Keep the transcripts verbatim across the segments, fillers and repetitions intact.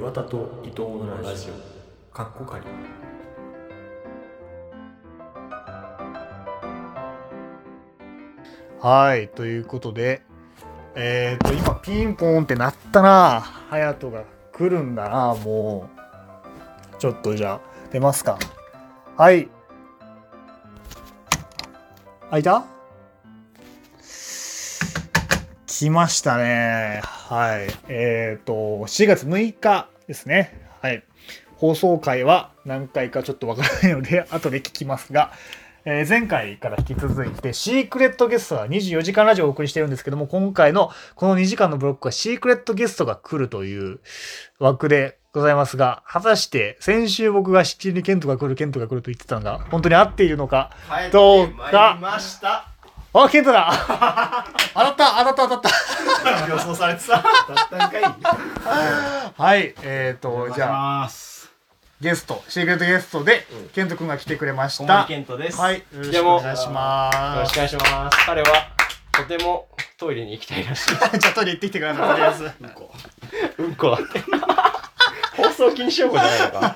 岩田と伊藤のラジオかっこかり。 はいということでえー、っと今ピンポンって鳴ったな。隼人が来るんだな。もうちょっとじゃあ出ますか。はい、開いた？来ましたね。はい。えっ、ー、と、しがつむいかですね。はい。放送回は何回かちょっとわからないので、後で聞きますが、えー、前回から引き続いて、シークレットゲストはにじゅうよじかんラジオをお送りしてるんですけども、今回のこのにじかんのブロックはシークレットゲストが来るという枠でございますが、果たして先週僕が七里ケントが来る、ケントが来ると言ってたのが本当に合っているのかどうか。 帰ってまいりました。 あ、ケントだ当たった当たった当たった予想されてた。だったんかい。 はい、えーと、じゃあ、ゲスト、シークレットゲストで、うん、ケント君が来てくれました。 小森ケントです。 はい、よろしくお願いします。 よろしくお願いします。彼は、とてもトイレに行きたいらしい。 じゃあトイレ行ってきてください、とりあえず。 うんこ。うんこだって。放送禁止用語じゃないのか。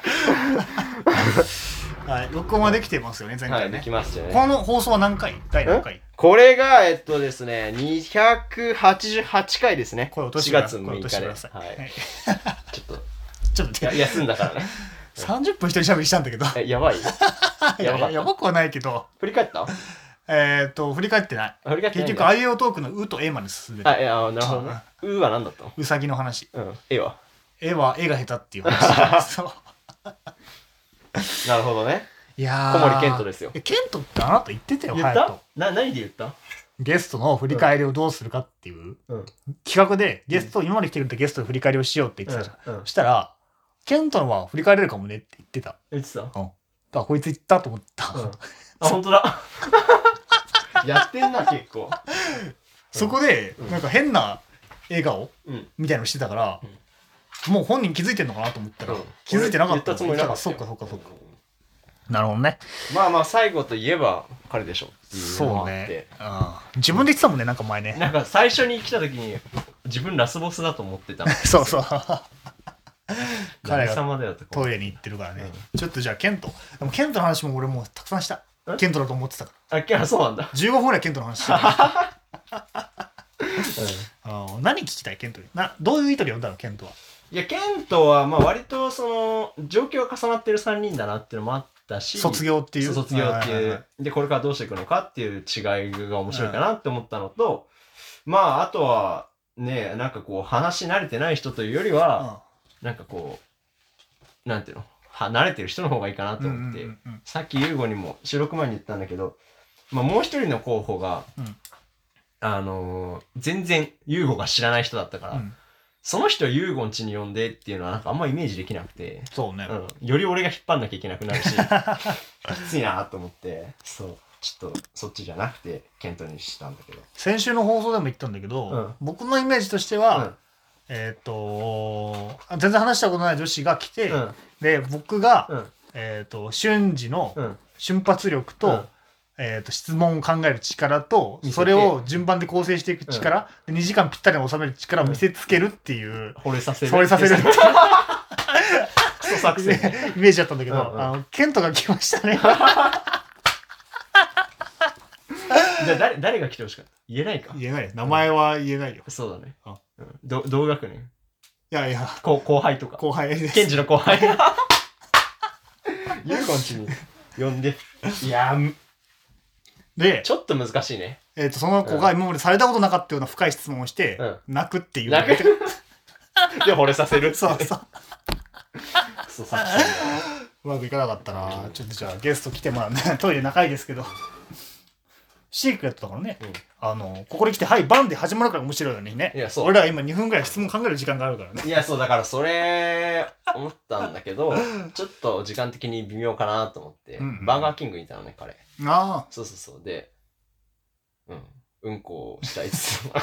はい、録音はできてますよね、前回ね。 はい、できましたよね。 この放送は何回？第何回？ これが、えっとですね、にひゃくはちじゅうはちかいですね。 これ落とししがつむいかで。はい。 ちょっと、 ちょっと休んだからね。 さんじゅっぷん一人喋りしたんだけど。 え、やばいやばやばくはないけど。 振り返った？ えっと、振り返ってない。 振り返ってない。 結局、あいうえおトークのうとえまで進んでた。 あ、いや、なるほどね。うは何だったの？ うさぎの話。 うん。えは？ えは、えが下手っていう話。そう。 なるほどね。 いやー。 小森ケントですよ。 ケントってあなた言ってたよ、 言ったな、何で言った？ ゲストの振り返りをどうするかっていう、うん、企画で、ゲスト、うん、今まで来てくれたゲストの振り返りをしようって言ってたじゃん。うんうん、そしたら、ケントのは振り返れるかもねって言ってた。 言ってた？うん。だからこいつ言ったと思った。うん、 あ、本当だ。やってんな、結構。 そこで、なんか変な笑顔、うん、みたいなのしてたから、うん、もう本人気づいてんのかなと思ったら、うん、気づいてなかった。 言ったつもりなかった。 そうか、そうか、そうか。なるほどね。 まあまあ最後といえば彼でしょっていうのもあって。 そうね。あ自分で言ってたもんね、なんか前ね。 なんか最初に来た時に自分ラスボスだと思ってた。 そうそう。彼が様だよトイレに行ってるからね。うん、ちょっとじゃあケント。でもケントの話も俺もうたくさんした。ケントだと思ってたから。 あ、ケンそうなんだ。 じゅうごふんぐらいケントの話してた。うん、何聞きたいケントに。などういう意図で呼んだのケントは。 いやケントはまあ割とその状況が重なってるさんにんだなっていうのもあって。だし卒業っていう卒業っていう、でこれからどうしていくのかっていう違いが面白いかなって思ったのと、うん、まああとはねなんかこう話し慣れてない人というよりは、うん、なんかこうなんていうのは慣れてる人の方がいいかなと思って、うんうんうんうん、さっきユーゴにも収録前に言ったんだけど、まあ、もう一人の候補が、うん、あのー、全然ユーゴが知らない人だったから、うんその人をユーゴン家に呼んでっていうのはなんかあんまイメージできなくて。 そうね。 うん。より俺が引っ張んなきゃいけなくなるし、きついなと思って、そう。ちょっとそっちじゃなくて、ケントにしたんだけど。 先週の放送でも言ったんだけど、うん、僕のイメージとしては、うん、えっ、ー、と、全然話したことない女子が来て、うん、で、僕が、うん、えっ、ー、と、瞬時の瞬発力と、うんえー、と質問を考える力とそれを順番で構成していく力、うん、にじかんぴったりに収める力を見せつけるっていう、うん、 惚れさせる惚れさせるっていう作戦イメージだったんだけど、うんうん、あのケントが来ましたね。 じゃあ 誰, 誰が来てほしかった？言えないか。 言えない名前は言えないよ、 うん、そうだね、うん、ど同学年？ いやいや後輩とか後輩です。 ケンジの後輩ユーゴン家に呼んでいやでちょっと難しいね。 えっ、ー、とその子が今までされたことなかったような深い質問をして、うん、泣くっていう。 泣くで惚れさせる。 そうそう。 そうさうまくいかなかったな。ちょっとじゃあゲスト来てもらうね。トイレ仲いいですけど。シークレットだからね。うん、あのここに来てはいバンで始まるから面白いよね。 いやそう。 俺ら今にふんぐらい質問考える時間があるからね。 いやそうだからそれ思ったんだけどちょっと時間的に微妙かなと思って、うんうん、バーガーキングにいたのね彼。 ああそうそうそうで、うんうんこをしたいっす。さ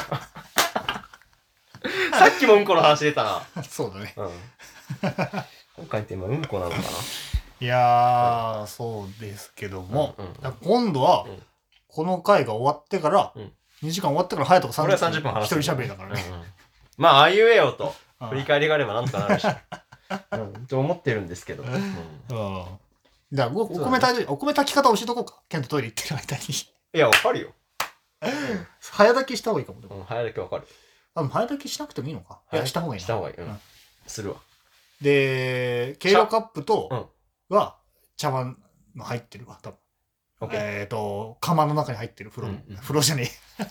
っきもうんこの話出たな。 そうだね。 うん。今回って今うんこなのかな。 いやー、うん、そうですけども、うんうんうん、今度は、うん、この回が終わってから、うん、にじかん終わってから隼人がさんじゅっぷん一人喋りだからね。 うんうん、まああいうえおと振り返りがあればなんとかなるし。 うんと思ってるんですけど、うん、 うんじゃあおお米炊いて、お米炊き方教えとこうか。ケントトイレ行ってる間に。 いや、わかるよ。 早炊きした方がいいかも。 うん、早炊きわかる。 あ、でも早炊きしなくてもいいのか。いや、した方がいいな。 した方がいい。うん。 うんするわ。 で、ケイロカップとは茶碗の入ってるわ、多分。 オッケー。 えっと、釜の中に入ってる風呂。 うんうん風呂じゃね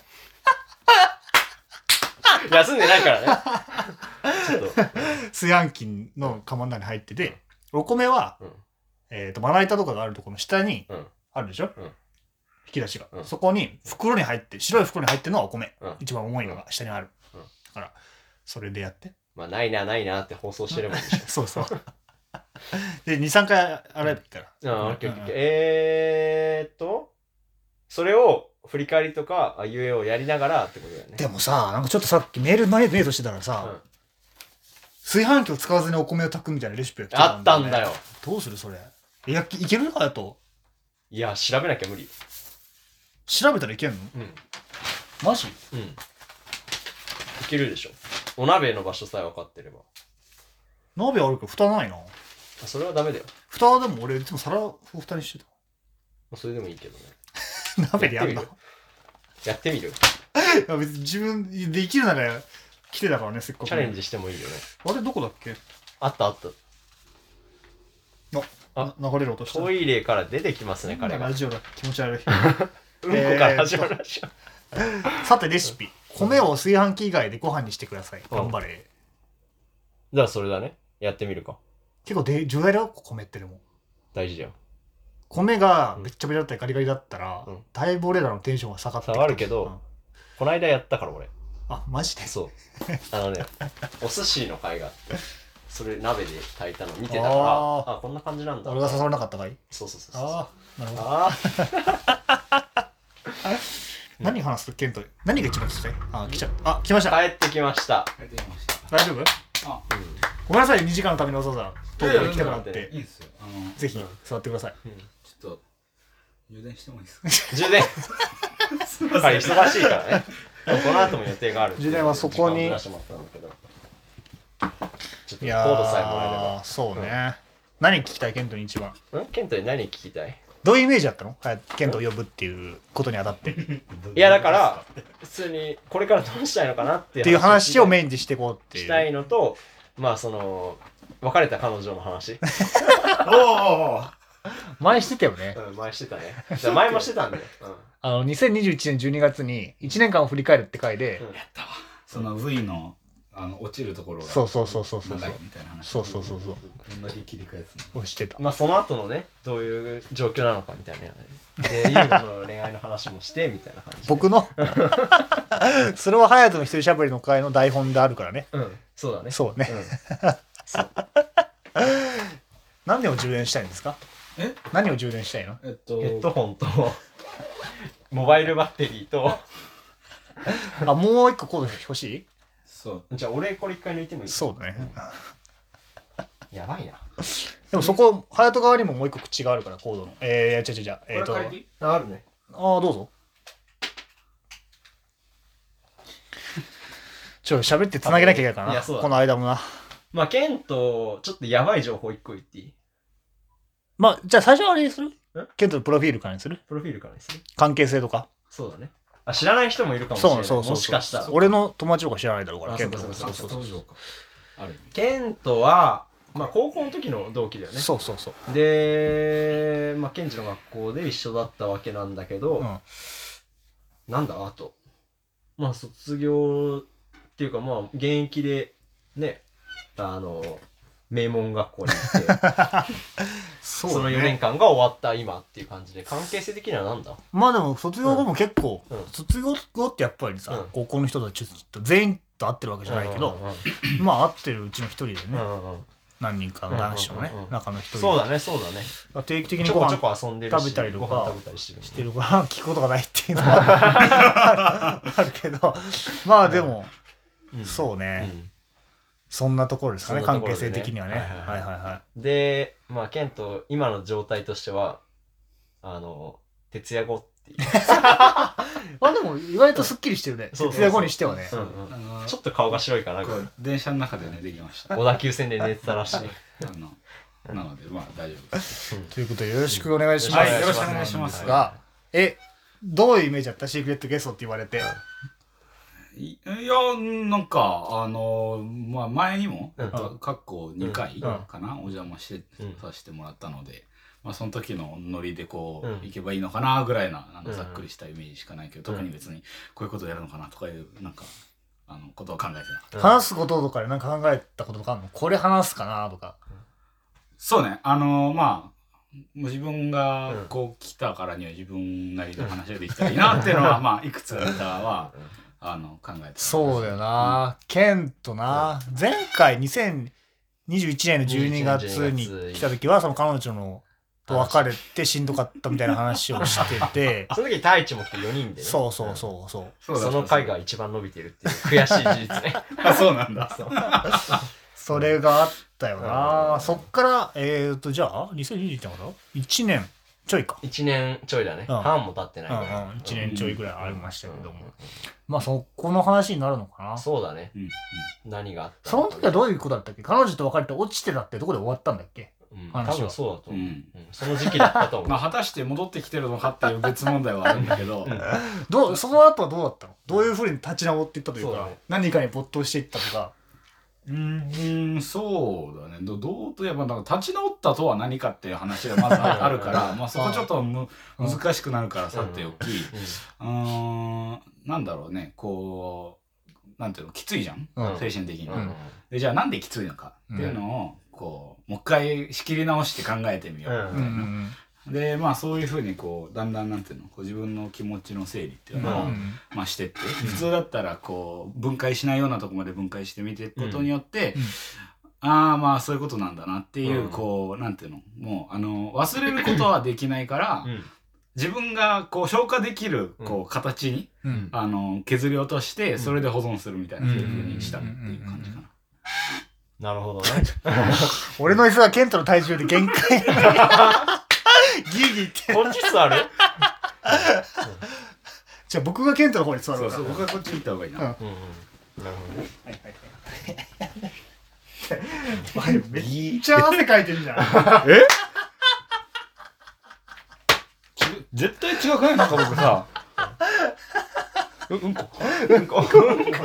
え。 休んでないからね。ちょっと。 炊飯器の釜の中に入ってて、お米は、 うんえっと、まな板とかがあるところの下にうんあるでしょ、 うん引き出しが、 うん。 そこに袋に入って、白い袋に入ってるのはお米。 うん一番重いのが下にある。 うんだから、それでやって。 まあ、ないな、ないなって放送してればいいでしそうそう。で、に、さんかい洗えばいいから。 ょ。あ、オッケーオッケーオッケー。 うんえーっと、それを振り返りとか、あいうえをやりながらってことだよね。 でもさ、なんかちょっとさっきメール前メイトしてたらさ、 うん炊飯器を使わずにお米を炊くみたいなレシピが来てあったんだよ。 どうするそれ。いや、いけるかやと。 いや、調べなきゃ無理よ。 調べたらいけんのうん。 マジうん。いけるでしょ。お鍋の場所さえ分かってれば。 鍋あるけど蓋ないな。 あそれはダメだよ。 蓋はでも俺いつも皿を蓋にしてた。 それでもいいけどね。 鍋でやるの。いやってみるや別に自分できるなら来てたからね、せっかく。 チャレンジしてもいいよね。 あれどこだっけあったあった。 あ、流れる音した。 トイレから出てきますね、彼が。 ラジオだ。気持ち悪い。 うんこから始まるラジオ。 さてレシピ。米を炊飯器以外でご飯にしてください。頑張れ。 じゃあそれだね。やってみるか。 結構で重大だよ、米ってでも。 大事だよ。 米がめっちゃべちゃったりガリガリだったら、 うん、 だいぶ俺らのテンションが下がって下がるけど、うん、この間やったから俺。 あ、マジでそう。あのね、お寿司の会があって、それ鍋で炊いたの見てたから、ああ、こんな感じなんだ。 俺が誘われなかったかい？ そうそうそうそう。 ああ、なるほど。 ああ。 何話すケント？何が一番聞きたい？あ、来ちゃった。あ、来ました。 帰ってきました。 帰ってきました。 大丈夫？ あ、 うん。ごめんなさい、にじかんのためにわざわざ東京に来てもらって。 いいんですよ。あの、 ぜひ座ってください。 うん、 ちょっと充電してもいいですか？ 充電。彼忙しいからね。この後も予定がある。 充電はそこに。 いやー、コードさえもらえれば。 そうね。何聞きたいケントに一番。 ん？ケントに何聞きたい？ どういうイメージだったの？ケントを呼ぶっていうことにあたって。 いやだから普通にこれからどうしたいのかなっていう話をメインにしていこうっていう。 したいのと、まあその別れた彼女の話。 おお。前してたよね。 うん、前してたね。じゃ前もしてたんだよ。うん、 あのにせんにじゅういちねんじゅうにがつにいちねんかんを振り返るって回で、 うん、やったわ。その V のあの落ちるところがそうそうそうそうそう長いみたいな話。 そうそうそうそう。 どんだけ切り返すの？をしてた。 まあその後のねどういう状況なのかみたいな。で、ユーゴの恋愛の話もしてみたいな感じ。 僕のそれは隼人の一人しゃべりの会の台本であるからね。 うん、そうだね。 そうね。 うん、そう何を充電したいんですか？ え？ 何を充電したいの？ えっとヘッドホンとモバイルバッテリーとあ、もう一個コード欲しい？ そう。 じゃあ俺これ一回抜いてもいい？ そうだね。 やばいな。 でもそこ隼人側にももう一個口があるからコードの。えー、違う違う違う。えーと。 あるね。 ああどうぞ。ちょっと喋って繋げなきゃいけないからな。 いやそうだこの間もな。 まあケンとちょっとやばい情報一個言っていい？ まあじゃあ最初はあれにする？ケントのプロフィールからにする？ プロフィールからにする？ 関係性とか。 そうだね。あ、知らない人もいるかもしれない。 そうそうそうそう。 もしかしたら。 俺の友達とか知らないだろうから。ケントそうそうそうそうそう。ある。 ケントはまあ高校の時の同期だよね。 そうそうそう。 で、まあケンジの学校で一緒だったわけなんだけど、うん、なんだあと、まあ卒業っていうかまあ現役でね、あの名門学校に行ってそ, 、ね、そのよねんかんが終わった今っていう感じで、関係性的にはなんだ？ まあでも卒業後も結構、うん、卒業後ってやっぱりさ、うん、高校の人たちと全員と会ってるわけじゃないけど、うんうんうん、まあ会ってるうちの一人でね、うんうん、何人かの男子のね、うんうんうん、中の一人でそうだねそうだね定期的にご飯ちょこちょこ遊んでるし食べたりとか食べたりしてる、ね、 してるから聞くことがないっていうのはあるけど、まあでも、うん、そうね、うん、そんなところですかね、関係性的にはね。はいはいはいはい。 で、まあケント今の状態としてはあの徹夜後っていうまあでも意外とすっきりしてるね。 そうそうそう徹夜後にしてはね。 うんうんあのちょっと顔が白いかなこう電車の中でねできました。 小田急線で寝てたらしいあのなのでまあ大丈夫です。 ということでよろしくお願いします。 はいよろしくお願いしますが、え、どういうイメージだったシークレットゲストって言われて。 いいやなんかあのまあ前にもうん過去にかいうんかなお邪魔してうんさせてもらったので。まあその時のノリでこう、 うん行けばいいのかなぐらいななんかうんざっくりしたイメージしかないけど、特に別にこういうことやるのかなとかいうなんかあのことを考えてなかった。 話すこととかで何か考えたこととかあるの？これ話すかなとか。 そうねあのまあ自分がこう来たからには自分なりの話ができたらいいなっていうのはまあいくつかはあの考えてそうだよな。ケンとな、前回にせんにじゅういちねんのじゅうにがつに来た時はその彼女のと別れてしんどかったみたいな話をしててその時太一も来てよにんでねそうそうそうそうそうだその回が一番伸びてるっていう悔しい事実ねあそうなんだそうそれがあったよな。そっからえーとじゃあにせんにじゅういちねんからいちねんちょいかいちねんちょいだねうん半も経ってないうんからうんいちねんちょいぐらいありましたけどもうんうんうんまあそこの話になるのかな。 そうだねうん何があったその時はどういうことだったっけ？彼女と別れて落ちてたってどこで終わったんだっけ？ うん話は多分そうだと思ううんうんその時期だったと思うまあ果たして戻ってきてるのかっていう別問題はあるんだけど、 うんどうその後はどうだったの？どういうふうに立ち直っていったというかそうだね何かに没頭していったとか。 うーんそうだねどどうといえばなんか立ち直ったとは何かっていう話がまずあるからまあそこちょっとむうん難しくなるからさておきうんうーんなんだろうねこうなんていうのきついじゃん、 うん精神的に、 うんでじゃあなんできついのかっていうのをこうもう一回仕切り直して考えてみようみたいな、でまあそういうふうにこうだんだんなんていうのこう自分の気持ちの整理っていうのを、 うんまあ、してって普通だったらこう分解しないようなとこまで分解してみていくことによって、 うんああまあそういうことなんだなっていう、 うんこうなんていうのもうあの忘れることはできないから、 うん自分がこう消化できるこうう形に、 うんあの削り落としてんそれで保存するみたいなうんそういうふうにしたっていう感じかな。 なるほどね俺の椅子はケントの体重で限界ギリギリってこっち座るじゃあ僕がケントの方に座るからそうそう僕はこっち行った方がいいな。 うんうんうんなるほどねはいはいはいめっちゃ汗かいてるじゃんち絶対違くないなんか僕さううんこうんこもうね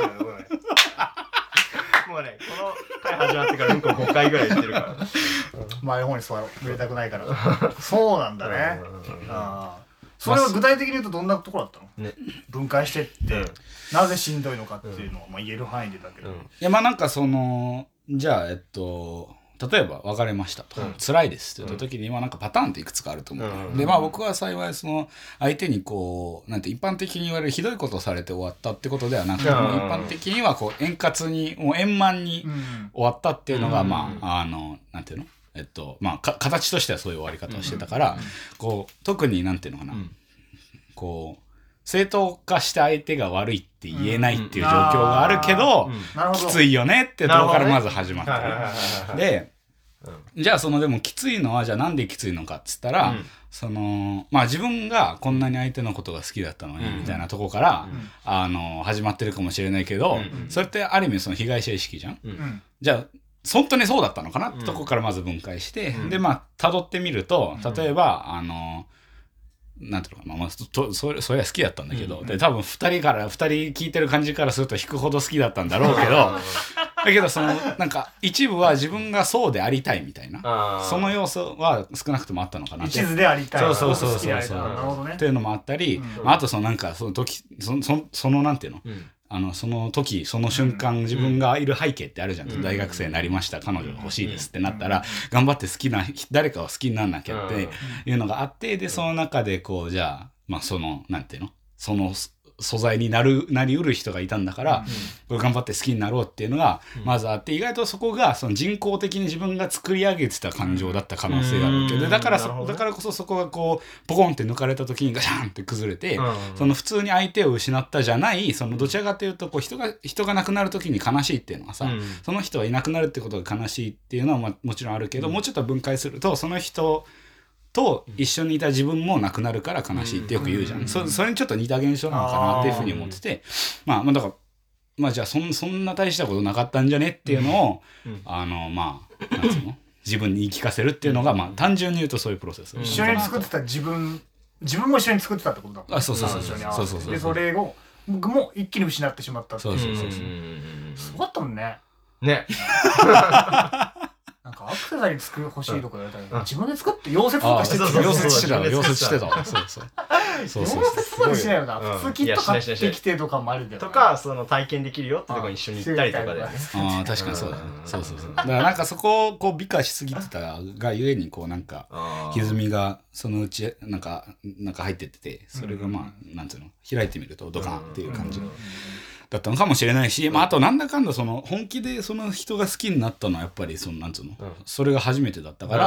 この回始まってからうんこごかいぐらい言ってるから前の方に座ろう濡れたくないからそうなんだねうんああそれは具体的に言うとどんなところだったの？ ね分解してって、 うんなぜしんどいのかっていうのを、まあ、言える範囲でだけど、 うんいやまあなんかそのじゃあえっと例えば別れましたと、 うん辛いですって言った時に、まあなんかパターンっていくつかあると思う、 うんでまあ僕は幸いその相手にこうなんて一般的に言われるひどいことをされて終わったってことではなくて、 うんもう一般的にはこう円滑にもう円満にうん終わったっていうのが、 うんまああのなんていうのえっとまあか形としてはそういう終わり方をしてたから、こう特になんていうのかな、 うんこう正当化して相手が悪いって言えないっていう状況があるけど、 うんなるほどきついよねってところからまず始まってはいはいはいはいはる。 いで、じゃあそのでもきついのはじゃあなんできついのかっつったら、 うんそのまあ自分がこんなに相手のことが好きだったのにうんみたいなところから、 うんあの始まってるかもしれないけど、 うんそれってある意味その被害者意識じゃん。 うんうんじゃあ本当にそうだったのかなってうんとこからまず分解して、 うんでまあ辿ってみるとうん例えば、あのなんていうのかな、まあ、とそれそれは好きだったんだけど、 うんで多分ふたりからふたり聞いてる感じからすると引くほど好きだったんだろうけどだけどそのなんか一部は自分がそうでありたいみたいなあーその要素は少なくともあったのかなって一途でありたいそうそうそうそう好きでありたいなるほどねっていうのもあったり、 うんまあ、あとそのなんかその時そそそのなんていうのうんあのその時その瞬間、自分がいる背景ってあるじゃん、 うん大学生になりました彼女が欲しいですってなったら、頑張って好きな誰かを好きにならなきゃっていうのがあってでその中でこうじゃあまあそのなんていうのその素材になるなりうる人がいたんだから、これ頑張って好きになろうっていうのがまずあって、意外とそこがその人工的に自分が作り上げてた感情だった可能性があるわけで、 うんだからそなるほどねだからこそそこがこうポコンって抜かれた時にガシャンって崩れて、 うんその普通に相手を失ったじゃないそのどちらかというとこう人が人が亡くなる時に悲しいっていうのはさ、 うんその人はいなくなるってことが悲しいっていうのはまあもちろんあるけど、もうちょっと分解するとその人と一緒にいた自分も亡くなるから悲しいってよく言うじゃん、うん、そ, それにちょっと似た現象なのかなっていうふうに思ってて、まあまあだからまあじゃあ そ, そんな大したことなかったんじゃねっていうのを、うん、あのまあなんつうの自分に言い聞かせるっていうのが、まあ単純に言うとそういうプロセス、 うん、一緒に作ってた自分自分も一緒に作ってたってことだもんね。 あそうそうそうそうそうそうそうでそれを僕も一気に失ってしまったっていう。 そうそうそうそうすごかったもんね。 ねなんかアクセサリー作る欲しいとか言われたら、うん、自分で作って溶接とかしてた。 溶接してた溶接してたそうそうそうそう溶接までしないよな、うん、普通キット買ってきてとかもあるけど、 とかその体験できるよってとこに一緒に行ったりとかで、ね、 ああ確かにそうだね、うん、そうそうそうだからなんかそこをこう美化しすぎてたがゆえにこうなんか歪みがそのうちなんかなんか入ってってて、それがまあ、うん、なんていうの開いてみるとドカンっていう感じ、うんうんだったのかもしれないし、まあ、あとなんだかんだその本気でその人が好きになったのはやっぱりそのなんつうの、うん、それが初めてだったから、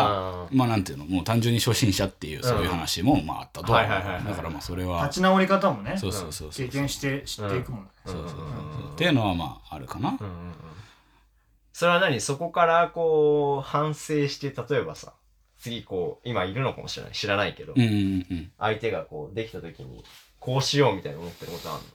まあなんていうのもう単純に初心者っていうそういう話もまああったと、だからまあそれは立ち直り方もねそうそうそうそう経験して知っていくもんね、 そうそうそうっていうのはまああるかな、うんうんうん、 それは何そこからこう反省して例えばさ次こう今いるのかもしれない知らないけど、 うんうんうん、 相手がこうできた時にこうしようみたいな思ってることあるの？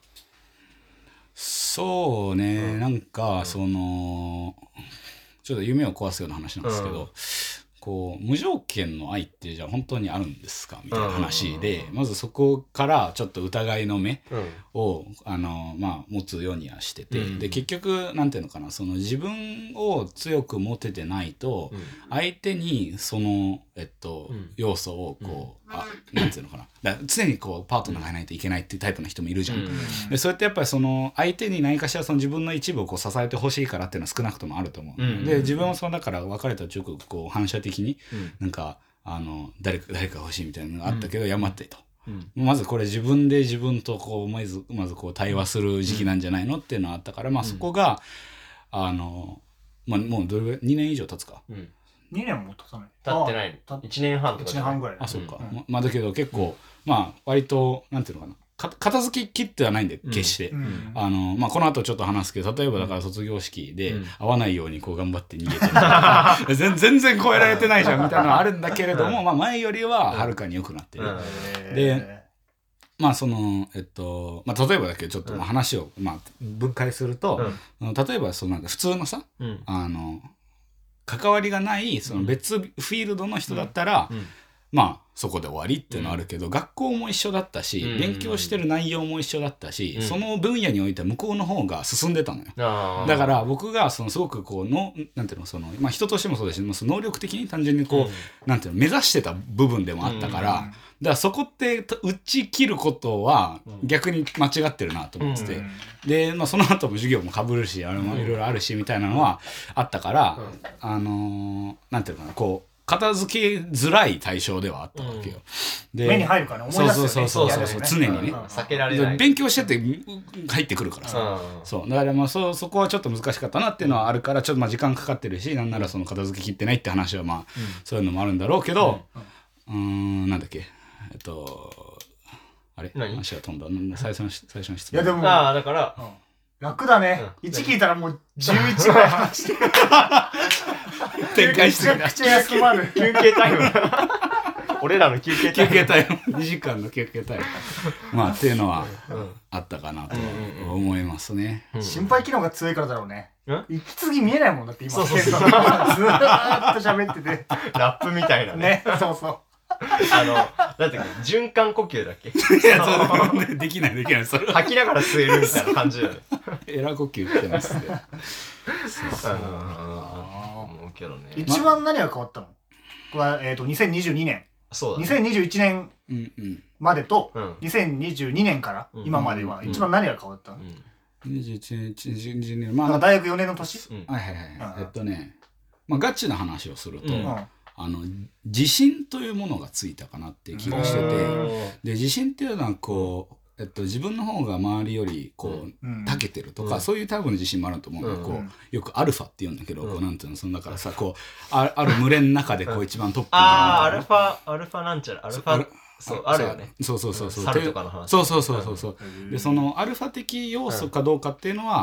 そうね、うん、なんか、うん、そのちょっと夢を壊すような話なんですけど、うん、こう無条件の愛ってじゃあ本当にあるんですかみたいな話で、うん、まずそこからちょっと疑いの目を、うん、あのまあ、持つようにはしてて、うん、で結局なんていうのかなその自分を強く持ててないと、うん、相手にその、えっとうん、要素をこう、うん、あなんていうのかなだから常にこうパートナーがいないといけないっていうタイプの人もいるじゃん、うん、でそれってやっぱりその相手に何かしらその自分の一部をこう支えてほしいからっていうのは少なくともあると思う、うん、で自分もそのだから別れた直後こう反射的に、うん、なんかあの 誰か誰か欲しいみたいなのがあったけど、うん、やまってと、うん、まずこれ自分で自分とこうまずまずこう対話する時期なんじゃないのっていうのはあったから、まあ、そこがあの、まあ、もうどれぐらいにねん以上経つか、 うんにねんも経たない経ってないいちねんはんとかいちねんはんぐらいあそうか、うん、まあだけど結構まあ割となんていうのかなか片付き切ってはないんで決して、うん、あのまあこの後ちょっと話すけど例えばだから卒業式で会わないようにこう頑張って逃げてる全, 全然超えられてないじゃんみたいなのはあるんだけれども、まあ前よりははるかに良くなってる、うん、でまあそのえっとまあ例えばだけどちょっと話をまあ分解すると、うん、例えばそのなんか普通のさ、うん、あの関わりがないその別フィールドの人だったら、うんうん、まあそこで終わりっていうのはあるけど、うん、学校も一緒だったし、うん、勉強してる内容も一緒だったし、うん、その分野においては向こうの方が進んでたのよ、うん、だから僕がそのすごくこうのなんていうのその、まあ、人としてもそうだし能力的に単純にこう、うん、なんていうの目指してた部分でもあったから、うん、だからそこって打ち切ることは逆に間違ってるなと思ってて、うん、で、まあ、その後も授業も被るしあれもいろいろあるしみたいなのはあったから、うん、あのー、なんていうのかなこう片付けづらい対象ではあったわけよ、うん、 で目に入るからね思い出すよねそうそうそうそう、ね、常にね、うん、 避けられない勉強してて入ってくるからさ、うん、そうだからまあ そ, そこはちょっと難しかったなっていうのはあるからちょっとまあ時間かかってるしなんならその片付けきってないって話はまあ、うん、そういうのもあるんだろうけど、うん、うーんなんだっけえっとあれ話が飛んだ最初の最初の質問いやでもああだから、うん楽だね、うん、いち聞いたらもうじゅういちぐらい話して展開してるめちゃくちゃ休まる休憩タイム俺らの休憩タイム休憩タイムにじかんの休憩タイムまあっていうのはあったかなと思いますね、 うんうん、心肺機能が強いからだろうね息継ぎ見えないもんだって今そうそうそうずーっと喋っててラップみたいなねねそうそうあの、なんていうか、循環呼吸だっけいや、そう、できないできない。それ吐きながら吸えるみたいな感じだよね。 エラ呼吸ってますね。 そうそう。思うけどね。 一番何が変わったのこれは、えっと、にせんにじゅうにねん。 そうだね。 にせんにじゅういちねんまでと、うん、にせんにじゅうにねんから今までは一番何が変わったの、 うん、にじゅういちねん、にじゅうにねん。まあ、大学よねんの年、 うん、はいはいはい。うん、えっとね、まあ、ガチな話をすると、うんあの自信というものがついたかなっていう気がしててで自信っていうのはこう、えっと、自分の方が周りよりこう、うん、長けてるとか、うん、そういうタイプの自信もあると思うんだけど、うん、こうよくアルファって言うんだけど、うん、こうなんていうのそのだからさこう あ, ある群れの中でこう一番トップにああアルファアルファなんちゃらアルファそうあるよねそうそうそうそう猿とかの話そうそうそうそうそうでそのアルファ的要素かどうかっていうのは、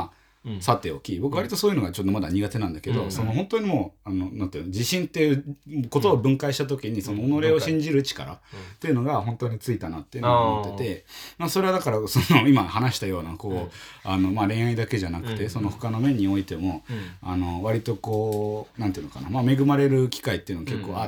うんさておき、僕割とそういうのがちょっとまだ苦手なんだけど、 うんその本当にもうあのなんていうの、自信っていうことを分解した時に、その己を信じる力っていうのが本当についたなっていうのを思ってて、まあ、それはだからその今話したようなこう、 うんあのまあ恋愛だけじゃなくて、 うんその他の面においても、 うんあの割とこうなんていうのかな、まあ、恵まれる機会っていうのが結構あって、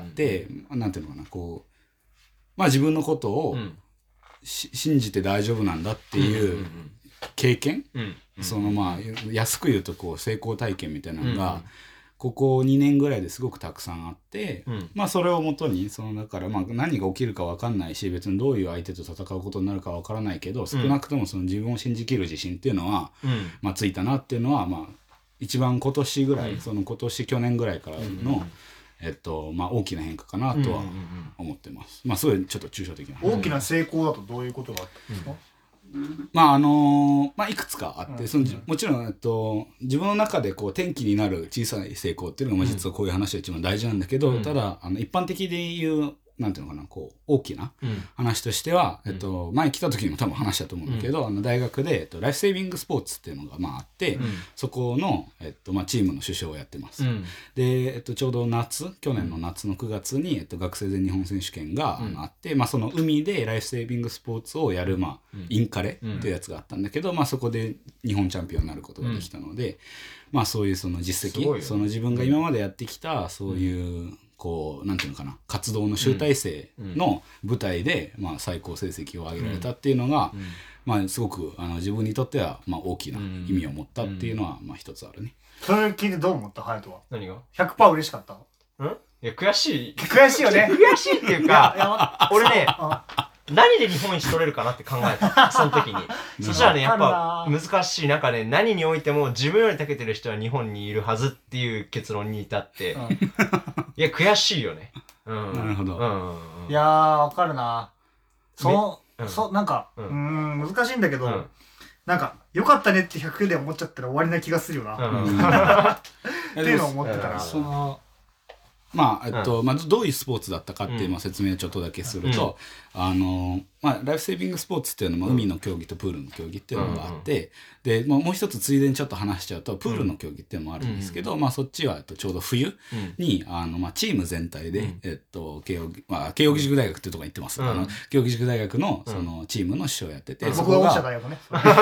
なんていうのかな、こうまあ自分のことを、 うんし信じて大丈夫なんだっていう経験、 うんうん、 そのまあ安く言うとこう成功体験みたいなのが、 うんここにねんぐらいですごくたくさんあって、 うんまあそれをもとにそのだからまあ何が起きるか分かんないし、別にどういう相手と戦うことになるか分からないけど、少なくともその自分を信じきる自信っていうのは、 うんまあ、ついたなっていうのは、まあ一番今年ぐらい、 うんその今年去年ぐらいからの、 うんえっとまあ、大きな変化かなとは思ってます。まあすごいちょっと抽象的な話。 大きな成功だとどういうことがあったんですか？ まああのまあ、いくつかあって、 うんそのもちろん、えっと、自分の中でこう転機になる小さい成功っていうのが、まあ、実はこういう話が一番大事なんだけど、 うんただあの一般的で言うなんていうのかな、こう大きなうん話としては、えっと、前来た時にも多分話したと思うんだけど、あの大学で、えっと、ライフセービングスポーツっていうのがまああって、 うんそこの、えっとまあ、チームの主将をやってます。 うんで、えっと、ちょうど夏去年の夏のくがつに、えっと、学生全日本選手権が、 うんあのあって、まあ、その海でライフセービングスポーツをやる、まあうんインカレっていうやつがあったんだけど、まあ、そこで日本チャンピオンになることができたので、まあ、そういうその実績、 すごいよねその自分が今までやってきたそういう、こうなんていうのかな、活動の集大成の舞台で、まあ、最高成績を上げられたっていうのが、 うんまあ、すごくあの自分にとっては、まあ、大きな意味を持ったっていうのは、まあ、一つあるね。 それ聞いてどう思った隼人は？ 何がひゃくパーセント 嬉しかった？ んいや悔しい悔しいよね。 悔しいっていうかいや俺ねあ何で日本一取れるかなって考えたその時にそしたらねやっぱわかる難しい。なんかね何においても自分より長けてる人は日本にいるはずっていう結論に至ってうんいや悔しいよね。うんなるほどうんうんうんいやーわかるな。その、 うんそなんか、ううんーん難しいんだけど、 うんなんか良かったねってひゃくで思っちゃったら終わりな気がするよな、 うんうんっていうのを思ってたら、 うんそのまあえっとまあ、どういうスポーツだったかっていう、 うんまあ、説明をちょっとだけすると、あのまあ、ライフセービングスポーツっていうのは、まあ、海の競技とプールの競技っていうのがあって、でまあ、もう一つついでにちょっと話しちゃうとプールの競技っていうのもあるんですけど、まあ、そっちはえっとちょうど冬にあの、まあ、チーム全体で、 うんえっと、慶應まあ、慶應義塾大学っていうところに行ってます、 うんあの慶應義塾大学のそのチームの主将をやってて、 うんそこが僕が落ちた大学ね。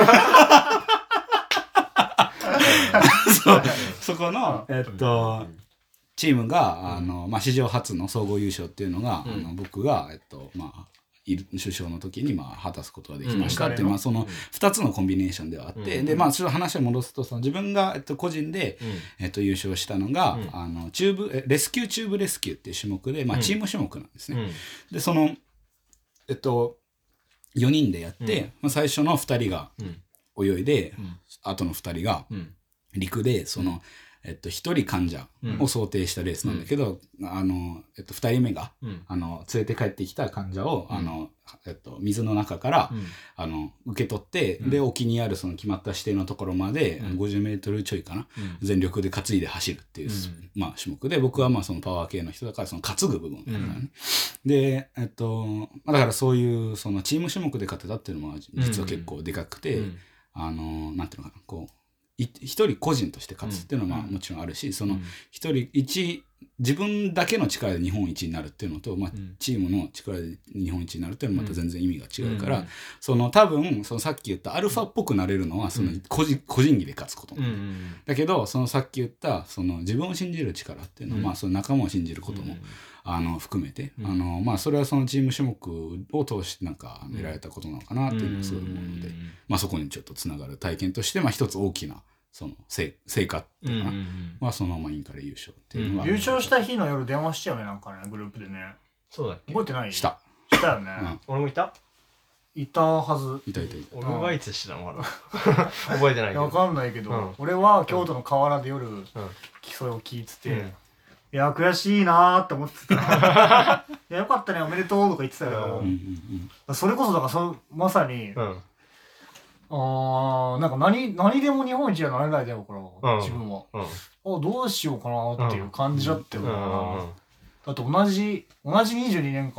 そうそこの、えっとチームがあの、まあ、史上初の総合優勝っていうのが、 うんあの僕が、えっとまあ、いる首相の時に、まあ、果たすことができましたっていう、 うんまあ、そのふたつのコンビネーションではあって、 うんで、まあ、ちょっと話を戻すとその自分が、えっと、個人で、えっと、優勝したのが、 うんあのチューブえレスキューチューブレスキューっていう種目で、まあ、 うんチーム種目なんですね。 うんでその、えっと、よにんでやって、 うんまあ、最初のふたりがうん泳いで、 うんあとのふたりがうん陸でその、えっと、ひとり患者を想定したレースなんだけど、あのえっと、ふたりめがうんあの連れて帰ってきた患者を、 うんあのえっと、水の中から、 うんあの受け取って、 うんで沖にあるその決まった指定のところまで、 うんごじゅうメートルちょいかな、 うん全力で担いで走るっていう、 うんまあ、種目で僕はまあそのパワー系の人だからその担ぐ部分だからね、 うんで、えっとまあ、だからそういうそのチーム種目で勝てたっていうのは実は結構でかくて、 うんあのなんていうのかなこうい一人個人として勝つっていうのはまあもちろんあるし、その一人一自分だけの力で日本一になるっていうのと、まあうんチームの力で日本一になるっていうのはまた全然意味が違うから、 うんその多分そのさっき言ったアルファっぽくなれるのはその個人個人技で勝つこと、 うんうんだけどそのさっき言ったその自分を信じる力っていうのは、 うんまあその仲間を信じることも、あの含めて、 うんあのまあそれはそのチーム種目を通してなんか得られたことなのかなっていうのがすごい思うので、まあそこにちょっとつながる体験として、まあ一つ大きなその成成果っていうのかな、まあそのまあインカレ優勝っていうのが、 優勝した日の夜電話しちゃうよね、なんかね、グループでね。 そうだっけ覚えてない？ した、 したよね。 うん、 俺もいたいたはず。 いたいたいた、 俺はいつしてたのかな覚えてないけどいやわかんないけど、 うん俺は京都の河原で夜、 うんそれを聞いてて、 うんいや悔しいなーって思ってたいやよかったねおめでとうとか言ってたけど、 うんうんうんそれこそだからそまさに、 うんあーなんか何何でも日本一にはなれないだろうから、 うん自分はうんあどうしようかなっていう感じだったよな、 うんだって同じ同じにじゅうにねんかん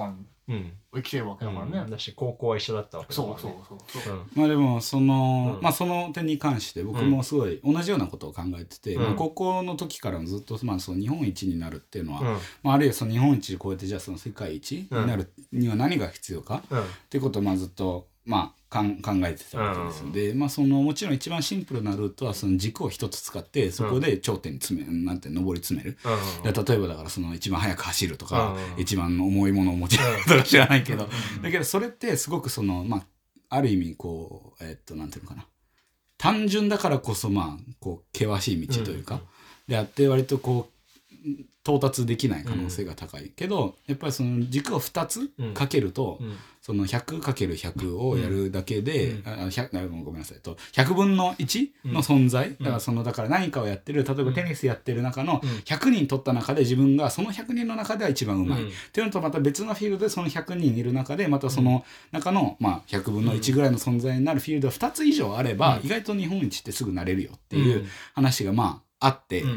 うん生きてるわけだからね、 うん、だし高校は一緒だったわけだからね。 そうそうそうそう、 うんまあでもその、 うんまあその点に関して僕もすごい同じようなことを考えてて、 うんまあ、高校の時からずっとまあその日本一になるっていうのは、 うんまあ、あるいはその日本一を超えてじゃあその世界一になるには何が必要か、 うんっていうことをまあずっとまあかん考えてたわけですよ、うん、でまあそのもちろん一番シンプルなルートはその軸を一つ使ってそこで頂点に詰め、うん、なんて上り詰める、うん、で例えばだからその一番速く走るとか、うん、一番重いものを持ち上げるとか知らないけど、うん、だけどそれってすごくそのまあある意味こうえー、っとなんていうのかな単純だからこそまあこう険しい道というか、うん、であって割とこう到達できない可能性が高いけど、やっぱりその軸をふたつかけると、うん、その ひゃくかけるひゃく をやるだけで、うん、あひゃくごめんなさいとひゃくぶんのいちの存在、うん、だからそのだから何かをやってる例えばテニスやってる中のひゃくにん取った中で自分がそのひゃくにんの中では一番うまい、うん、っていうのとまた別のフィールドでそのひゃくにんいる中でまたその中のまあひゃくぶんのいちぐらいの存在になるフィールドがふたつ以上あれば、うん、意外と日本一ってすぐなれるよっていう話がまああって、うん、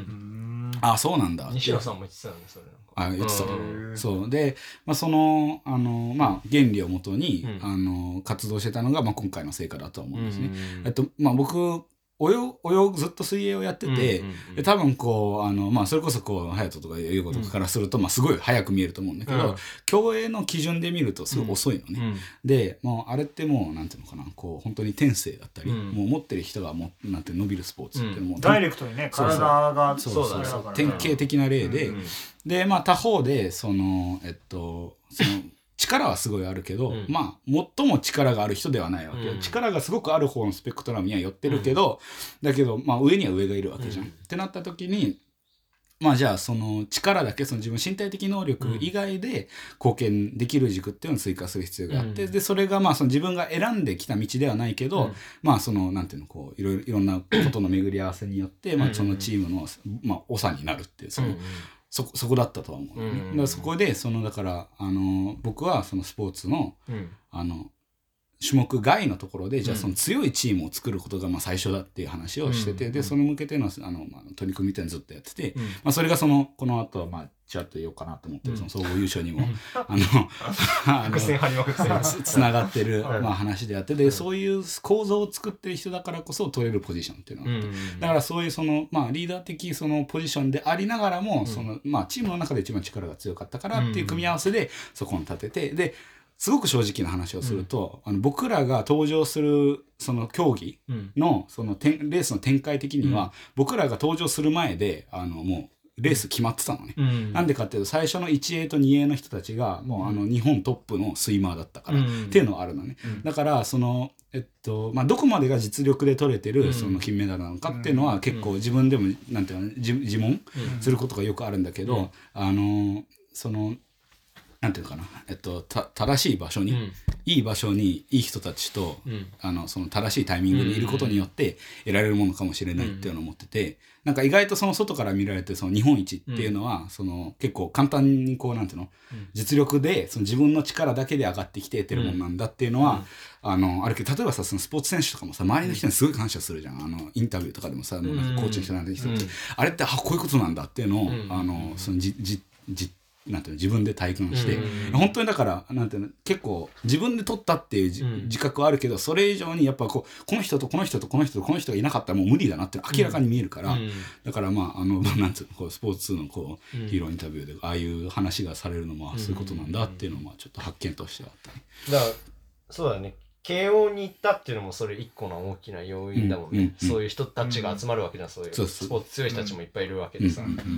あそうなんだ西野さんも言ってたよねそれなんかあ言ってた、うん、そうで、まあ、そのあの、まあ、原理をもとに、うん、あの活動してたのが、まあ、今回の成果だと思うんですね。うんえっとまあ、僕泳泳ずっと水泳をやってて、うんうんうん、で多分こうあの、まあ、それこそこう隼人とか優子とかからすると、うんまあ、すごい速く見えると思うんだけど、うん、競泳の基準で見るとすごい遅いのね、うん、でもうあれってもうなんていうのかなこう本当に天性だったり、うん、もう持ってる人がもなんて伸びるスポーツっていうのも、 うん、ダイレクトにね体がそうそうそうそう典型的な例で、うんうん、でまあ他方でそのえっとその力はすごいあるけど、うん、まあ最も力がある人ではないわけよ、うん、力がすごくある方のスペクトラムには寄ってるけど、うん、だけどまあ上には上がいるわけじゃん、うん、ってなった時にまあじゃあその力だけその自分身体的能力以外で貢献できる軸っていうのを追加する必要があって、うん、でそれがまあその自分が選んできた道ではないけど、うん、まあそのなんていうのこういろいろいろんなことの巡り合わせによってまあそのチームのまあ長になるっていうその、うんそ, そこだったとは思う、ねうんうんうん、だからそこでそのだからあの僕はそのスポーツの、うん、あの種目外のところでじゃあその強いチームを作ることがまあ最初だっていう話をしてて、うん、でその向けてのあの、まあ、取り組みみたいにずっとやってて、うんまあ、それがそのこの後まあちらっと言おうかなと思ってる、うん、その総合優勝にも、うん、あの伏線張りまくってつ, つながってる、まあ、話であってで、うん、そういう構造を作ってる人だからこそ取れるポジションっていうのがあって、うん、だからそういうその、まあ、リーダー的そのポジションでありながらも、うんそのまあ、チームの中で一番力が強かったからっていう組み合わせでそこに立ててですごく正直な話をすると、うん、あの僕らが登場するその競技 の, そのレースの展開的には、うん、僕らが登場する前であのもうレース決まってたのね、うん、なんでかっていうと最初のいちエーとにエーの人たちがもうあの日本トップのスイマーだったから、うん、っていうのはあるのね、うん、だからそのえっとまあどこまでが実力で取れてるその金メダルなのかっていうのは結構自分でもなんていうの自問することがよくあるんだけど、うん、あのそのなんていうのかな、えっと、た正しい場所に、うん、いい場所にいい人たちと、うん、あのその正しいタイミングにいることによって得られるものかもしれないっていうのを思ってて、うん、なんか意外とその外から見られてその日本一っていうのは、うん、その結構簡単にこうなんていうの、うん、実力でその自分の力だけで上がってきて得てるものなんだっていうのは、うん、あのあるけど例えばさそのスポーツ選手とかもさ周りの人にすごい感謝するじゃん、あのインタビューとかでもさ、うん、なんかコーチの人なんて人って、うん、あれってあこういうことなんだっていうのを、うん、あのそのじじじなんていうの自分で体感して、うん、本当にだからなんていうの結構自分で取ったっていう、うん、自覚はあるけどそれ以上にやっぱこうこの人とこの人とこの人とこの人がいなかったらもう無理だなって明らかに見えるから、うん、だからまああのなんていうのこうスポーツのこう、うん、ヒーローインタビューでああいう話がされるのも、うん、そういうことなんだっていうのもちょっと発見としてはあったね。 だからそうだね慶応に行ったっていうのもそれ一個の大きな要因だもんね、うんうんうん、そういう人たちが集まるわけじゃん、そういうスポーツ強い人たちもいっぱいいるわけでさ、うんうんうんうん、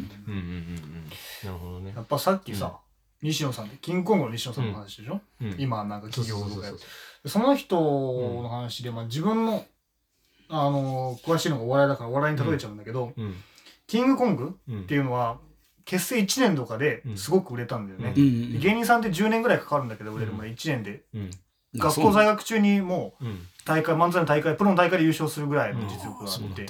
なるほどね。 やっぱさっきさ、うん、西野さんでキングコングの西野さんの話でしょ、うん、今なんか企業とかやってその人の話で、まあ、自分の、あのー、詳しいのがお笑いだからお笑いに例えちゃうんだけど、うん、キングコングっていうのは結成いちねんとかですごく売れたんだよね、うん、芸人さんってじゅうねんぐらいかかるんだけど売れるまでいちねんで、うん学校在学中にもう大会、漫才の大会、プロの大会で優勝するぐらいの実力があって、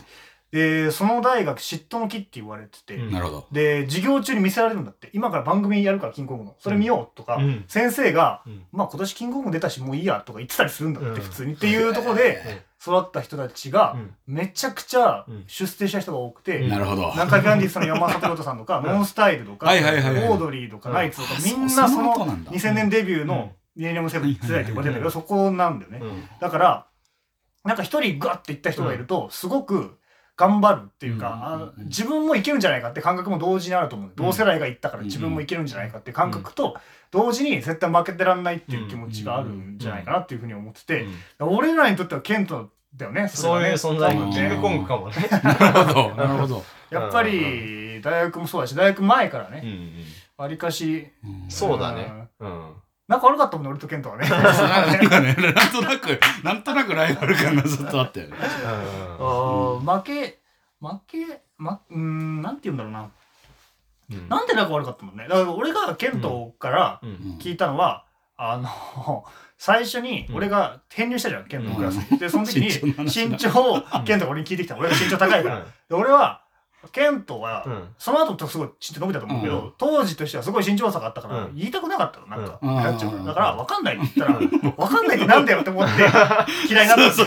でその代が嫉妬の木って言われてて、 うんなるほど。 で授業中に見せられるんだって。今から番組やるからキングコングのそれ見ようとか、 うん、 先生が、 うん、 まあ今年キングコング出たしもういいやとか言ってたりするんだって、 うん、 普通にっていうところで育った人たちがめちゃくちゃ出世した人が多くて、 うん、 なるほど。 南海キャンディーズの山里亮太さんとか、ノンスタイルとか、オードリーとか、ナイツとか、みんなそのにせんねんデビューのミレニアムセブン世代って言われてるんだけど、そこなんだよね。だから、なんか一人ガッていった人がいると、すごく頑張るっていうか、自分もいけるんじゃないかって感覚も同時にあると思う。同世代がいったから自分もいけるんじゃないかって感覚と、同時に絶対負けてらんないっていう気持ちがあるんじゃないかなっていうふうに思ってて、俺らにとってはケントだよね。 そういう存在のキングコングかもね。 なるほど。なるほど。 やっぱり大学もそうだし、大学前からね、わりかし、 そうだね。 仲悪かったもんね、俺とケントはね。 なんかね、なんとなく、なんとなくライバル感がずっとあったよね。 負け、負け、ま、うーん、なんて言うんだろうな。なんで仲悪かったもんね。だから俺がケントから聞いたのは、あの、最初に俺が編入したじゃん、ケントのクラスに。で、その時に身長をケントが俺に聞いてきた。俺が身長高いから。で、俺は、ケントは、その後とすごい身長伸びたと思うけど、当時としてはすごい身長差があったから、言いたくなかったの、なんか。だから、わかんないって言ったら、わかんないってなんだよって思って、嫌いになったんですよ。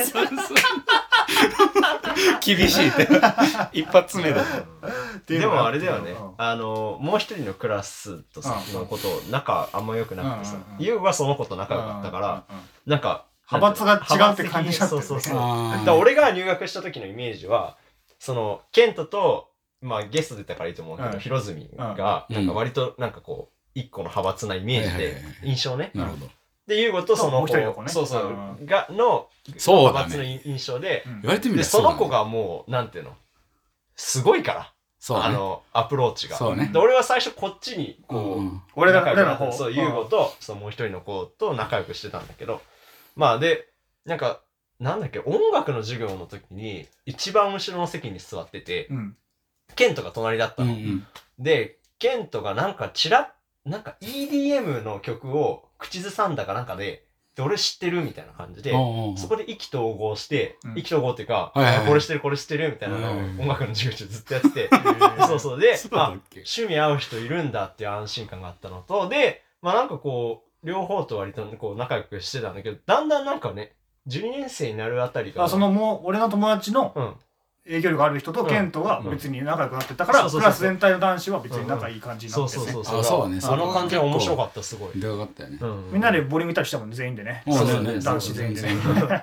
厳しいって。一発目だ。 でもあれだよね。あの、もう一人のクラスとさ、のことを仲あんま良くなくてさ、ユウはその子と仲良かったから、なんか、 派閥が違うって感じだった。 そうそうそう。だから俺が入学した時のイメージは、そのケントと、まあゲスト出たからいいと思うけど、ヒロズミが、なんか割となんかこう、一個の派閥なイメージで、印象ね。 なるほど。 で、ユーゴとその子、そうそう、が、の、派閥の印象で、 言われてみるとその子がもう、なんていうの、すごいから、あの、アプローチが。で、俺は最初こっちに、こう、 俺らの方、 そう、ユーゴと、そのもう一人の子と仲良くしてたんだけど、まあで、なんか、なんだっけ、音楽の授業の時に、一番後ろの席に座ってて、うん、ケントが隣だったの。うんうん、で、ケントがなんかチラッ、なんか イーディーエム の曲を口ずさんだかなんかで、で俺知ってるみたいな感じで、そこで意気投合して、うん、意気投合っていうか、はいはいはい、これ知ってるこれ知ってるみたいなのを音楽の授業中ずっとやってて、そうそうで、あ、趣味合う人いるんだっていう安心感があったのと、で、まあなんかこう、両方と割とこう仲良くしてたんだけど、だんだんなんかね、じゅうにねん生になるあたりが、 あ、そのもう俺の友達の影響力ある人とケントが別に仲良くなってたから、クラス全体の男子は別に仲いい感じになってるね。 そうそうそう。あの感じは面白かった、すごい。 でかかったよね。 みんなでボーリング行ったりしたもんね、全員でね。 そうね、 男子全員でね。 ちょっ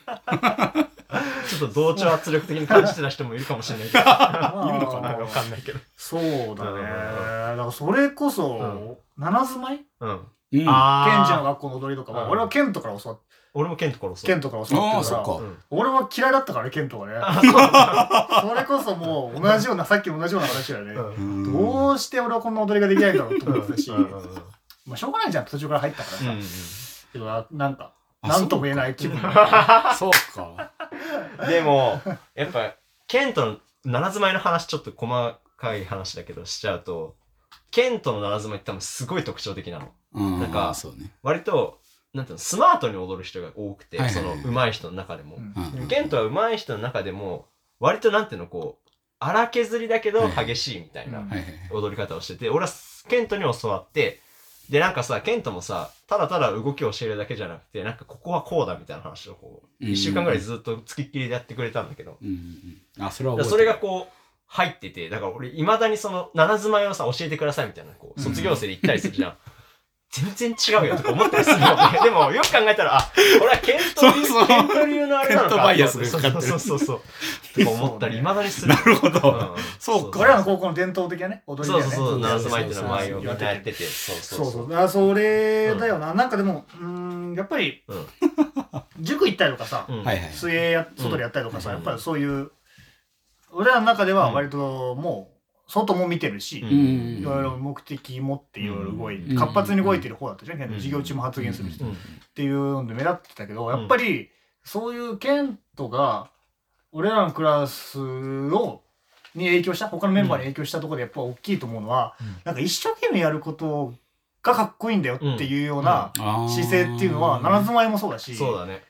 と同調圧力的に感じてた人もいるかもしれないけど、いるのかな、わかんないけど。 そうだね。だからそれこそ七つ舞？うん。ケンジの学校の踊りとかは俺はケントから教わって。 俺もケントから教わってケントから教わってるから、俺は嫌いだったからね、ケントがね。それこそもう同じような、さっきも同じような話だよね。どうして俺はこんな踊りができないんだろうと思ってたし、まあしょうがないじゃん、途中から入ったからさ。けどなんか、なんとも言えない気分。 そうか。 でも、やっぱ、ケントの七つ舞の話、ちょっと細かい話だけどしちゃうと、ケントの七つ舞って多分すごい特徴的なの。なんか、割と、なんていうの、スマートに踊る人が多くて、その上手い人の中でも。ケントは上手い人の中でも、割となんていうの、こう、荒削りだけど激しいみたいな踊り方をしてて、俺はケントに教わって、で、なんかさ、ケントもさ、ただただ動きを教えるだけじゃなくて、なんかここはこうだみたいな話をこう、一週間ぐらいずっとつきっきりでやってくれたんだけど、 あ、それはそれがこう、入ってて、だから俺、未だにその、七つ舞をさ、教えてくださいみたいな、こう、卒業生で行ったりするじゃん。全然違うよとか思ったりするよね。でもよく考えたら、あ、これはケント流、ケント流のあれなのか。 ケントバイアスがかかってる。 そうそうそう。とか思ったり、未だにする。 なるほど。そうか。 俺らの高校の伝統的なね、踊りだよね。 そうそうそう、七つ舞っていうの舞をみんなやってて。そうそうそう。だからそれだよな。なんかでも、うん、やっぱり、塾行ったりとかさ、水泳や、外でやったりとかさ、やっぱりそういう、俺らの中では割ともう、外も見てるし、いろいろ目的持っていろいろ動いて、活発に動いてる方だったじゃん、授業中も発言する人っていうので目立ってたけど、やっぱりそういうケントが俺らのクラスをに影響した、他のメンバーに影響したところでやっぱ大きいと思うのは、なんか一生懸命やることがかっこいいんだよっていうような姿勢っていうのは、七つ舞もそうだし、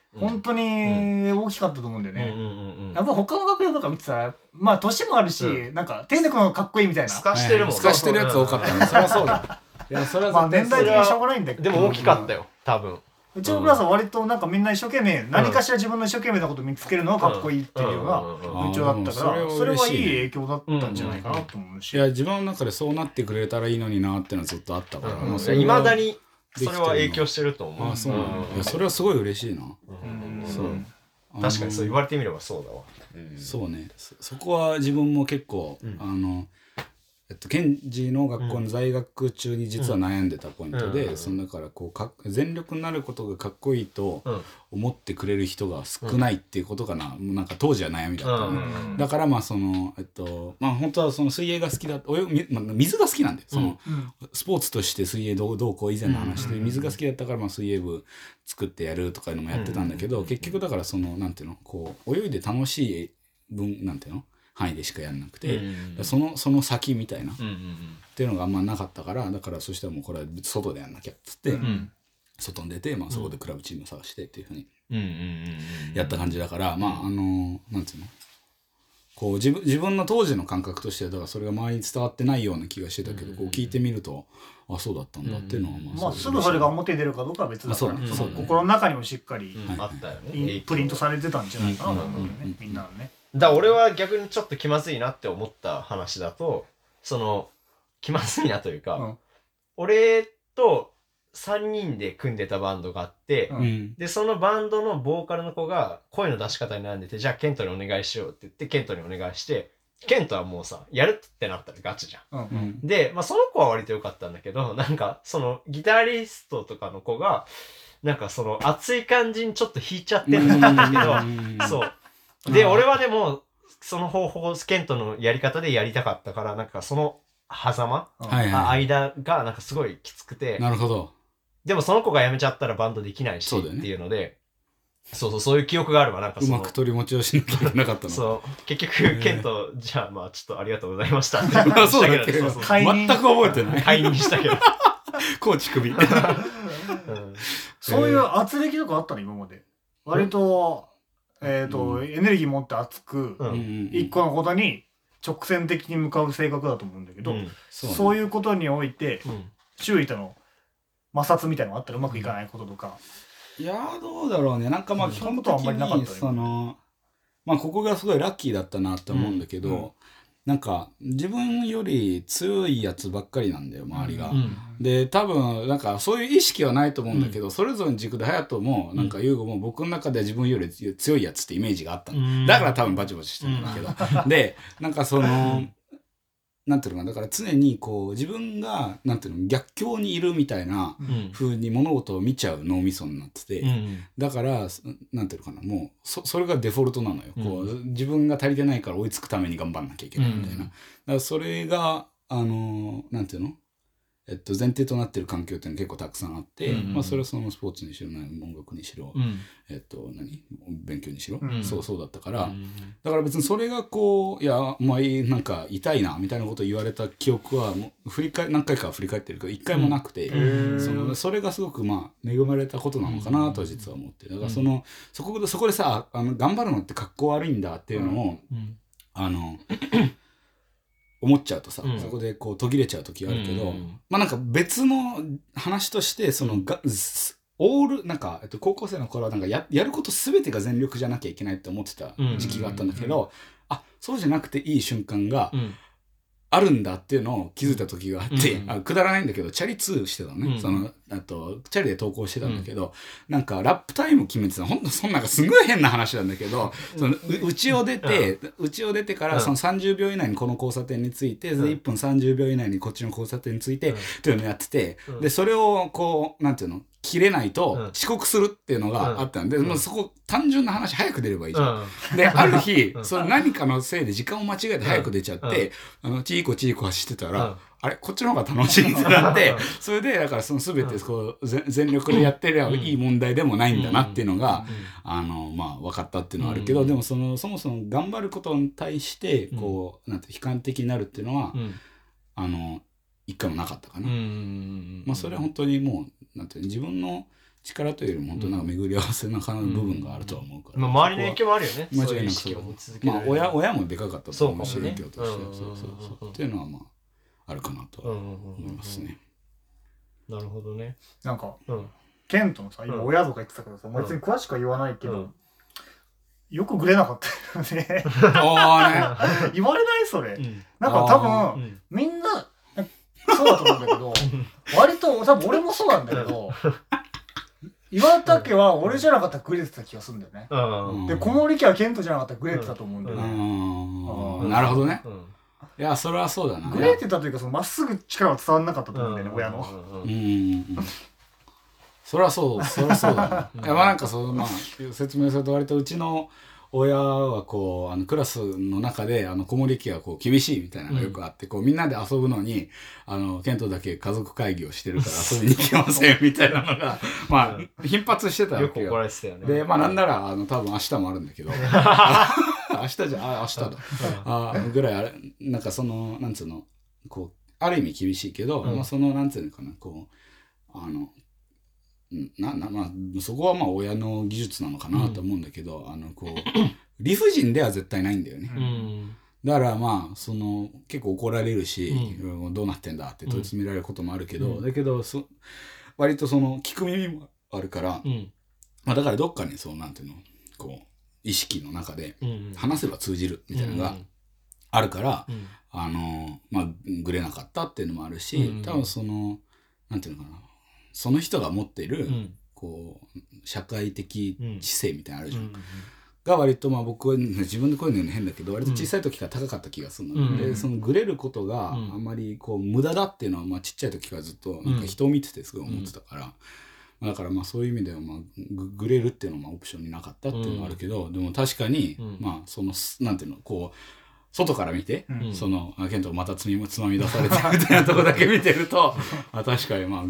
本当に大きかったと思うんだよね。 うんうんうんうん、 やっぱ他の学園とか見てたら、まあ年もあるし、うん、なんか天然のかっこいいみたいな。 透かしてるもん。 透かしてるやつ多かったね。そりゃそうだ。いや、それはまあ年代的にしょうがないんだけど。 でも大きかったよ、多分。 うちのクラスは割となんかみんな一生懸命、何かしら自分の一生懸命なことを見つけるのがかっこいいっていうような風潮だったから、それはいい影響だったんじゃないかなと思うし。 いや、自分の中でそうなってくれたらいいのになってのはずっとあったから。 いまだにそれは影響してると思う。 あ、そうなの。いや、それはすごい嬉しいな。 そう。確かにそう言われてみればそうだわ。 そうね。そこは自分も結構、あの、えっと、ケンジの学校の在学中に実は悩んでたポイントで、そのだからこうか全力になることがかっこいいと思ってくれる人が少ないっていうことかな、うん、なんか当時は悩みだったの、うん、だからまあそのえっとまあ本当はその水泳が好きだ泳ぎ、まあ、水が好きなんでその、うん、スポーツとして水泳どうどうこう以前の話で水が好きだったからまあ水泳部作ってやるとかいうのもやってたんだけど、結局だからそのなんていうのこう泳いで楽しい分なんていうの範囲でしかやんなくて、うんうん、そのその先みたいな、うんうんうん、っていうのがあんまなかったからだからそしたらもうこれは外でやんなきゃっつって、うん、外に出て、まあ、そこでクラブチームを探してっていうふうにやった感じだから、うんうんうんうん、まああのなんていうのこう 自分自分の当時の感覚としてはだからそれが周りに伝わってないような気がしてたけど、うんうん、こう聞いてみるとあそうだったんだっていうのは、 まあ、まあすぐそれが表に出るかどうかは別だから、ね、その心の中にもしっかり、うん、あったよねプリントされてたんじゃないかなと思うよね、うんうんうん、みんなのね。 だから俺は逆にちょっと気まずいなって思った話だとその気まずいなというか、うん、俺とさんにんで組んでたバンドがあって、うん、でそのバンドのボーカルの子が声の出し方に悩んでてじゃあケントにお願いしようって言ってケントにお願いしてケントはもうさやるってなったらガチじゃん、うんうん、で、まあ、その子は割と良かったんだけどなんかそのギタリストとかの子がなんかその熱い感じにちょっと弾いちゃってるんだけどそうで、俺はでも、その方法、ケントのやり方でやりたかったから、なんかその狭間、はいはい、間がなんかすごいきつくて。 なるほど。 でもその子が辞めちゃったらバンドできないしっていうので、そうそう、そういう記憶があるわ。なんかうまく取り持ちをしなきゃいけなかったの。 そう。結局、ケント、じゃあまあちょっとありがとうございましたって。 そうだけど、全く覚えてない。 解任したけど。 コーチ首。うん、 そういう圧力とかあったの今まで。割と、えーとうん、エネルギー持って熱く、うん、一個のことに直線的に向かう性格だと思うんだけど、うん そうね、そういうことにおいて、うん、周囲との摩擦みたいなのがあったらうまくいかないこととか。 いやーどうだろうね。なんかまあ基本的にそのまあここがすごいラッキーだったなって思うんだけど、うんうん、なんか自分より強いやつばっかりなんだよ周りが、うん、で多分なんかそういう意識はないと思うんだけど、うん、それぞれの軸で隼人もなんか優吾も僕の中では自分より強いやつってイメージがあったの、うん、だから多分バチバチしてるんだけど、うん、でなんかそのなんていうのかなだから常にこう自分がなんていうの逆境にいるみたいな風に物事を見ちゃう脳みそになってて、うん、だからなんていうのかなもう そ, それがデフォルトなのよ、うん、こう自分が足りてないから追いつくために頑張んなきゃいけないみたいな、うん、だからそれがあのなんていうのえっと、前提となっている環境っていうのは結構たくさんあって、うんうんまあ、それはそのスポーツにしろ音楽にしろ、うんえっと、何勉強にしろ、うん、そうそうだったから、うん、だから別にそれがこういやまあなんか痛いなみたいなことを言われた記憶はもう振り返何回か振り返ってるけど一回もなくて、うん、そのそれがすごくまあ恵まれたことなのかなとは実は思ってだからそのそこでそこでさあの頑張るのって格好悪いんだっていうのを、うん、あの思っちゃうとさ、うん、そこでこう途切れちゃう時があるけど、うん、まあなんか別の話としてそのがオールなんか、えっと、高校生の頃はなんか や, やること全てが全力じゃなきゃいけないって思ってた時期があったんだけど、うん、あそうじゃなくていい瞬間があるんだっていうのを気づいた時があって、うん、あくだらないんだけどチャリツーしてたのね、うん、そのあとチャリで投稿してたんだけど、うん、なんかラップタイム決めてたほんとそんなんかすごい変な話なんだけど、うん、そのうちを出てうちを出てからそのさんじゅうびょう以内にこの交差点について、うん、でいっぷんさんじゅうびょう以内にこっちの交差点について、うん、っていうのをやってて、うん、でそれをこうなんていうの切れないと遅刻するっていうのがあったんで、うんまあ、そこ単純な話早く出ればいいじゃん、うん、である日、うん、それ何かのせいで時間を間違えて早く出ちゃって、うん、あのチーコチーコ走ってたら、うん、あれこっちの方が楽しいってなってそれでだからその全てこう全力でやってりゃいい問題でもないんだなっていうのが、うん、あのまあ分かったっていうのはあるけど、うん、でもそのそもそも頑張ることに対してこう、うん、なんて悲観的になるっていうのは、うん、あの一回もなかったかな、うんまあ、それは本当にもうなんていう自分の力というよりも本当なんか巡り合わせな部分があるとは思うから、 まあ、周りの影響もあるよね。 間違いなくそういう意識を持ち続けらまあれる親親もでかかったと思うし、 そうかもね影響としてそうそうそうっていうのはまああるかなとは思いますね。 なるほどね。 なんか、 うん。 ケントのさ、今親とか言ってたけどさ、 ん別に詳しくは言わないけど、 うんよくグレなかったよね。 ああね。 言われないそれ。 うんなんか多あ分、 うんみんな、そうだと思うんだけど、割と、多分俺もそうなんだけど、岩田家は俺じゃなかったらグレてた気がするんだよね。 うんで、小森家はケントじゃなかったらグレてたと思うんだようね。 んうんなるほどね。 うんいやそれはそうだな。 グレてたというか、そのまっすぐ力は伝わんなかったと思うんだよね、親の。 うんうんうんうん。そりゃそうそりゃそうだな。いやまあなんかそのまあ説明すると割とうちの親はこうあのクラスの中であの子守家はこう厳しいみたいなのがよくあって、こうみんなで遊ぶのにあのケントだけ家族会議をしてるから遊びに行けませんみたいなのがまあ頻発してたわよくけよ。 怒られてたよね。 でまあなんならあの多分明日もあるんだけど明日じゃあ明日だあぐらいあれなんかそのなんつうのこうある意味厳しいけど、 うんまあ、そのなんつうのかなこうあのななまあそこはまあ親の技術なのかなと思うんだけど、うん、あのこう理不尽では絶対ないんだよね、 うん、 だからまあその結構怒られるし、 うん、 どうなってんだって問い詰められることもあるけど、 うん、 だけどそ割とその聞く耳もあるから、うんまあ、だからどっかにそうなんていうのこう意識の中で話せば通じるみたいなのがあるから、うん、あのまあグレなかったっていうのもあるし、うん、多分そのなんていうのかなその人が持っている、うん、こう社会的知性みたいなのあるじゃん、うん、が割とまあ僕は自分でこういうの言うの変だけど割と小さい時から高かった気がするので、うん、でそのグレることがあんまりこう無駄だっていうのはまあちっちゃい時からずっとなんか人を見ててすごい思ってたから、うん、だからまあそういう意味ではまあグレるっていうのはまあオプションになかったっていうのはあるけど、うん、でも確かにまあそのなんていうのこう外から見て、うん、そのケントまたつみつまみ出されてるみたいなとこだけ見てるとあ確かにまあ、うん、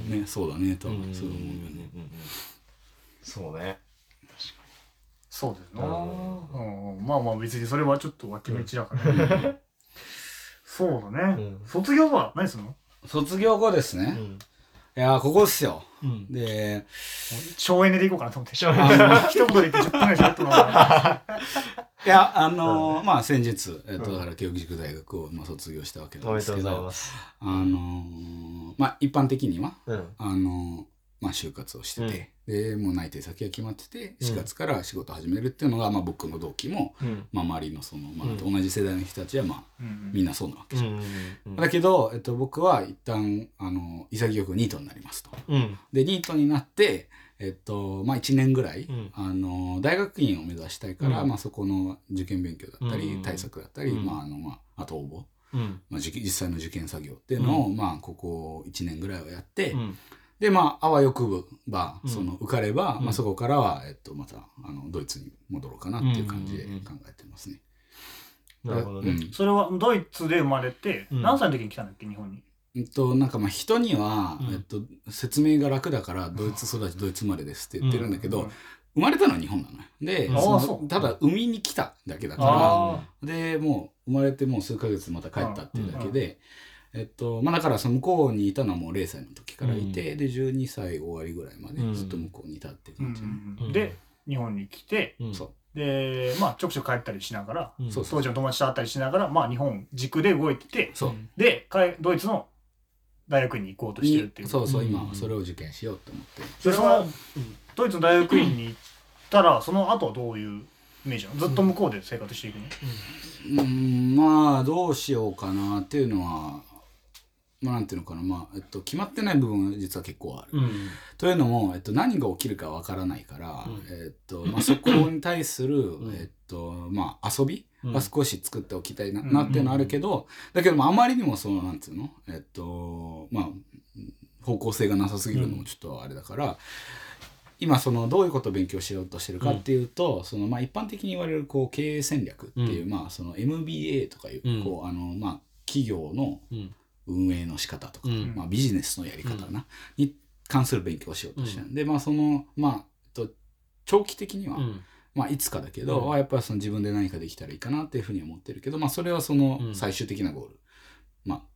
ねそうだねとはそう思うよね。 そうね。 そうですね、うんうん、まあまあ別にそれはちょっと脇道だから、ね、そうだね、うん、卒業後は何するの？ 卒業後ですね、うん、いやここっすよ、うん、で省エネでいこうかなと思って一言で言ってじゅっぷんぐらいしゃべったのがいやあのー、まあ先日、えっと、だから慶應義塾大学を、まあ、卒業したわけなんですけど、あのー、まあ一般的には、うん、あのー、まあ就活をしてて、うん、でもう内定先が決まっててしがつから仕事始めるっていうのが、まあ僕の同期も、うん、まあ周りのその、まあ、同じ世代の人たちはまあ、うん、みんなそうなわけじゃん、うんうん、だけど、えっと、僕は一旦あの潔くニートになりますと、うん、でニートになってえっとまあ、いちねんぐらい、うん、あの大学院を目指したいから、うんまあ、そこの受験勉強だったり、うん、対策だったり、うんまああのまあ、あと応募、うんまあ、実際の受験作業っていうのを、うんまあ、ここいちねんぐらいはやって、うん、でまああわよくばその受かれば、うんまあ、そこからは、えっと、またあのドイツに戻ろうかなっていう感じで考えてますね。 なるほどね、 うん、それはドイツで生まれて、うん、何歳の時に来たんだっけ日本に？ えっと、なんかまあ人には、うんえっと、説明が楽だからドイツ育ちドイツ生まれですって言ってるんだけど、うん、生まれたのは日本なのよ。で、うん、そのただ産みに来ただけだからでもう生まれてもう数ヶ月また帰ったっていうだけで、えっとまあ、だからその向こうにいたのはもうれいさいの時からいて、うん、でじゅうにさい終わりぐらいまでずっと向こうにいたっていう感じ、 うんうん、で日本に来て、うん、そうでまあちょくちょく帰ったりしながら、うん、当時の友達と会ったりしながら、まあ、日本軸で動いててそうでドイツの大学院に行こうとしてるっていう。 そうそう今それを受験しようと思って。 それはドイツの大学院に行ったらその後はどういうイメージなの？ずっと向こうで生活していくの？ うん、うん、まあどうしようかなっていうのはまあなんていうのかなまあえっと決まってない部分は実は結構ある。うん、というのもえっと何が起きるかわからないから、うん、えっとまあそこに対する、うん、えっとまあ遊び。は少し作っておきたい な,、うん、なっていうのはあるけど、だけどもあまりにもそのなんていうのえっとまあ方向性がなさすぎるのもちょっとあれだから、うん、今そのどういうことを勉強しようとしてるかっていうと、うん、そのまあ一般的に言われるこう経営戦略っていう、うん、まあその エムビーエー とかいう、うん、こうあのまあ企業の運営の仕方とか、うんまあ、ビジネスのやり方かな、うん、に関する勉強をしようとしてる、うん、でまあそのまあ長期的には、うんまあ、いつかだけど、うん、やっぱりその自分で何かできたらいいかなっていうふうに思ってるけど、まあ、それはその最終的なゴール、うんまあ、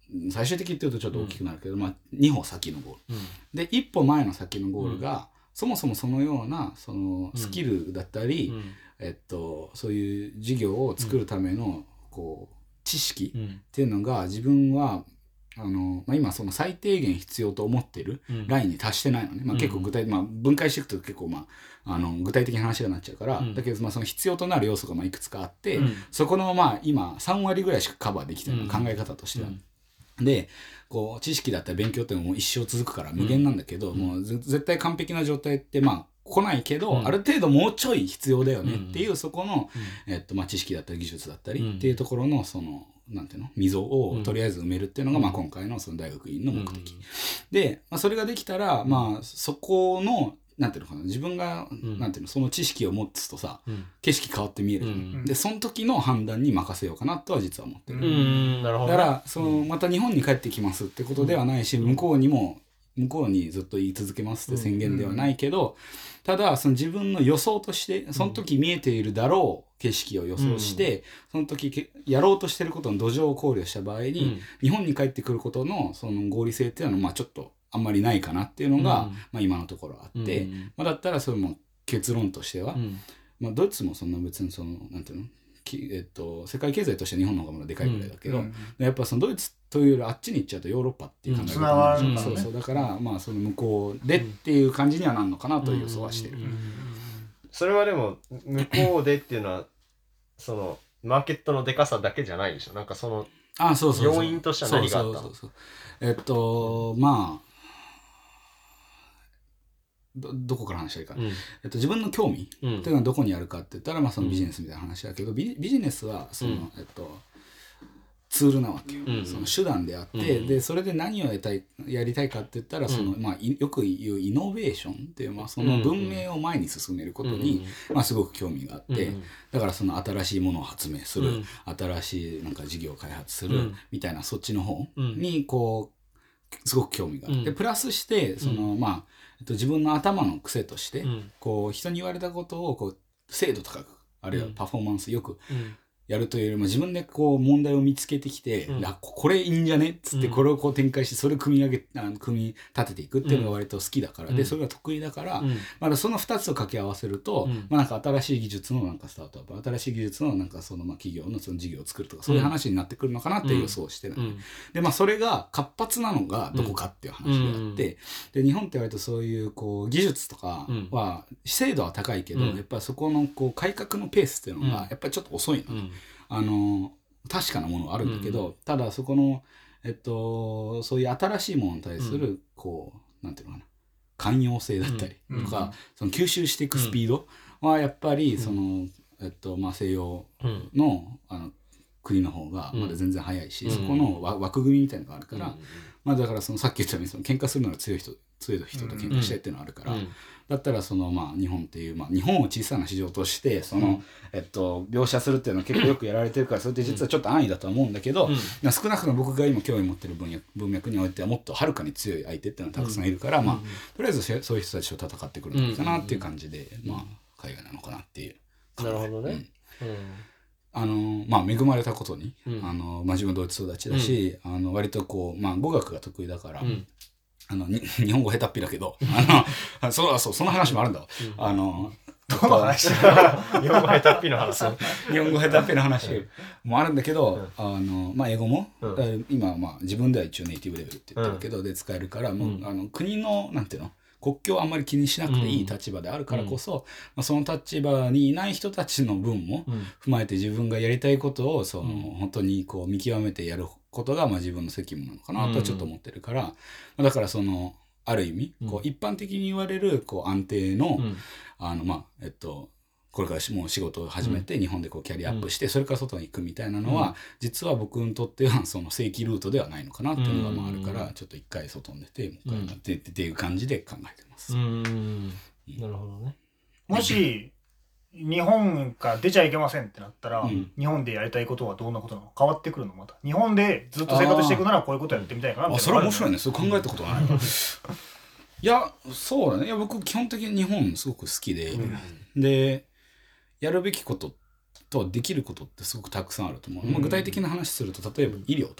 最終的に言ってるとちょっと大きくなるけど、うん、まあ、に歩先のゴール、うん、で一歩前の先のゴールが、うん、そもそもそのようなそのスキルだったり、うん、えっと、そういう事業を作るためのこう知識っていうのが自分はあの、まあ、今その最低限必要と思っているラインに達してないのね、まあ、結構具体、まあ、分解していくと結構、まあ、あの具体的な話になっちゃうから、うん、だけどまあその必要となる要素がまあいくつかあって、うん、そこのまあ今さん割ぐらいしかカバーできてるの、考え方としては。うんでこう知識だったり勉強ってもう一生続くから無限なんだけど、うん、もう絶対完璧な状態ってまあ来ないけど、うん、ある程度もうちょい必要だよねっていう、うん、そこの、うん、えっとまあ、知識だったり技術だったりっていうところのそのなんていうの溝をとりあえず埋めるっていうのが、うん、まあ、今回のその大学院の目的、うん、で、まあ、それができたら、まあ、そこのなんていうのかな、自分が、うん、なんていうの、その知識を持つとさ、うん、景色変わって見える、うん、でその時の判断に任せようかなとは実は思ってる、うん、なるほどね、だからそのまた日本に帰ってきますってことではないし、うん、向こうにも向こうにずっと言い続けますって宣言ではないけど、うん、ただその自分の予想としてその時見えているだろう景色を予想して、うん、その時やろうとしていることの土壌を考慮した場合に、うん、日本に帰ってくることのその合理性っていうのはまあちょっとあんまりないかなっていうのが、うん、まあ、今のところあって、うんまあ、だったらそれも結論としては、うんまあ、ドイツもそんな別にそのなんていうのき、えっと、世界経済として日本の方がまだでかいぐらいだけど、うん、やっぱそのドイツというよりあっちに行っちゃうとヨーロッパっていう感じがある、うん、そうそうだからまあその向こうでっていう感じにはなるのかなという予想はしてる、うんうんうん、 それはでも向こうでっていうのはそのマーケットのでかさだけじゃないでしょ、なんかその要因としては何があったの？そうそうそうそうえっとまあど, どこから話したらいいか、うんえっと、自分の興味っていうのはどこにあるかって言ったら、まあ、そのビジネスみたいな話だけど、うん、ビ, ビジネスはその、うんえっと、ツールなわけよ、うん、その手段であって、うん、でそれで何をやりたい、やりたいかって言ったらその、うんまあ、よく言うイノベーションっていう、まあ、その文明を前に進めることに、うんまあ、すごく興味があって、うん、だからその新しいものを発明する、うん、新しいなんか事業を開発する、うん、みたいなそっちの方にこうすごく興味があって、うん、プラスしてその、うんまあ自分の頭の癖として、うん、こう人に言われたことをこう精度高くあるいはパフォーマンスよくやるというよりも自分でこう問題を見つけてきて、うん、これいいんじゃねっつってこれをこう展開してそれを組み上げあの組み立てていくっていうのが割と好きだから、うん、でそれが得意だから、うんまあ、そのふたつを掛け合わせると、うんまあ、なんか新しい技術のなんかスタートアップ新しい技術のなんかそのまあ企業のその事業を作るとかそういう話になってくるのかなっていう予想をしてる、うん、でまあそれが活発なのがどこかっていう話であって、うん、で日本って割とそういうこう技術とかは精度は高いけど、うん、やっぱりそこのこう改革のペースっていうのがやっぱりちょっと遅いの、うんあの確かなものはあるんだけど、うん、ただそこの、えっと、そういう新しいものに対する、うん、こうなんていうのかな寛容性だったりとか、うん、その吸収していくスピードはやっぱりその、うんえっとまあ、西洋の、あの国の方がまだ全然早いし、うん、そこの枠組みみたいなのがあるから、うんまあ、だからそのさっき言ったようにその喧嘩するなら強い人強い人と喧嘩したいっていうのがあるから、うん、だったらそのまあ日本っていう、まあ、日本を小さな市場としてその、うんえっと、描写するっていうのは結構よくやられてるからそれって実はちょっと安易だとは思うんだけど、うん、少なくとも僕が今興味持ってる分野文脈においてはもっとはるかに強い相手っていうのはたくさんいるから、うんまあ、とりあえずそういう人たちと戦ってくるのかなっていう感じで、うんまあ、海外なのかなっていうなるほどね、 うんうんあのまあ、恵まれたことに、うんあのまあ、自分はドイツ育ちだし、うん、あの割とこう、まあ、語学が得意だから、うんあのに日本語下手っぴだけどあのそうそうその話もあるんだわ、うん、あのどの話日本語下手っぴの話日本語下手っぴの話もあるんだけど、うんあのまあ、英語も、うん、今、まあ、自分では一応ネイティブレベルって言ってるけど、うん、で使えるからもう、うん、あの国のなんていうの国境をあんまり気にしなくていい立場であるからこそ、うんまあ、その立場にいない人たちの分も踏まえて自分がやりたいことをその、うん、本当にこう見極めてやることがまあ自分の責務なのかなとはちょっと思ってるから、うん、だからそのある意味こう一般的に言われるこう安定の、うん、あのまあえっとこれからもう仕事を始めて日本でこうキャリアアップしてそれから外に行くみたいなのは実は僕にとってはその正規ルートではないのかなっていうのがまああるからちょっと一回外に出てもう一回ってっていう感じで考えてます。 うんなるほどね。 もし日本から出ちゃいけませんってなったら、うん、日本でやりたいことはどんなことなの変わってくるのまた日本でずっと生活していくならこういうことやってみたいかなってあそれは面白いねそれ考えたことないいやそうだねいや僕基本的に日本すごく好きで、うん、でやるべきこととできることってすごくたくさんあると思う、うんまあ、具体的な話すると例えば医療とか、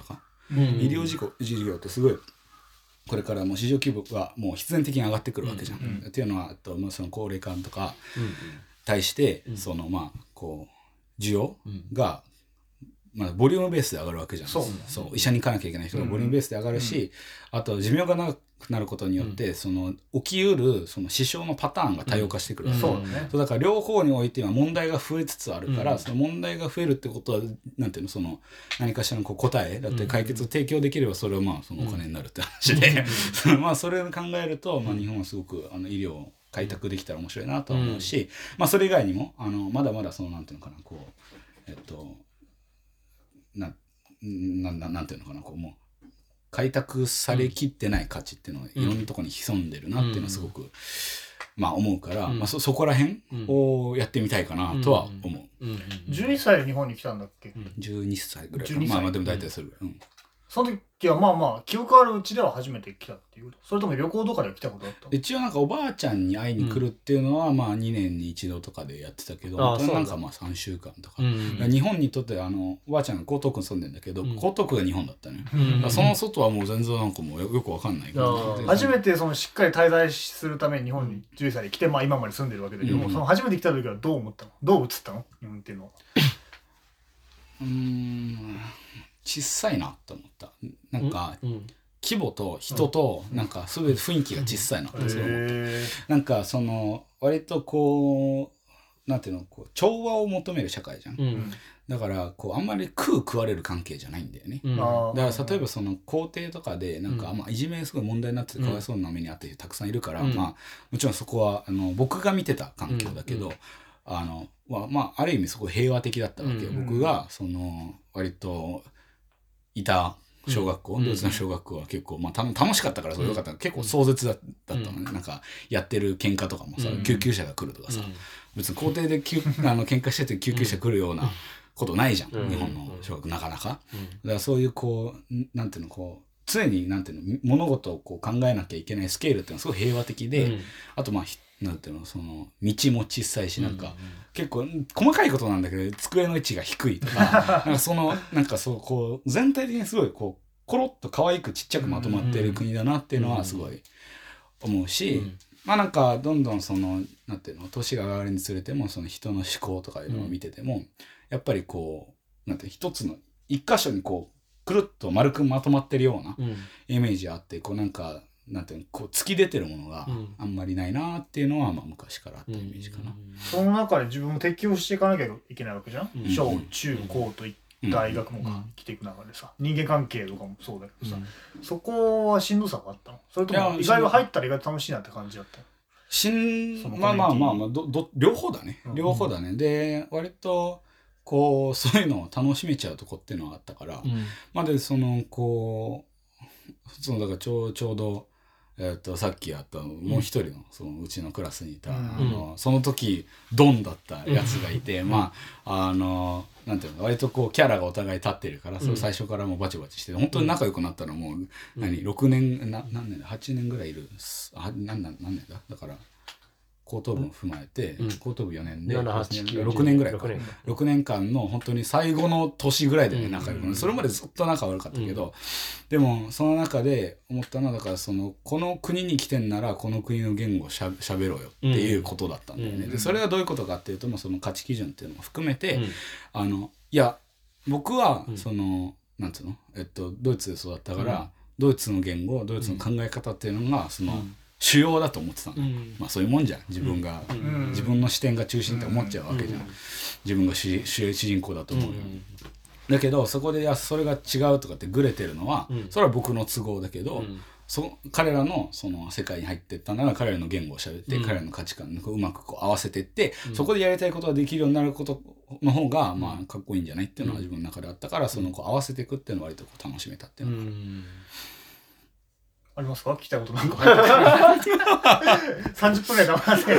医療事故事業ってすごいこれからもう市場規模がもう必然的に上がってくるわけじゃん、うんうん、っていうのはあと、まあ、その高齢化とか対して、うんうん、そのまあこう需要が、まあ、ボリュームベースで上がるわけじゃん。そう、そう医者に行かなきゃいけない人がボリュームベースで上がるし、うん、あと寿命が長くなることによって、うん、その起きうるその支障のパターンが多様化してくる、うん、そうだね。そうだから両方においては問題が増えつつあるから、うん、その問題が増えるってことはなんていうのその何かしらのこう答えだって解決を提供できればそれはまあそのお金になるって話で、うん、まあそれを考えると、まあ、日本はすごくあの医療を開拓できたら面白いなと思うし、うん、まあそれ以外にもあのまだまだそのなんていうのかなこうえっとななななんていうのかなこうもう開拓されきってない価値っていうのはいろんなところに潜んでるなっていうのはすごく、うん、まあ思うから、うんまあ、そ, そこら辺をやってみたいかなとは思う、 うんうんうん、じゅうにさいで日本に来たんだっけ、うん、 じゅうにさいぐらいかなまあまあでも大体それぐらい、うんその時はまあまあ記憶あるうちでは初めて来たっていうそれとも旅行とかで来たことあった一応なんかおばあちゃんに会いに来るっていうのは、うん、まあにねんに一度とかでやってたけど本当になんかまあさんしゅうかんとか、うんうん、日本にとってあのおばあちゃんが江東区に住んでんだけど、うん、江東区が日本だったね、うん、その外はもう全然なんかもう よ, よくわかんないけど、 ね、初めてそのしっかり滞在するために日本にじゅうさいで来て、まあ、今まで住んでるわけだけども、うん、その初めて来た時はどう思ったのどう映ったの日本っていうのはうーん小さいなと思ったなんか、うん、規模と人となんかすごい雰囲気が小さいなってすごい思った、うん、なんかその割とこうなんていうのこう調和を求める社会じゃん、うん、だからこうあんまり食う食われる関係じゃないんだよね、うん、だから例えばその校庭とかでなんか、うんまあ、いじめすごい問題になっててかわいそうな目にあってる人たくさんいるから、うんまあ、もちろんそこはあの僕が見てた環境だけど、うんあのまあ、ある意味すごい平和的だったわけよ、うん、僕がその割といた小学校、うん、ドイツの小学校は結構、まあ、た楽しかったからそれよかった、うん、結構壮絶だったのね、うん、なんかやってる喧嘩とかもさ、うん、救急車が来るとかさ、うん、別に校庭で救あの喧嘩してて救急車来るようなことないじゃん、うん、日本の小学なかなか、うん、だからそういうこうなんていうのこう常になんていうの物事をこう考えなきゃいけないスケールっていうのはすごい平和的で、うん、あとまあなんていうのその道も小さいしなんか、うんうん、結構細かいことなんだけど机の位置が低いとかなんかそのなんかそうこう全体的にすごいこうコロッと可愛くちっちゃくまとまっている国だなっていうのはすごい思うし、うんうん、まあなんかどんどんそのなんていうの年が上がるにつれてもその人の思考とかいうのを見てても、うん、やっぱりこうなんて一つの一箇所にこうくるっと丸くまとまってるようなイメージあってこうなんかなんていうのこう突き出てるものがあんまりないなっていうのはまあ昔からあったイメージかな、うんうん、 その中で自分も適応していかなきゃいけないわけじゃん、うん、小中高といって大学も生きていく中でさ、うん、人間関係とかもそうだけどさ、うん、そこはしんどさがあったのそれとも意外と入ったら意外と楽しいなって感じだったのしんまあまあまあまあどど両方だね両方だね、うん、で割とこうそういうのを楽しめちゃうとこっていうのがあったから、うん、まあでそのこうそのだからちょう、ちょうどえー、とさっきやったもう一人の、うん、そのうちのクラスにいた、うん、あのその時ドンだったやつがいて、うん、まああのなんていうの割とこうキャラがお互い立ってるから、うん、それ最初からもうバチバチして本当に仲良くなったのもう、うん、何ろくねんな何年だはちねんぐらいいるあ何何何年だだから高等部も踏まえて、うん、高等部よねんでろくねんぐらいかろくねんかんの本当に最後の年ぐらいでね仲良くなる、うん、それまでずっと仲悪かったけど、うん、でもその中で思ったのはだからそのこの国に来てんならこの国の言語をしゃべろうよっていうことだったんだよね、うん、でそれはどういうことかっていうともうその価値基準っていうのも含めて、うん、あのいや僕はその、うん、なんつうの、えっと、ドイツで育ったから、うん、ドイツの言語ドイツの考え方っていうのがその、うん主要だと思ってたの、うん、まあそういうもんじゃん自分が、うん、自分の視点が中心って思っちゃうわけじゃん、うん、自分が主人公だと思うよ、うん、だけどそこでいやそれが違うとかってグレてるのは、うん、それは僕の都合だけど、うん、そ彼らのその世界に入っていったなら彼らの言語を喋って、うん、彼らの価値観をうまくこう合わせていって、うん、そこでやりたいことができるようになることの方がまあかっこいいんじゃないっていうのは自分の中であったからそのこう合わせていくっていうのは割とこう楽しめたっていうのがある、うんありますか聞きたいことなんか入ってるさんじゅっぷんぐらい黙らせ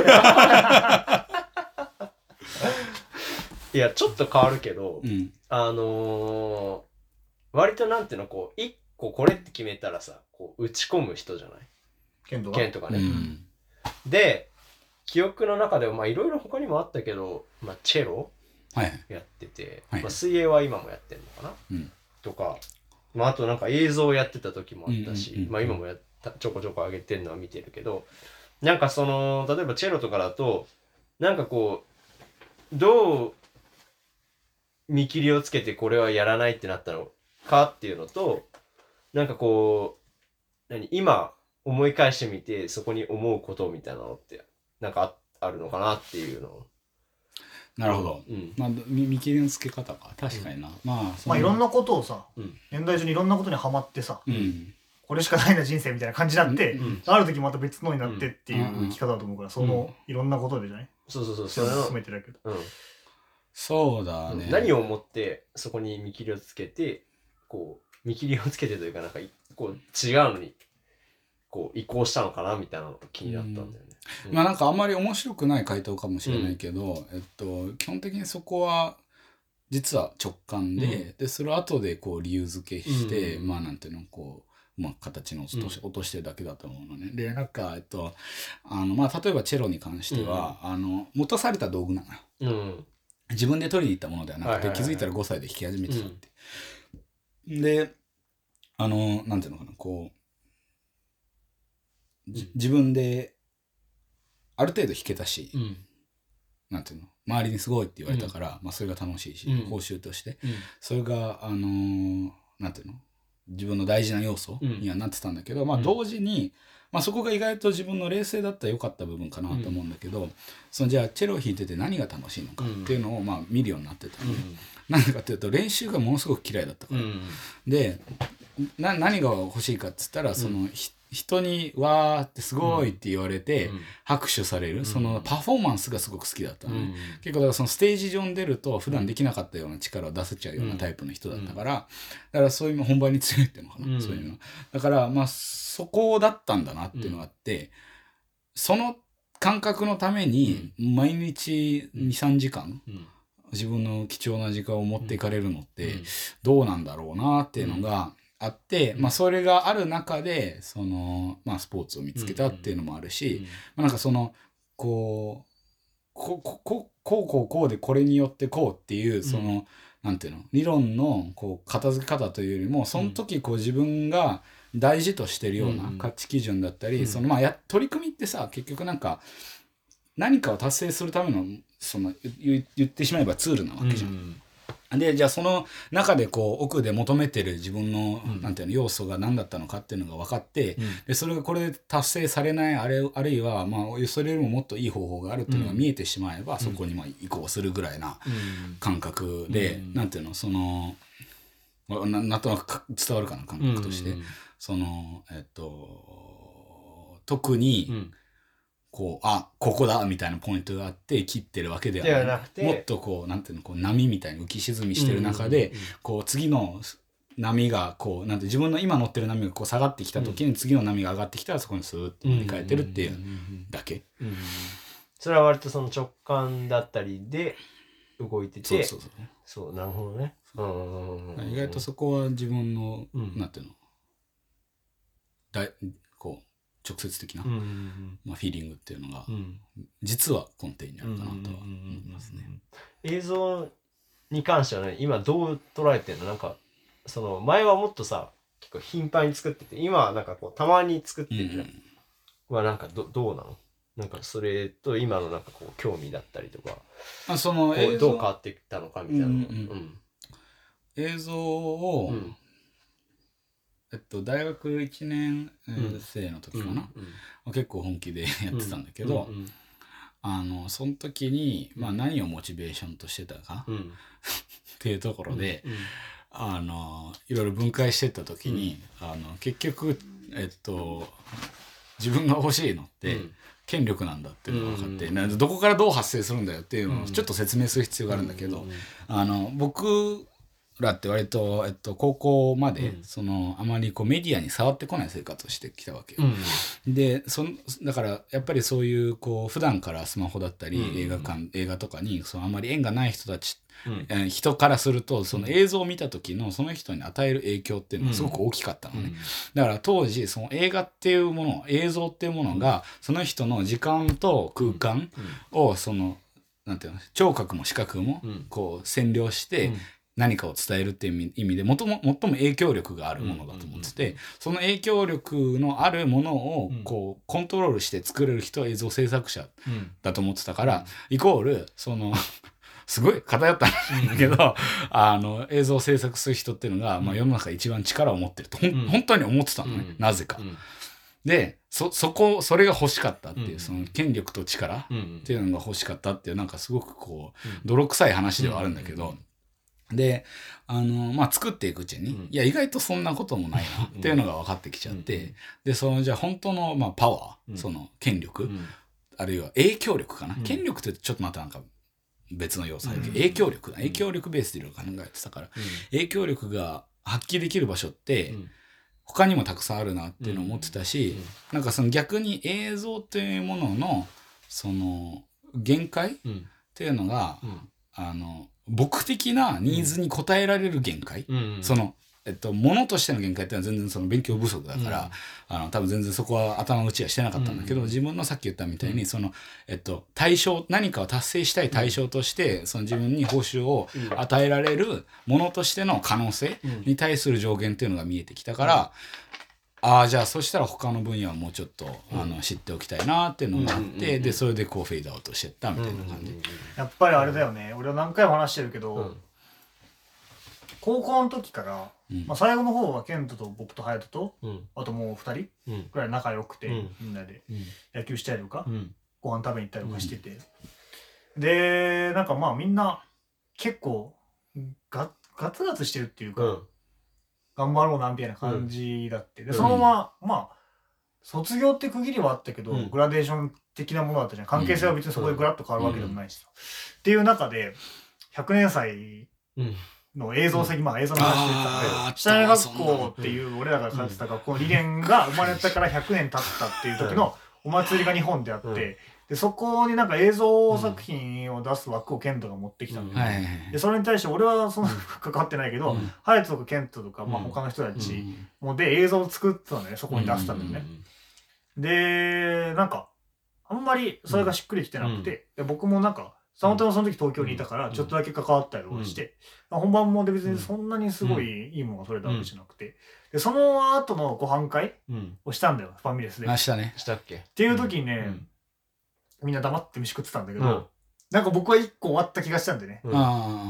いやちょっと変わるけど、うん、あのー、割となんていうのこう一個これって決めたらさこう打ち込む人じゃない剣とか剣とかね、うん、で記憶の中でもいろいろ他にもあったけど、まあ、チェロやってて、はいまあ、水泳は今もやってるのかな、うん、とかまあ、あとなんか映像をやってた時もあったし、 うんうんうん、 まあ今もやったちょこちょこ上げてるのは見てるけど、なんかその例えばチェロとかだとなんかこうどう見切りをつけてこれはやらないってなったのかっていうのと、なんかこう何今思い返してみてそこに思うことみたいなのってなんか あ, あるのかなっていうのを。 なるほど、 うん、 まあ見切りのつけ方か確かにな、うん、まあまあいろんなことをさ、 うん、 年代中にいろんなことにハマってさ、 うん、 これしかないな人生みたいな感じになって、うん、ある時また別のになってっていう生き方だと思うから、そのいろんなことでじゃない、 そうそうそう、それを含めてだけど、 うん、 そうだね、 何を思ってそこに見切りをつけてこう見切りをつけてというかなんかこう違うのにこう移行したのかなみたいなのが気になったんだよね、 うんうん、まあなんかあんまり面白くない回答かもしれないけど、うん、えっと基本的にそこは実は直感で、うん、でそれを後でこう理由付けして、うん、まあなんていうのこうまあ、形の落とし、落としてるだけだと思うのね。でなんかえっとあのまあ例えばチェロに関しては、うん、あの持たされた道具なのよ、うん、自分で取りに行ったものではなくて、はいはいはい、気づいたらごさいで弾き始めてたって、うん、であのなんていうのかなこう、うん、自分である程度弾けたし、うん、なんていうの周りにすごいって言われたから、うんまあ、それが楽しいし、うん、報酬として、うん、それがあのー、なんていうの自分の大事な要素にはなってたんだけど、うん、まあ同時に、まあ、そこが意外と自分の冷静だったら良かった部分かなと思うんだけど、うん、そのじゃあチェロを弾いてて何が楽しいのかっていうのをまあ見るようになってたの、ね、うん、なんでかっていうと練習がものすごく嫌いだったから、うん、でな何が欲しいかっつったらその、うん人にわーってすごいって言われて拍手される、うん、そのパフォーマンスがすごく好きだったのね、うん、結構だからそのステージ上に出ると普段できなかったような力を出せちゃうようなタイプの人だったから、うん、だからそういう本番に強いっていうのかな、うん、そういうのだからまあそこだったんだなっていうのがあって、うん、その感覚のために毎日 に,さん 時間、うん、自分の貴重な時間を持っていかれるのってどうなんだろうなっていうのがあって、まあ、それがある中でその、まあ、スポーツを見つけたっていうのもあるし、うんまあ、なんかそのこうここここうこうこうでこれによってこうっていうその、うん、なんていうの理論のこう片付け方というよりもその時こう自分が大事としてるような価値基準だったり、うん、そのまあや取り組みってさ結局なんか何かを達成するためのその言ってしまえばツールなわけじゃん。うんでじゃあその中でこう奥で求めてる自分の、うん、なんていうの要素が何だったのかっていうのが分かって、うん、でそれがこれで達成されないあれあるいはまあそれよりももっといい方法があるっていうのが見えてしまえば、うん、そこにまあ移行するぐらいな感覚で、うん、なんていうのその な, なんとなく伝わるかな感覚として、うん、そのえっと特に、うんこうあここだみたいなポイントがあって切ってるわけではなくてもっとこうなんていうのこう波みたいに浮き沈みしてる中で、うんうんうん、こう次の波がこうなんて自分の今乗ってる波がこう下がってきた時に次の波が上がってきたらそこにスーッと乗り換えてるっていうだけ、 うんうんうんうん、それは割とその直感だったりで動いててそうそうそうそうなるほどね、うんうん、 意外とそこは自分の、うん、なんていうのだこう直接的な、うんうんうんまあ、フィーリングっていうのが、うん、実は根底にあるかなとは思いますね、うんうんうんうん、映像に関してはね今どう捉えてるのなんかその前はもっとさ結構頻繁に作ってて今はなんかこうたまに作ってるじゃん、うんうん、はなんか ど, どうなのなんかそれと今のなんかこう興味だったりとかあその映像どう変わってきたのかみたいな、うんうんうん、 映像を、うんえっと、大学いちねん生の時かな、うんうん、結構本気でやってたんだけど、うんうんうん、あのその時に、まあ、何をモチベーションとしてたか、うん、っていうところで、うんうん、あのいろいろ分解してった時に、うん、あの結局、えっと、自分が欲しいのって、うん、権力なんだっていうのが分かって、うんうん、どこからどう発生するんだよっていうのをちょっと説明する必要があるんだけど、うんうんうん、あの僕らって割と、えっと、高校まで、うん、そのあまりこうメディアに触ってこない生活をしてきたわけよ、うん、でそだからやっぱりそういうこう普段からスマホだったり、うん、映画館映画とかにそのあまり縁がない人たち、うん、人からするとその映像を見た時のその人に与える影響っていうのがすごく大きかったのね、うん、だから当時その映画っていうもの映像っていうものがその人の時間と空間をそのなんていうの聴覚も視覚もこう占領して、うん何かを伝えるっていう意味で最も最も影響力があるものだと思ってて、その影響力のあるものをこうコントロールして作れる人は映像制作者だと思ってたから、イコールそのすごい偏った話なんだけど、あの映像制作する人っていうのが、まあ、世の中一番力を持ってるとほん本当に思ってたのね、なぜか。でそそこそれが欲しかったっていう、その権力と力っていうのが欲しかったっていう、なんかすごくこう泥臭い話ではあるんだけど、であのまあ作っていくうちに、うん、いや意外とそんなこともないなっていうのが分かってきちゃって、うん、でそのじゃあ本当の、まあ、パワー、うん、その権力、うん、あるいは影響力かな、うん、権力ってちょっとまたなんか別の要素あるけど、うん、影響力影響力ベースでいろいろ考えてたから、うん、影響力が発揮できる場所って、うん、他にもたくさんあるなっていうのを思ってたし、うん、なんかその逆に映像というもののその限界っていうのが、うん、あの僕的なニーズに応えられる限界、うん、その、えっと、ものとしての限界っていうのは全然その勉強不足だから、うん、あの多分全然そこは頭打ちはしてなかったんだけど、うん、自分のさっき言ったみたいにその、えっと、対象何かを達成したい対象として、うん、その自分に報酬を与えられるものとしての可能性に対する上限っていうのが見えてきたから、うん、ああじゃあそしたら他の分野はもうちょっと、うん、あの知っておきたいなっていうのがあって、うん、でそれでこうフェードアウトしてったみたいな感じ、うん、 やっぱりあれだよね、俺は何回も話してるけど、うん、高校の時から、うんまあ、最後の方はケントと僕とハヤトと、うん、あともうふたりぐらい仲良くて、うん、みんなで野球したりとか、うん、ご飯食べに行ったりとかしてて、うん、でなんかまあみんな結構ガガツガツしてるっていうか、うん頑張ろうなみたいな感じだって、うん、でそのまま、まあ卒業って区切りはあったけど、うん、グラデーション的なものだったじゃん。関係性は別にそこでグラッと変わるわけでもないし、うん、っていう中でひゃくねん祭の映像席、うん、まあ映像の話で言ってたんで、下根学校っていう俺らが通ってた学校の理念が生まれてからひゃくねん経ったっていう時のお祭りが日本であって、うんでそこになんか映像作品を出す枠をケントが持ってきたんで、うん、でそれに対して俺はそんな関わってないけど、うん、ハヤトとかケントとか、まあ、他の人たちもで映像を作ってたんだよね、そこに出したんだよね、うん、でなんかあんまりそれがしっくりきてなくて、うん、で僕もなんかたまたまその時東京にいたからちょっとだけ関わったりとかして、うん、本番もで別にそんなにすごいいいものが取れたわけじゃなくて、でその後のご飯会をしたんだよ、ファミレスで。 あしたね。 したっけっていう時にね、うんみんな黙って飯食ってたんだけど、うん、なんか僕は一個終わった気がしたんでね、うん、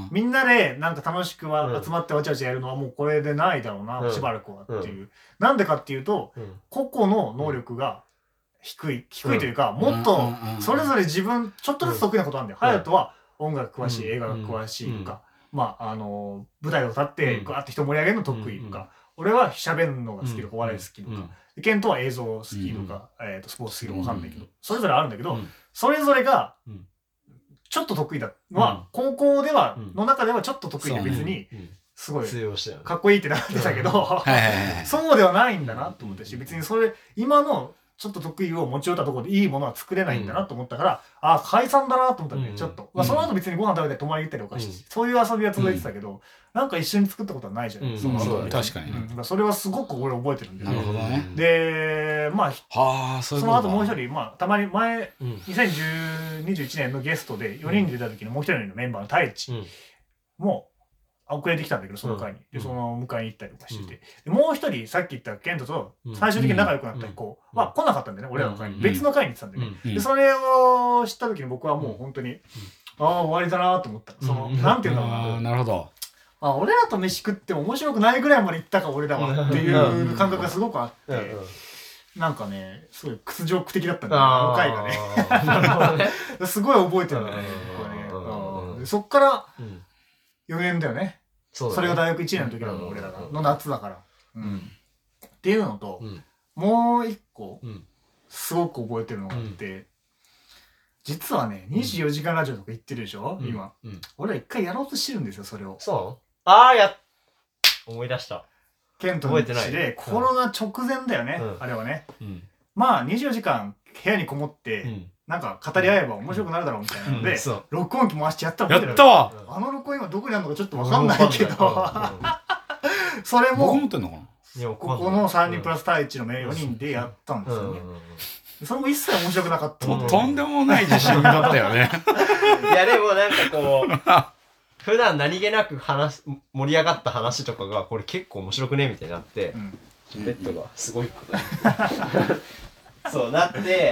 みんなでなんか楽しくは集まってわちゃわちゃやるのはもうこれでないだろうな、うん、しばらくはっていう、うん、なんでかっていうと、うん、個々の能力が低い低いというか、うん、もっとそれぞれ自分ちょっとずつ得意なことなんだよ。ハヤトは音楽詳しい、映画が詳しいとか、うん、まああの舞台を立ってガーッと人盛り上げるの得意とか、うん、俺は喋るのが好きとかお笑い好きとか、うんケントは映像好きとか、うんえー、とスポーツ好きとか分かんないけど、うん、それぞれあるんだけど、うん、それぞれがちょっと得意だのは、うん、高校では、うん、の中ではちょっと得意で別にすごいかっこいいってなってたけどそうではないんだなと思ったし、別にそれ今のちょっと得意を持ち寄ったところでいいものは作れないんだなと思ったから、うん、あ解散だなと思ったんで、うん、ちょっと、まあ、その後別にご飯食べて泊まり行ったりとかして、うん、そういう遊びは続いてたけど、うん、なんか一緒に作ったことはないじゃないですか、うん、その後確かに、 うん、それはすごく俺覚えてるんで、 なるほどね。 でまあはあそういうことか。 その後もう一人、まあ、たまに前、うん、にせんにじゅういちねんのゲストでよにんで出た時のもう一人のメンバーの太一も、うん遅れてきたんだけどその回に、うん、でその迎えに行ったりとかしてて、うん、でもう一人さっき言ったケントと最終的に仲良くなった子は来なかったんだよね、うん、俺らの会に、うん、別の会に行ってたんだよね、うん、でそれを知った時に僕はもう本当に、うん、ああ終わりだなと思った。その、うん、なんていうんだろうな、 あなるほど、 あ俺らと飯食っても面白くないぐらいまで行ったか俺らはっていう感覚がすごくあって、うん、なんかねすごい屈辱的だったんだよね、あの回がねすごい覚えてるんだよね、うん、そっからよねんだよね。 そ, ねそれが大学いちねんの時だもん、俺らがの夏だから、うんうん、っていうのと、うん、もう一個、うん、すごく覚えてるのがあって、うん、実はねにじゅうよじかんラジオとか言ってるでしょ、うん、今、うん、俺ら一回やろうとしてるんですよそれを。 そうああや思い出した。 ケントの家でコロナ直前だよね、うん、あれはね、うん、まあにじゅうよじかん部屋にこもって、うんなんか語り合えば面白くなるだろうみたいなので、うん、録音機回してやったらやったわ。 あの録音今どこにあるのかちょっと分かんないけどそれも持ってんのかな、 ここのさんにんプラス対いちのよにんでやったんですよね、うん、それも一切面白くなかった、 うん、とんでもない自信だったよねいやでもなんかこう普段何気なく話盛り上がった話とかがこれ結構面白くねみたいになって、うん、ベッドがすごいことそうなって、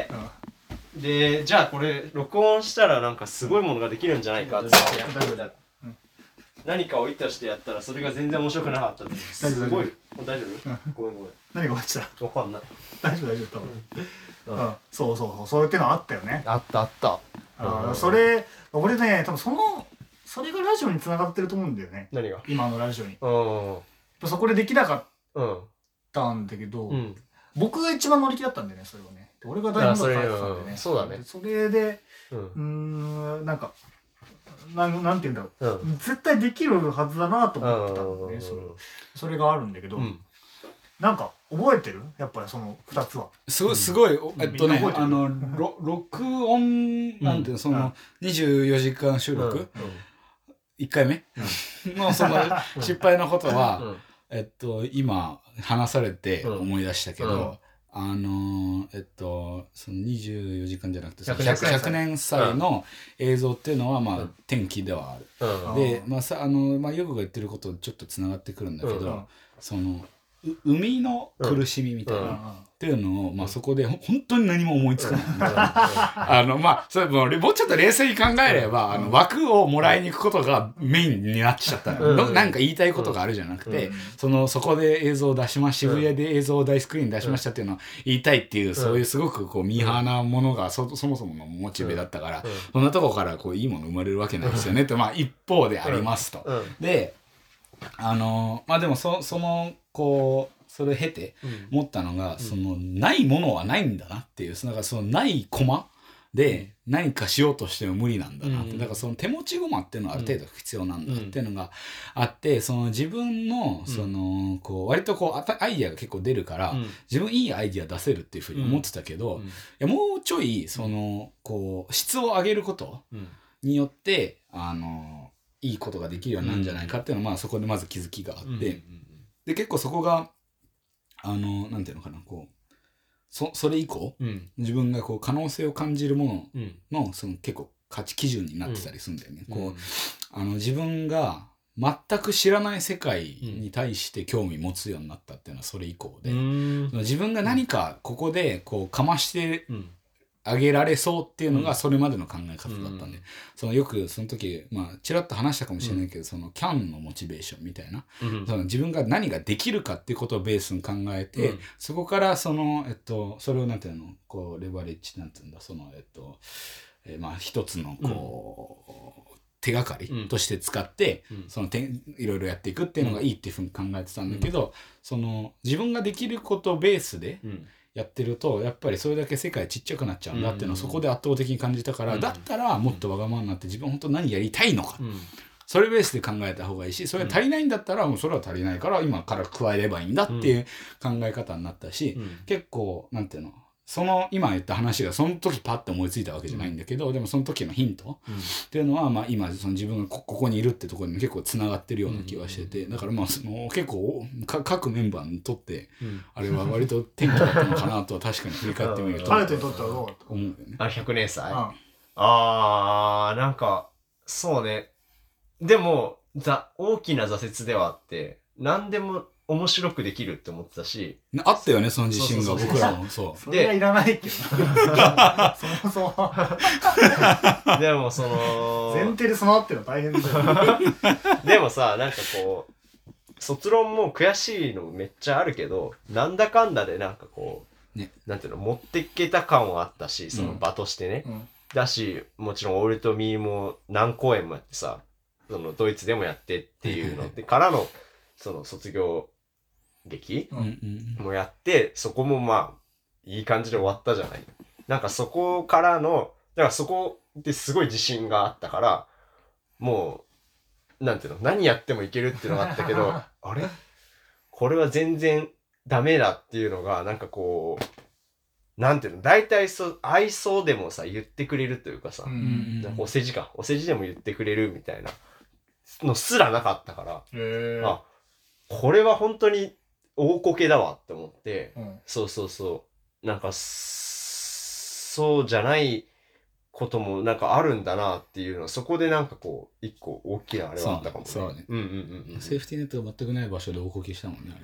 うん、でじゃあこれ録音したらなんかすごいものができるんじゃないかってやったみたいな、うん、何かを意図してやったらそれが全然面白くなかったってすごい大丈夫、うん、ごめんごめん何が落ちたわかんない大丈夫大丈夫多分、うんうん、そうそうそうそういうのあったよねあったあったあ、うん、それ俺ね多分そのそれがラジオに繋がってると思うんだよね何が今のラジオに、 うん、 そこでできなかったんだけど、うん、僕が一番乗り気だったんだよねそれはね俺が大変だったんだよね、 うん、そうだねそれでうーんなんかな ん, なんて言うんだろう、うん、絶対できるはずだなと思ってたんだね、それそれがあるんだけど、うん、なんか覚えてるやっぱりそのふたつはすごいすごい、うん、えっとねあの録音なんていうのそのにじゅうよじかん収録、うんうん、いっかいめ、うん、のその失敗のことは、うん、えっと今話されて思い出したけど、うんうんあのー、えっとそのにじゅうよじかんじゃなくて ひゃくねん祭の映像っていうのはまあ、うん、転機ではある、うん、で、まあさあのまあ、ヨグが言ってることとちょっとつながってくるんだけど、うん、その海の苦しみみたいな、うん、っていうのを、まあ、そこで本当に何も思いつかないみたいなあのまあそれももうちょっと冷静に考えれば、うん、あの枠をもらいに行くことがメインになっちゃったの、うん、なんか言いたいことがあるじゃなくて、うん、そのそこで映像を出しま渋谷で映像を大スクリーンに出しましたっていうのを言いたいっていう、うん、そういうすごくこうミーハーなものが そ, そもそものモチベだったから、うん、そんなとこからこういいもの生まれるわけないですよねって、まあ、一方でありますと、うん、であのまあでも そ, そのこうそれを経て思ったのが、うん、そのないものはないんだなっていう、なんかそのないコマで何かしようとしても無理なんだなって、うん、だからその手持ち駒っていうのはある程度必要なんだっていうのがあって、その自分のそのこう割とこうアイディアが結構出るから、うん、自分いいアイディア出せるっていうふうに思ってたけど、うんうん、いやもうちょいそのこう質を上げることによってあのいいことができるようになるんじゃないかっていうのは、まあそこでまず気づきがあって、うん、で結構そこがあのなんていうのかなこう そ, それ以降、うん、自分がこう可能性を感じるものの、うん、その結構価値基準になってたりするんだよね、うん、こうあの自分が全く知らない世界に対して興味持つようになったっていうのはそれ以降で、うん、その自分が何かここでこうかましてあげられそうっていうのがそれまでの考え方だったんで、うん、そのよくその時まあちらっと話したかもしれないけど、うん、そのキャンのモチベーションみたいな、うん、その自分が何ができるかっていうことをベースに考えて、うん、そこからそのえっとそれをなんていうのこうレバレッジなんていうんだそのえっと、えー、まあ一つのこう、うん、手がかりとして使って、うん、そのていろいろやっていくっていうのがいいっていうふうに考えてたんだけど、うん、その自分ができることをベースで、うんやってるとやっぱりそれだけ世界ちっちゃくなっちゃうんだっていうのをそこで圧倒的に感じたから、うん、だったらもっとわがままになって自分本当何やりたいのか、うん、それベースで考えた方がいいしそれ足りないんだったらもうそれは足りないから今から加えればいいんだっていう考え方になったし、うん、結構なんていうのその今言った話がその時パッと思いついたわけじゃないんだけど、うん、でもその時のヒントっていうのは、まあ、今その自分が こ, ここにいるってところに結構つながってるような気がしてて、だからまあその結構各メンバーにとって、うん、あれは割と転機だったのかなとは確かに振り返ってみると彼とにとってはどう思うよね。 あひゃくねん祭、うん、あーなんかそうねでもざ大きな挫折ではあって何でも面白くできるって思ってたしあったよねその自信が僕らもそうそれはいらないけどそもそもでもその前提で備わってるの大変だよでもさなんかこう卒論も悔しいのめっちゃあるけどなんだかんだでなんかこう、ね、なんていうの持っていけた感はあったしその場としてね、うんうん、だしもちろん俺とミーも何公演もやってさそのドイツでもやってっていうのでからのその卒業劇、うんうん、もやってそこもまあいい感じで終わったじゃないなんかそこからのだからそこですごい自信があったからもうなんていうの何やってもいけるっていうのがあったけどあれこれは全然ダメだっていうのがなんかこうなんていうの大体そ愛想でもさ言ってくれるというかさ、うんうん、なんかお世辞かお世辞でも言ってくれるみたいなのすらなかったからへあこれは本当に大こけだわって思って、うん、そうそうそうなんかそうじゃないこともなんかあるんだなっていうのは、そこでなんかこう一個大きなあれはあったかもね。 そうね。 うんうんうんうん。 セーフティーネットが全くない場所で大こけしたもんね。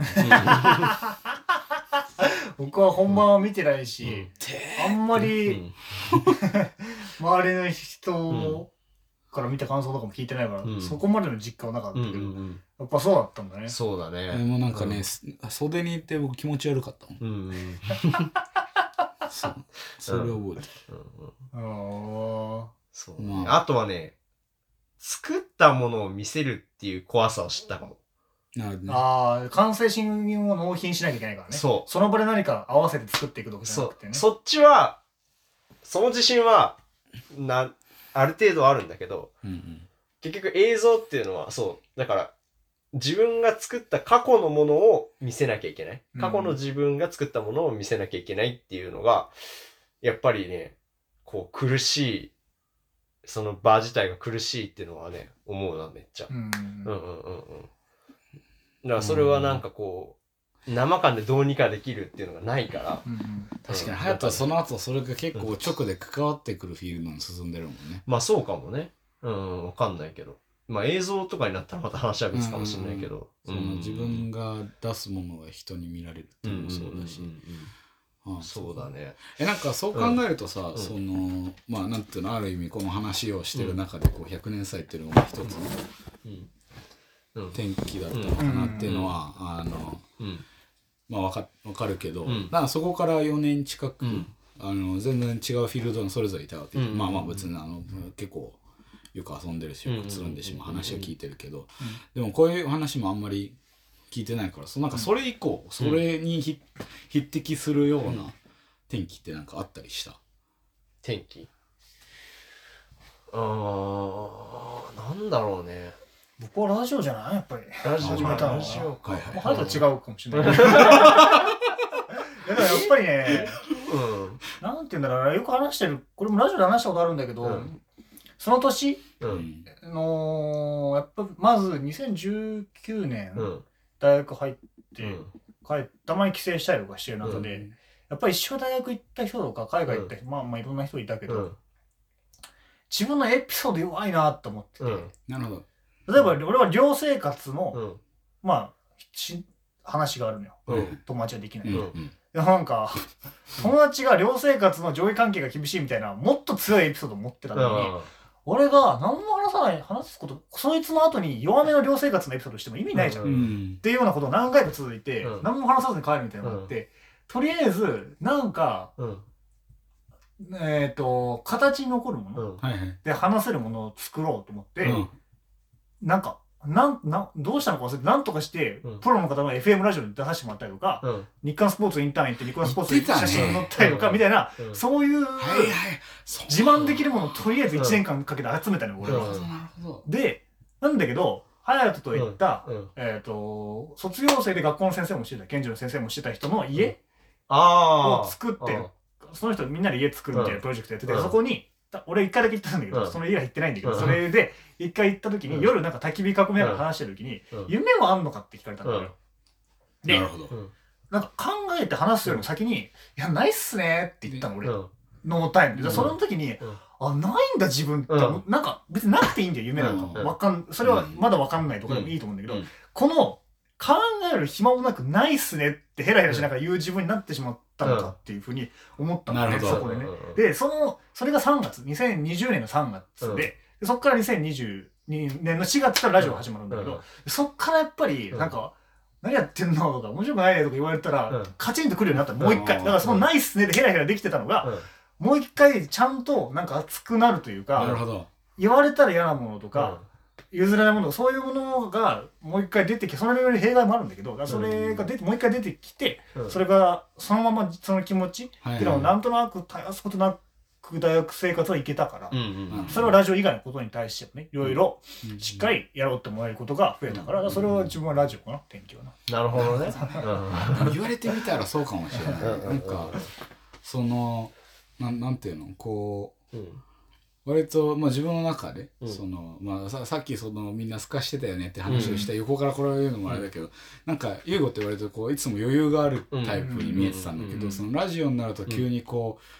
僕は本番は見てないし、 うんあんまうりん周りの人から見た感想とかも聞いてないから、 うんそこまでの実感はなかったうんけど、 うんうんやっぱそうだったんだね。 そうだでね。 もなんかね、 うん袖に行って僕気持ち悪かったもん。 うんうんそう。それを覚えてる。 うんうんあそうまあね。あとはね、作ったものを見せるっていう怖さを知ったかも。 なるほどね。 あー、完成品を納品しなきゃいけないからね。 そうその場で何か合わせて作っていくとかじゃそうなくてね。 そっちは、その自信は、な、ある程度あるんだけど、 うんうん。 結局映像っていうのは、そう、だから、自分が作った過去のものを見せなきゃいけない。過去の自分が作ったものを見せなきゃいけないっていうのが、やっぱりね、こう苦しい、その場自体が苦しいっていうのはね、思うな、めっちゃ。 うん。 うんうんうんうん。だからそれはなんかこう、生感でどうにかできるっていうのがないから。 うんうん確かに、隼人はその後、それが結構直で関わってくるフィールドに進んでるもんね。 まあそうかもね。うん、わかんないけど。まあ映像とかになったらまた話は別かもしれないけど。 その自分が出すものが人に見られるっていうのもそうだし。ああそうだね。 えなんかそう考えるとさ、 うんそのまあなんていうのある意味この話をしてる中でこうひゃくねん祭っていうのが一つのうん。うん。 転機だったのかなっていうのは、あのうん。 まあわかわかるけど、 うんだからそこからよねん近く、 うんあの全然違うフィールドにそれぞれいたわけで、 うんまあまあ別にあの結構よく遊んでるしよくつるんでしまう話を聞いてるけど、でもこういう話もあんまり聞いてないから、そなんかそれ以降、それにひ匹敵するような転機ってなんかあったりした？ 天気あー、なんだろうね。 僕はラジオじゃないやっぱり。 ラジオ始めたのはラジオか。 はいはいまあ、隼人は違うかもしれないけど。だからやっぱりね、 うん。 なんて言うんだろう、よく話してる、これもラジオで話したことあるんだけど、 うんその年う。 うんんの、やっぱまずにせんじゅうきゅうねん、 うん。 大学入って、 うん。 帰ったまに帰省したりとかしてる中で、 うんやっぱり一緒大学行った人とか海外行った人、まあまあいろんな人いたけど、 うん。 自分のエピソード弱いなと思ってて、 うん。 なるほど。 例えば俺は寮生活の、 うん。 まあし話があるのよ、 うん。 友達はできない、 うんいうんやなんか友達が寮生活の上位関係が厳しいみたいなもっと強いエピソードを持ってたのに、俺が何も話さない話すことそいつの後に弱めの寮生活のエピソードしても意味ないじゃん、 うっうんていうようなことが何回か続いて、 うん何も話さずに帰るみたいなのがあって、とりあえずなんかうん。 えっ、と形に残るもの、 うん。 はいはい。 で話せるものを作ろうと思って、 うんなんかなんなんどうしたのか忘れてなんとかして、 うんプロの方の エフエム ラジオに出させてもらったりとか、 うん。 日刊スポーツインターン行って日刊スポーツに言ってたね写真載ったりとかみたいな、 うんそういう、 はいはい。そう自慢できるものをとりあえずいちねんかんかけて集めたのよ、俺は。 うんなるほど。 でなんだけど隼人と行った、 うん。 えっ、と卒業生で学校の先生もしてた賢治の先生もしてた人の家ああ。 を作ってる、その人みんなで家作るみたいなプロジェクトやってて、 うんそこにた俺一回だけ行ったんだけど、 うんその家は行ってないんだけど、 うんそれで一回行った時に、 うん夜なんか焚き火囲みながら話してる時に、 うん夢はあんのかって聞かれたんだよ、でなるほど。 うん。 なんか考えて話すよりも先に「いやないっすね」って言ったの俺、 うん。 ノータイムで、 うんその時に、 うんあないんだ自分って、 うんなんか別になくていいんだよ夢なんか、 うんわかんそれはまだわかんないとかでもいいと思うんだけど、 うんこの考える暇もなくないっすねってヘラヘラしながら言う自分になってしまったのかっていうふうに思ったんだよね、 なるほどそこでね。 うんでそのそれがさんがつにせんにじゅうねんのさんがつで、 うんでそこからにせんにじゅうにねんのしがつからラジオが始まるんだけど、 うんそっからやっぱりなんか、何やってんのとか面白くないねとか言われたら、 うんカチンとくるようになったのもう一回、 うんだからそのナイスねでヘラヘラできてたのが、もう一回ちゃんとなんか熱くなるというか、 なるほど。 言われたら嫌なものとか、譲れないものそういうものがもう一回出てきて、それより弊害もあるんだけど、だからそれが出て、もう一回出てきて、 うんそれがそのままその気持ち、 はいはいっていうのをなんとなく絶やすことなく大学生活はいけたから、 うんうんそれはラジオ以外のことに対してもねいろいろうんしっかりやろうってもらえることが増えたから、だからそれは自分はラジオかな天気はな。 なるほどね。 言われてみたらそうかもしれない。 うんなんかそのなんなんていうのこううん割と、まあ、自分の中で、 うんそのまあ、さ, さっきそのみんなすかしてたよねって話をした、横からこれを言うのもあれだけど、なんか優吾って割とこういつも余裕があるタイプに見えてたんだけど、 うんそのラジオになると急にこ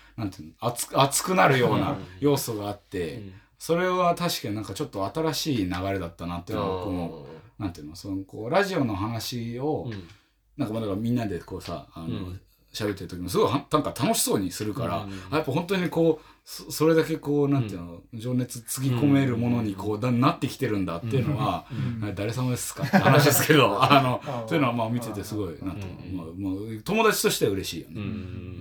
なんていうの熱く熱くなるような要素があって、 うんそれは確かになんかちょっと新しい流れだったなっていうのは僕もなんていうのそのこうラジオの話を、うん、なんかまあだからみんなでこうさあの、うん喋ってる時もすごいなんか楽しそうにするから、うん、やっぱ本当にこう そ, それだけこうなんていうの、うん、情熱つぎ込めるものにこうだなってきてるんだっていうのは、うんうん、誰様ですかって話ですけどあのそういうのはまあ見ててすごいなんていうの、まあまあ、友達としては嬉しいよね、うん、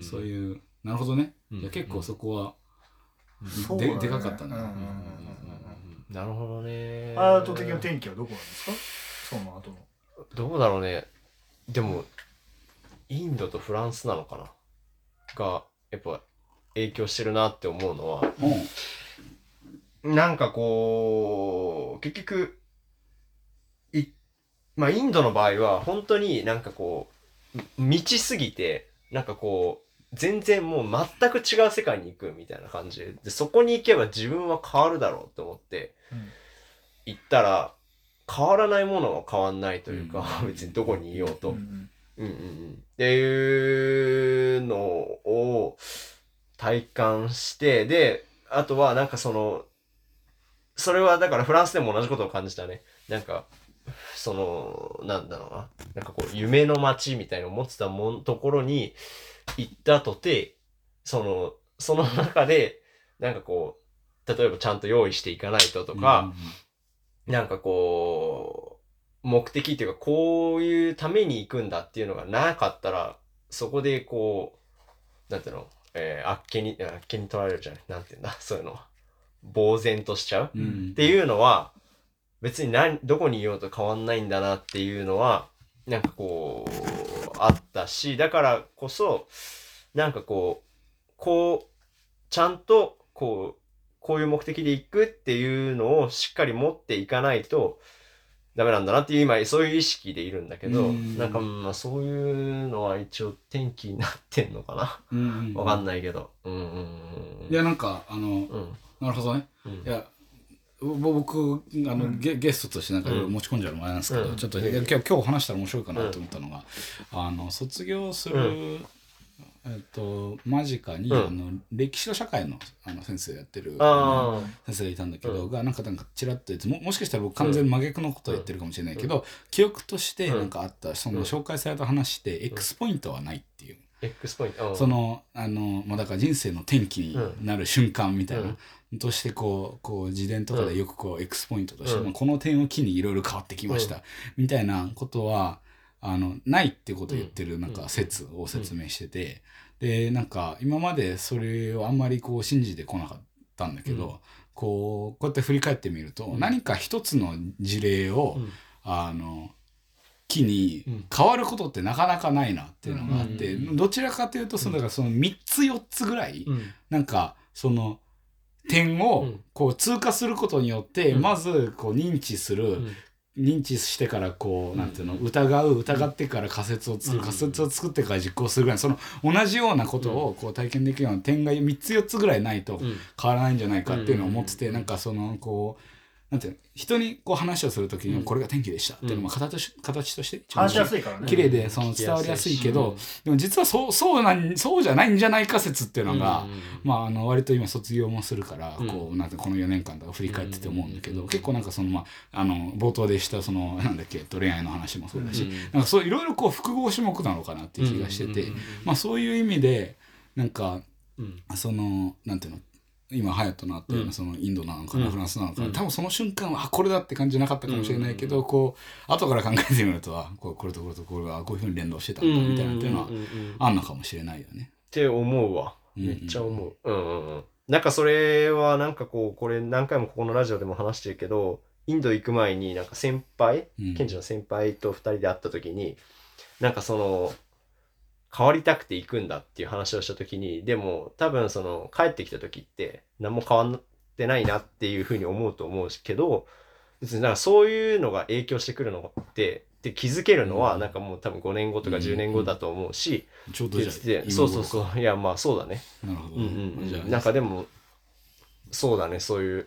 そういうなるほどね、うん、いや結構そこは、うん、で, でかかったね、うんうんうんうん、なるほどね。 アート的な転機はどこなんですかその後の。 どうだろうね。でもインドとフランスなのかながやっぱ影響してるなって思うのは、うん、なんかこう結局いまあインドの場合は本当になんかこう未知すぎてなんかこう全然もう全く違う世界に行くみたいな感じで、そこに行けば自分は変わるだろうと思って行ったら変わらないものは変わんないというか、うん、別にどこにいようと。うんうんうん、っていうのを体感して、であとはなんかそのそれはだからフランスでも同じことを感じたね。なんかそのなんだろうな、なんかこう夢の街みたいなのを持ってたもんところに行ったとて、そのその中でなんかこう例えばちゃんと用意していかないととか、うん、なんかこう目的っていうかこういうために行くんだっていうのがなかったら、そこでこうなんていうの、えー、あっけにあっけに取られるじゃない、なんていうんだ、そういうの呆然としちゃう、うん、っていうのは別に何どこにいようと変わんないんだなっていうのはなんかこうあったし、だからこそなんかこうこうちゃんとこうこういう目的で行くっていうのをしっかり持っていかないとダメなんだなっていう今そういう意識でいるんだけど、んなんかまあそういうのは一応転機になってんのかな、うんうんうん、わかんないけど、うんうんうん、 いやなんかあの、うん、なるほどね、うん、いや僕あの、うん、ゲ, ゲストとしてなんか持ち込んじゃうのもあれなんですけど、うん、ちょっと、うん、今日今日話したら面白いかなと思ったのが、うん、あの卒業する、うんえっと、間近に、うん、あの歴史と社会 の, あの先生やってる先生がいたんだけど、うん、がなんかなんかちらっと言って も, もしかしたら僕完全に真逆のことを言ってるかもしれないけど、うん、記憶としてなんかあったその紹介された話で、うん、X ポイントはないっていう、 うん、X ポイントそのあの、まあ、だから人生の転機になる瞬間みたいな、うん、としてこうこう自伝とかでよくこう X ポイントとして、うん、この点を機にいろいろ変わってきました、うん、みたいなことはあのないってことを言ってるなんか説を説明してて、でなんか今までそれをあんまりこう信じてこなかったんだけど、うん、こうこうやって振り返ってみると、うん、何か一つの事例を、うん、あの機に変わることってなかなかないなっていうのがあって、うん、どちらかというとそのだからそのみっつよっつぐらい、うん、なんかその点をこう通過することによってまずこう認知する、うん認知してからこうなんていうの疑う疑ってから仮説を作る仮説を作ってから実行するぐらいその同じようなことをこう体験できるような点がみっつよっつぐらいないと変わらないんじゃないかっていうのを思ってて、なんかそのこうなんていうの人にこう話をするときにこれが転機でしたっていうのも形、形として話しやすいからね綺麗でその伝わりやすいけど、でも実はそうそうなんそうじゃないんじゃないか説っていうのが、まああの割と今卒業もするからこうなんてこのよねんかんとか振り返ってて思うんだけど、結構なんかそのまああの冒頭でしたそのなんだっけ恋愛の話もそうだし、なんかそういろいろこう複合種目なのかなっていう気がしてて、まあそういう意味でなんかそのなんていうの今ハヤトのあったようなそのインドなのかな、うん、フランスなのかな、うん、多分その瞬間はあこれだって感じじゃなかったかもしれないけど、うん、こう後から考えてみるとはこうこれとこれとこれがこういうふうに連動してたんだみたいなっていうのはあんのかもしれないよねって思うわ。めっちゃ思う、うんうんうん、なんかそれはなんかこうこれ何回もここのラジオでも話してるけど、インド行く前になんか先輩、うん、ケンジの先輩とふたりで会った時になんかその変わりたくて行くんだっていう話をした時に、でも多分その帰ってきた時って何も変わってないなっていうふうに思うと思うけど、別になんかそういうのが影響してくるのってで気づけるのはなんかもう多分ごねんごとかじゅうねんごだと思うし、 うんうん、ちょうどじゃあそうそうそういやまあそうだね。 なるほど、 うんうんうん、なんかでもそうだね、そういう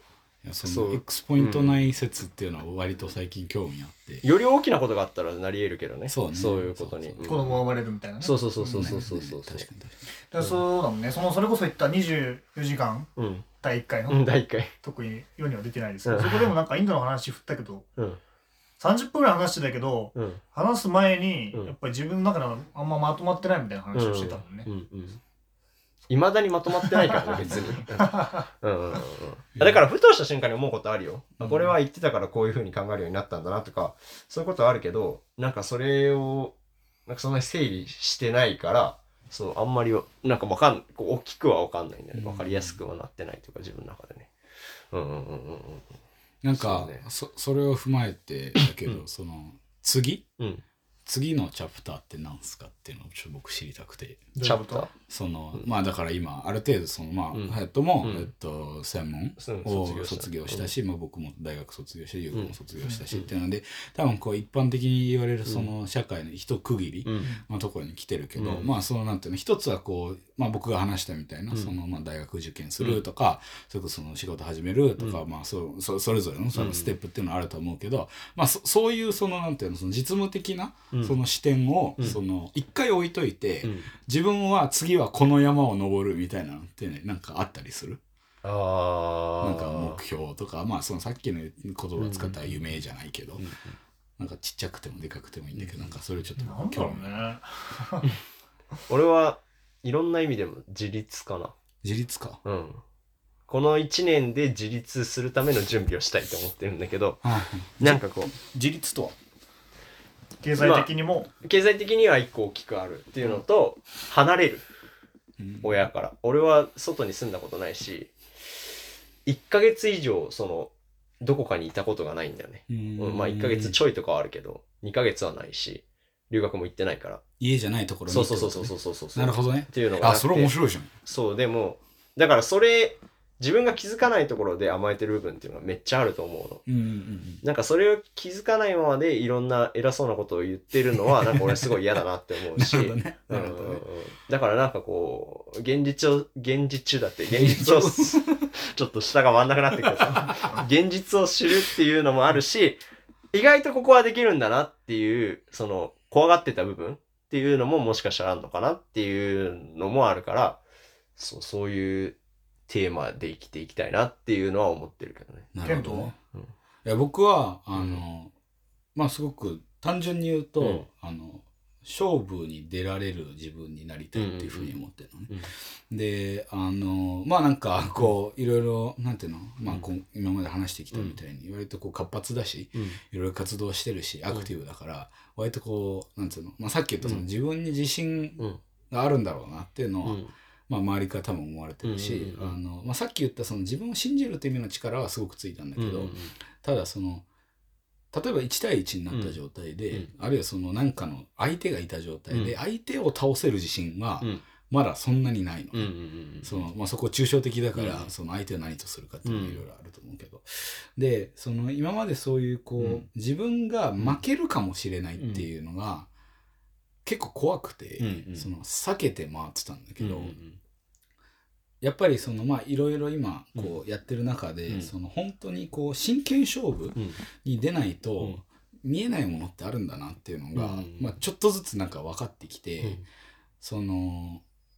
いやそそうの X ポイントない説っていうのは割と最近興味あって、 より大きなことがあったらなり得るけどね。 そうねそういうことに。 そうそう子供が生まれるみたいなね。 そうそうそうそうそうそうそう。 確かに確かだからそうだもんね。そのそれこそ言ったにじゅうよじかんうん。 だいいっかいの、 うん、だいいっかい。 特に世には出てないですけど、 うんそこでもなんかインドの話振ったけど、 うん。 さんじゅっぷんぐらい話してたけど、 うん。 話す前に、 うんやっぱり自分の中ではあんままとまってないみたいな話をしてたもんね。 うんうん。いまだにまとまってないからね、別に。うんうんうんうん。だから、ふとした瞬間に思うことあるよ。 うんこれは言ってたからこういう風に考えるようになったんだなとか、そういうことはあるけど、なんかそれを、なんかそんなに整理してないから、そう、あんまり、なんかわかん、こう大きくはわかんないんだよね。わかりやすくはなってないというか、自分の中でね。うんうんうんうんうん。 なんかそうねそ, それを踏まえてだけど、 うんその次うん。 次のチャプターって何すかっていうのをちょっと僕知りたくて、 チャプター。 その、 うんまあだから今ある程度そのまあ、 うん隼人も、 うんえっと、専門うんを卒業した卒業したし、まあ、僕も大学卒業して優子も卒業したし、 うんっていうので多分こう一般的に言われるその社会の一区切りうん。 のところに来てるけど、 うんまあそのなんていうの一つはこう、まあ、僕が話したみたいな、 うんそのまあ大学受験するとか、それこそその仕事始めるとか、 うまあそそそれぞれのそのステップっていうのはあると思うけど、まあそそういうそのなんていうのその実務的なうんその視点を、 うんその一回置いといて、 うん。 自分は次はこの山を登るみたいなのってねなんかあったりする？ ああ。 なんか目標とかまあそのさっきの言葉を使ったら夢じゃないけど、 うんなんかちっちゃくてもでかくてもいいんだけど、なんかそれちょっとなんだ興味ろうね。 俺はいろんな意味でも自立かな。 自立か。 うん。このいちねんで自立するための準備をしたいと思ってるんだけど、なんかこ自立とは経済的にも、 う、経済的には一個大きくあるっていうのと、離れる。親から。俺は外に住んだことないし、いっかげつ以上、その、どこかにいたことがないんだよね。うんまあいっかげつちょいとかはあるけど、にかげつはないし、留学も行ってないから。 家じゃないところにそうそうそうそうそうそうそう。 なるほどねっていうのがああ、 ってそれ面白いじゃん。 そう、でも、だからそれ、自分が気づかないところで甘えてる部分っていうのがめっちゃあると思うの。 うんうんうんなんかそれを気づかないままでいろんな偉そうなことを言ってるのは、なんか俺すごい嫌だなって思うし。 なるほどねうんなるほどねだからなんかこう、現実を、現実中だって、現実を、ちょっと下が回んなくなってくるさ。現実を知るっていうのもあるし、意外とここはできるんだなっていう、その、怖がってた部分っていうのももしかしたらあるのかなっていうのもあるから、そう、そういうテーマで生きていきたいなっていうのは思ってるけどね。 なるほどね。 うんいや僕はあの、まあすごく単純に言うと、 うんあの勝負に出られる自分になりたいっていうふうに思ってるのね。 うんであのまあなんかこういろいろなんていうの、まあ、こう今まで話してきたみたいに割とこう活発だし、 うんいろいろ活動してるしアクティブだから、割とこうなんていうの、まあ、さっき言ったその自分に自信うんがあるんだろうなっていうのは、 うんまあ、周りから多分思われてるし、 うんうんうんあのまあ、さっき言ったその自分を信じるという意味の力はすごくついたんだけど、 うんただその例えばいち対いちになった状態で、 うんあるいはその何かの相手がいた状態で、 うん相手を倒せる自信はうんまだそんなにないの、 うんうんうんそのまあ、そこ抽象的だから、 うんその相手を何とするかっていうのがいろいろあると思うけど、でその今までそういうこう、 うん自分が負けるかもしれないっていうのが、結構怖くて、 うんうんその避けて回ってたんだけど、 うんうんやっぱりそのまあいろいろ今こうやってる中で、 うんその本当にこう真剣勝負うんに出ないと、 うん見えないものってあるんだなっていうのが、 うんまあ、ちょっとずつなんか分かってきて、 うんその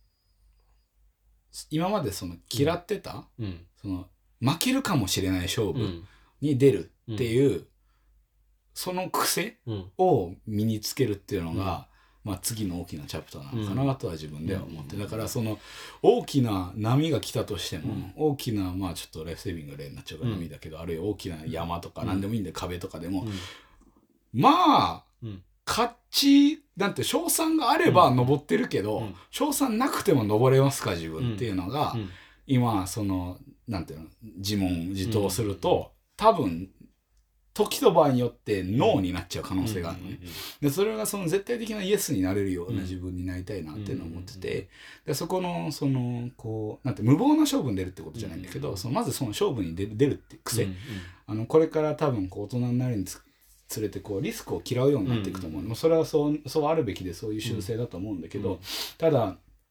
今までその嫌ってた、 うんその負けるかもしれない勝負うんに出るっていう、その癖うんを身につけるっていうのが、まあ、次の大きなチャプターなのかなとは自分では思って、だからその大きな波が来たとしても、大きなまあちょっとライフセービングが例になっちゃうから波だけど、あるいは大きな山とか何でもいいんで、壁とかでも、まあうん勝ちなんて賞賛があれば登ってるけど、 うん賞賛なくても登れますか自分っていうのが、 うん今そのなんていうの自問自答すると、多分時と場合によってノーになっちゃう可能性があるのね。でそれがその絶対的なイエスになれるような自分になりたいなっていうのを思ってて、でそこのそのこうなんて無謀な勝負に出るってことじゃないんだけど、そのまずその勝負に出る出るって癖、あのこれから多分こう大人になるにつつれてこうリスクを嫌うようになっていくと思う、もうそれはそうそうあるべきでそういう習性だと思うんだけど、ただ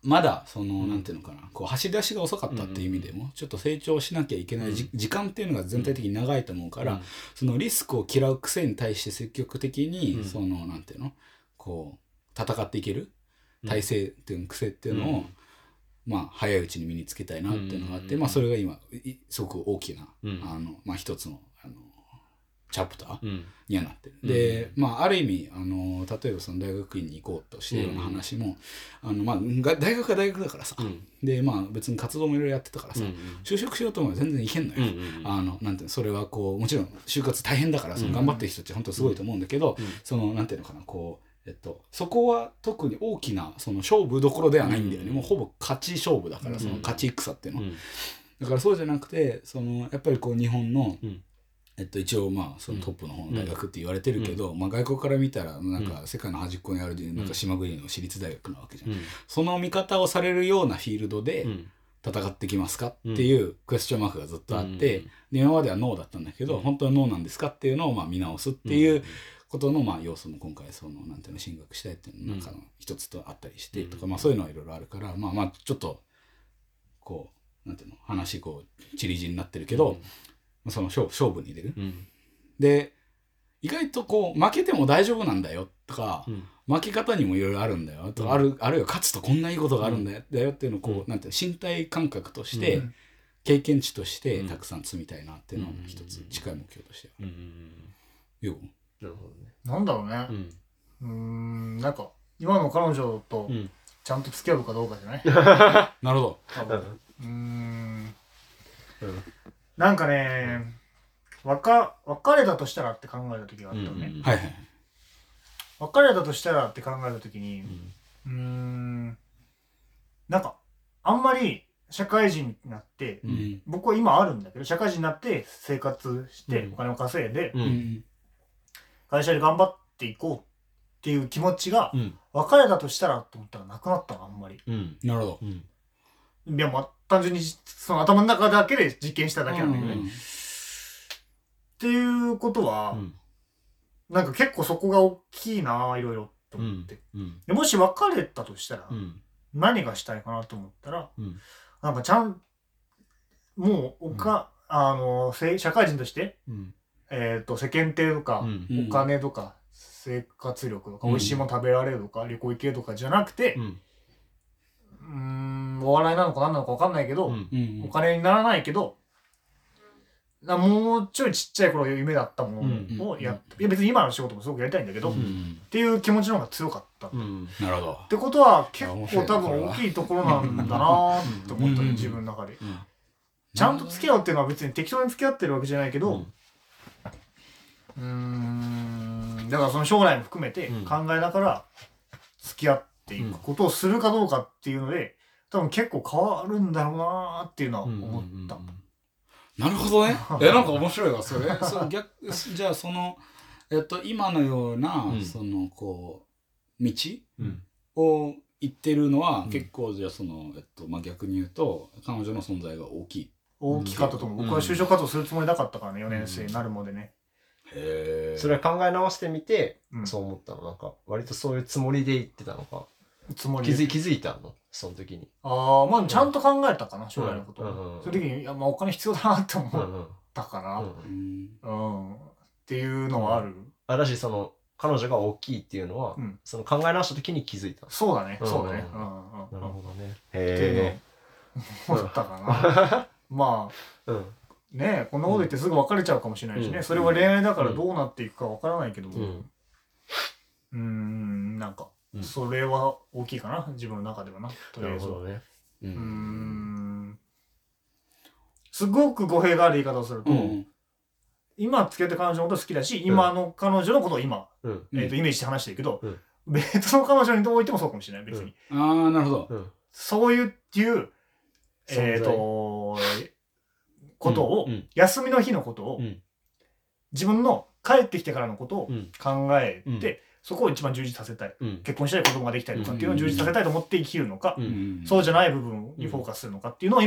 まだそのなんていうのかなこう走り出しが遅かったっていう意味でもちょっと成長しなきゃいけないじ、うん、時間っていうのが全体的に長いと思うから、うん、そのリスクを嫌う癖に対して積極的に、うん、そのなんていうのこう戦っていける体制っていう癖っていうのを、うん、まあ早いうちに身につけたいなっていうのがあって、うん、まあそれが今すごく大きな、うん、あのまあ一つのあのチャプターにはなってる、うん、で、まあある意味あの例えばその大学院に行こうとしているような話も、うん、あのまあ大学は大学だからさ、うん、でまあ別に活動もいろいろやってたからさ、うん、就職しようと思えば全然いけんのよ、うん、あのなんていうのそれはこうもちろん就活大変だからその頑張ってる人って本当すごいと思うんだけど、うん、そのなんていうのかなこうえっと、そこは特に大きなその勝負どころではないんだよね、うん、もうほぼ勝ち勝負だからその勝ち戦っていうの、うん、だからそうじゃなくてそのやっぱりこう日本の、うんえっと、一応まあそのトップの方の大学って言われてるけど、うんまあ、外国から見たらなんか世界の端っこにあるなんか島国の私立大学なわけじゃん、うん、その見方をされるようなフィールドで戦ってきますかっていうクエスチョンマークがずっとあって、うん、で今まではノーだったんだけど、うん、本当はノーなんですかっていうのをまあ見直すっていうことのまあ要素も今回そのなんていうの進学したいっていうの中の一つとあったりしてとか、まあそういうのはいろいろあるからまあまあちょっとこうなんていうの話こうちりぢりになってるけど、うん、その 勝, 勝負に出る、うん、で意外とこう負けても大丈夫なんだよとか、うん、負け方にもいろいろあるんだよとか、うん、あるあるいは勝つとこんないいことがあるんだよ、うん、だよっていうのをこう、うん、なんていうの身体感覚として、うん、経験値としてたくさん積みたいなっていうのを一つ近い目標としては、うんうんうん、よなるほどね。 なんだろうね。うん、うーんなんか今の彼女とちゃんと付き合うかどうかじゃない？ なるほど。 うーん、うん、なんかね、わか別れたとしたらって考えた時があったのね。うんうん、はいはい。別れたとしたらって考えた時に、うん、うーんなんかあんまり社会人になって、うん、僕は今あるんだけど社会人になって生活してお金を稼いで。うんうん会社で頑張っていこうっていう気持ちが、うん、別れたとしたらと思ったらなくなったのあんまり、 うん、なるほど、 うん、いやまあ単純にその頭の中だけで実験しただけなんだけどね、うんうん、っていうことは、うん、なんか結構そこが大きいないろいろと思って、うんうん、でもし別れたとしたら、うん、何がしたいかなと思ったら、うん、なんかちゃんもうおか、うん、あの社会人として、うんえー、と世間体とか、うん、お金とか生活力とか、うん、美味しいもの食べられるとか旅行行けるとかじゃなくて、うん、うーんお笑いなのか何なのか分かんないけど、うん、お金にならないけどもうちょいちっちゃい頃夢だったものをやって、うん、いや別に今の仕事もすごくやりたいんだけど、うん、っていう気持ちの方が強かった、うん、 なるほどってことは結構多分大きいところなんだなって思ったね自分の中で、うん、ちゃんと付き合うっていうのは別に適当に付き合ってるわけじゃないけど、うんうーんだからその将来も含めて考えながら付き合っていくことをするかどうかっていうので多分結構変わるんだろうなっていうのは思った、うんうんうん、 なるほどねえなんか面白いわそれそ逆じゃあその、えっと、今のような、うん、そのこう道、うん、を行ってるのは、うん、結構じゃあその、えっとまあ、逆に言うと彼女の存在が大きい大きかったと思う、うん、僕は就職活動するつもりなかったからねよねん生になるまでね、 へそれは考え直してみて、うん、そう思ったのなんか割とそういうつもりで言ってたのかつもり気づ気づいたのその時にああまあちゃんと考えたかな、うん、将来のこと、うんうん、その時にいや、まあ、お金必要だなって思ったかな、うんうんうん、っていうのはある、うん、 あだしその彼女が大きいっていうのは、うん、その考え直した時に気づいたそうだね、うん、そうだね、 うんうんうん、なるほどねへえ思ったかなまあ、うんねえこんなこと言ってすぐ別れちゃうかもしれないしね、うん、それは恋愛だからどうなっていくかわからないけども、うん、うーんなんかそれは大きいかな自分の中ではなとりあえずは、ね、うーんすごく語弊がある言い方をすると、うん、今付き合って彼女のこと好きだし、うん、今の彼女のことを今、うんえー、とイメージして話してるけど、うん、別の彼女においてもそうかもしれない別に、 うん、ああなるほど、うん、 そういうっていうえっ、ー、とことを、うんうん、休みの日のことを、うん、自分の帰ってきてからのことを考えて、うん、そこを一番充実させたい、うん、結婚したい子供ができたりとかっていうのを充実させたいと思って生きるのか、うん、そうじゃない部分にフォーカスするのかっていうのを今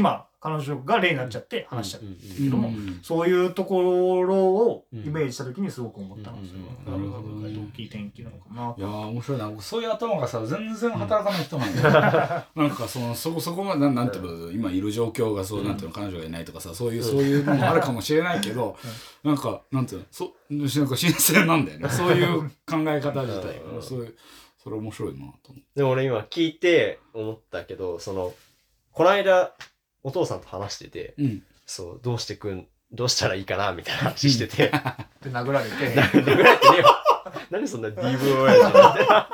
彼女が例になっちゃって話しちゃったけども、 うんそういうところをイメージした時にすごく思ったんですよ。 うんうんなるほどね大きい転機なのかな。 いやー面白いな。そういう頭がさ全然働かない人なんだよ、うん、なんかそのそこそこまでな ん, なんていうの今いる状況がそうなんていうの彼女がいないとかさそういうそういうのもあるかもしれないけど、うん、なんかなんていうのそなんか新鮮なんだよねそういう考え方自体がそういうそれ面白いなと思って。 でも俺今聞いて思ったけどそのこの間お父さんと話してて、うん、そうどうしてくんどうしたらいいかなみたいな話しててで殴られて殴られてねえよ何そんな ディーブイオー やじゃんみたいな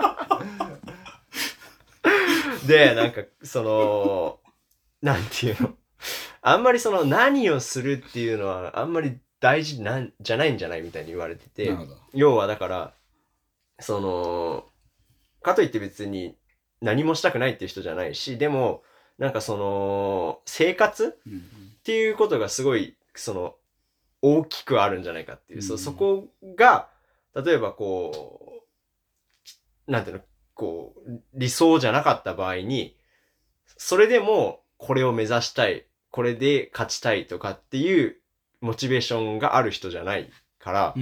でなんかそのなんていうのあんまりその何をするっていうのはあんまり大事なんじゃないんじゃないみたいに言われてて要はだからそのかといって別に何もしたくないっていう人じゃないしでもなんかその生活っていうことがすごいその大きくあるんじゃないかっていう、うん、そ, そこが例えばこうなんていうのこう理想じゃなかった場合にそれでもこれを目指したいこれで勝ちたいとかっていうモチベーションがある人じゃないから、うん、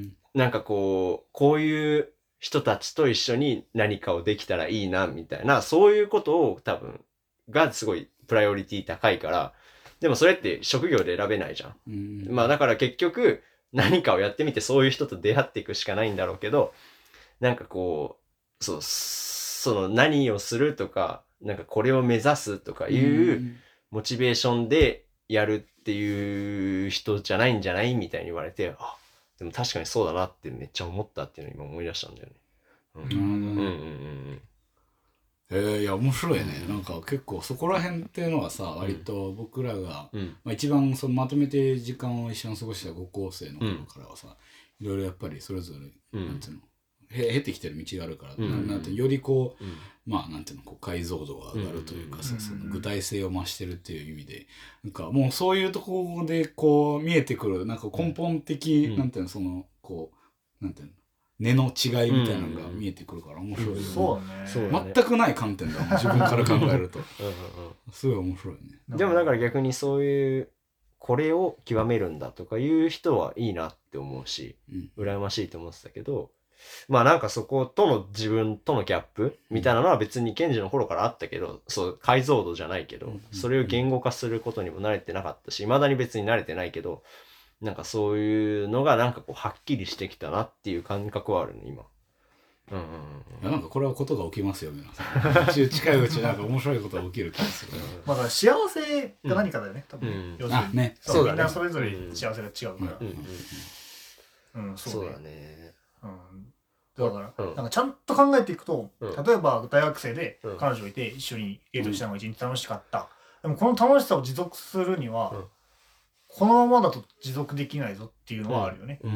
なんかこうこういう人たちと一緒に何かをできたらいいなみたいなそういうことを多分がすごいプライオリティ高いからでもそれって職業で選べないじゃん、うん、まあだから結局何かをやってみてそういう人と出会っていくしかないんだろうけどなんかこうそうその何をするとかなんかこれを目指すとかいうモチベーションでやるっていう人じゃないんじゃないみたいに言われてあでも確かにそうだなってめっちゃ思ったっていうのを今思い出したんだよね。うん、うんうんうんえー、いや面白いね、うん、なんか結構そこら辺っていうのはさ、うん、割と僕らが、うんまあ、一番そのまとめて時間を一緒に過ごした高校生の頃からはさ、うん、いろいろやっぱりそれぞれ、うん、なんていうのへ経てきてる道があるから、うん、なんてよりこう、うん、まあなんていうのこう解像度が上がるというかさ、うん、その具体性を増してるっていう意味でなんかもうそういうところでこう見えてくるなんか根本的、うん、なんていうのそのこうなんていうの根の違いみたいなのが見えてくるから面白いよね、うん、そうね全くない観点だもん自分から考えるとうんうん、うん、すごい面白いね。 でもだから逆にそういうこれを極めるんだとかいう人はいいなって思うし、うん、羨ましいと思ってたけどまあなんかそことの自分とのギャップみたいなのは別にケンジの頃からあったけどそう解像度じゃないけど、うん、それを言語化することにも慣れてなかったし未だに別に慣れてないけどなんかそういうのがなんかこうはっきりしてきたなっていう感覚はあるね今。うんうんうん、 いやなんかこれはことが起きますよ皆さん近いうちなんか面白いことが起きる気がするまあ幸せが何かだよね、うん、多分、うん、要するに、 ね、 そうみんなそれぞれ幸せが違うから、 うんうんうん、 そうだね、 うん、だから、うん、なんかちゃんと考えていくと、うん、例えば大学生で彼女いて一緒にデートしたのが一日楽しかった、うん、でもこの楽しさを持続するには、うん、このままだと持続できないぞっていうのはあるよね、うん、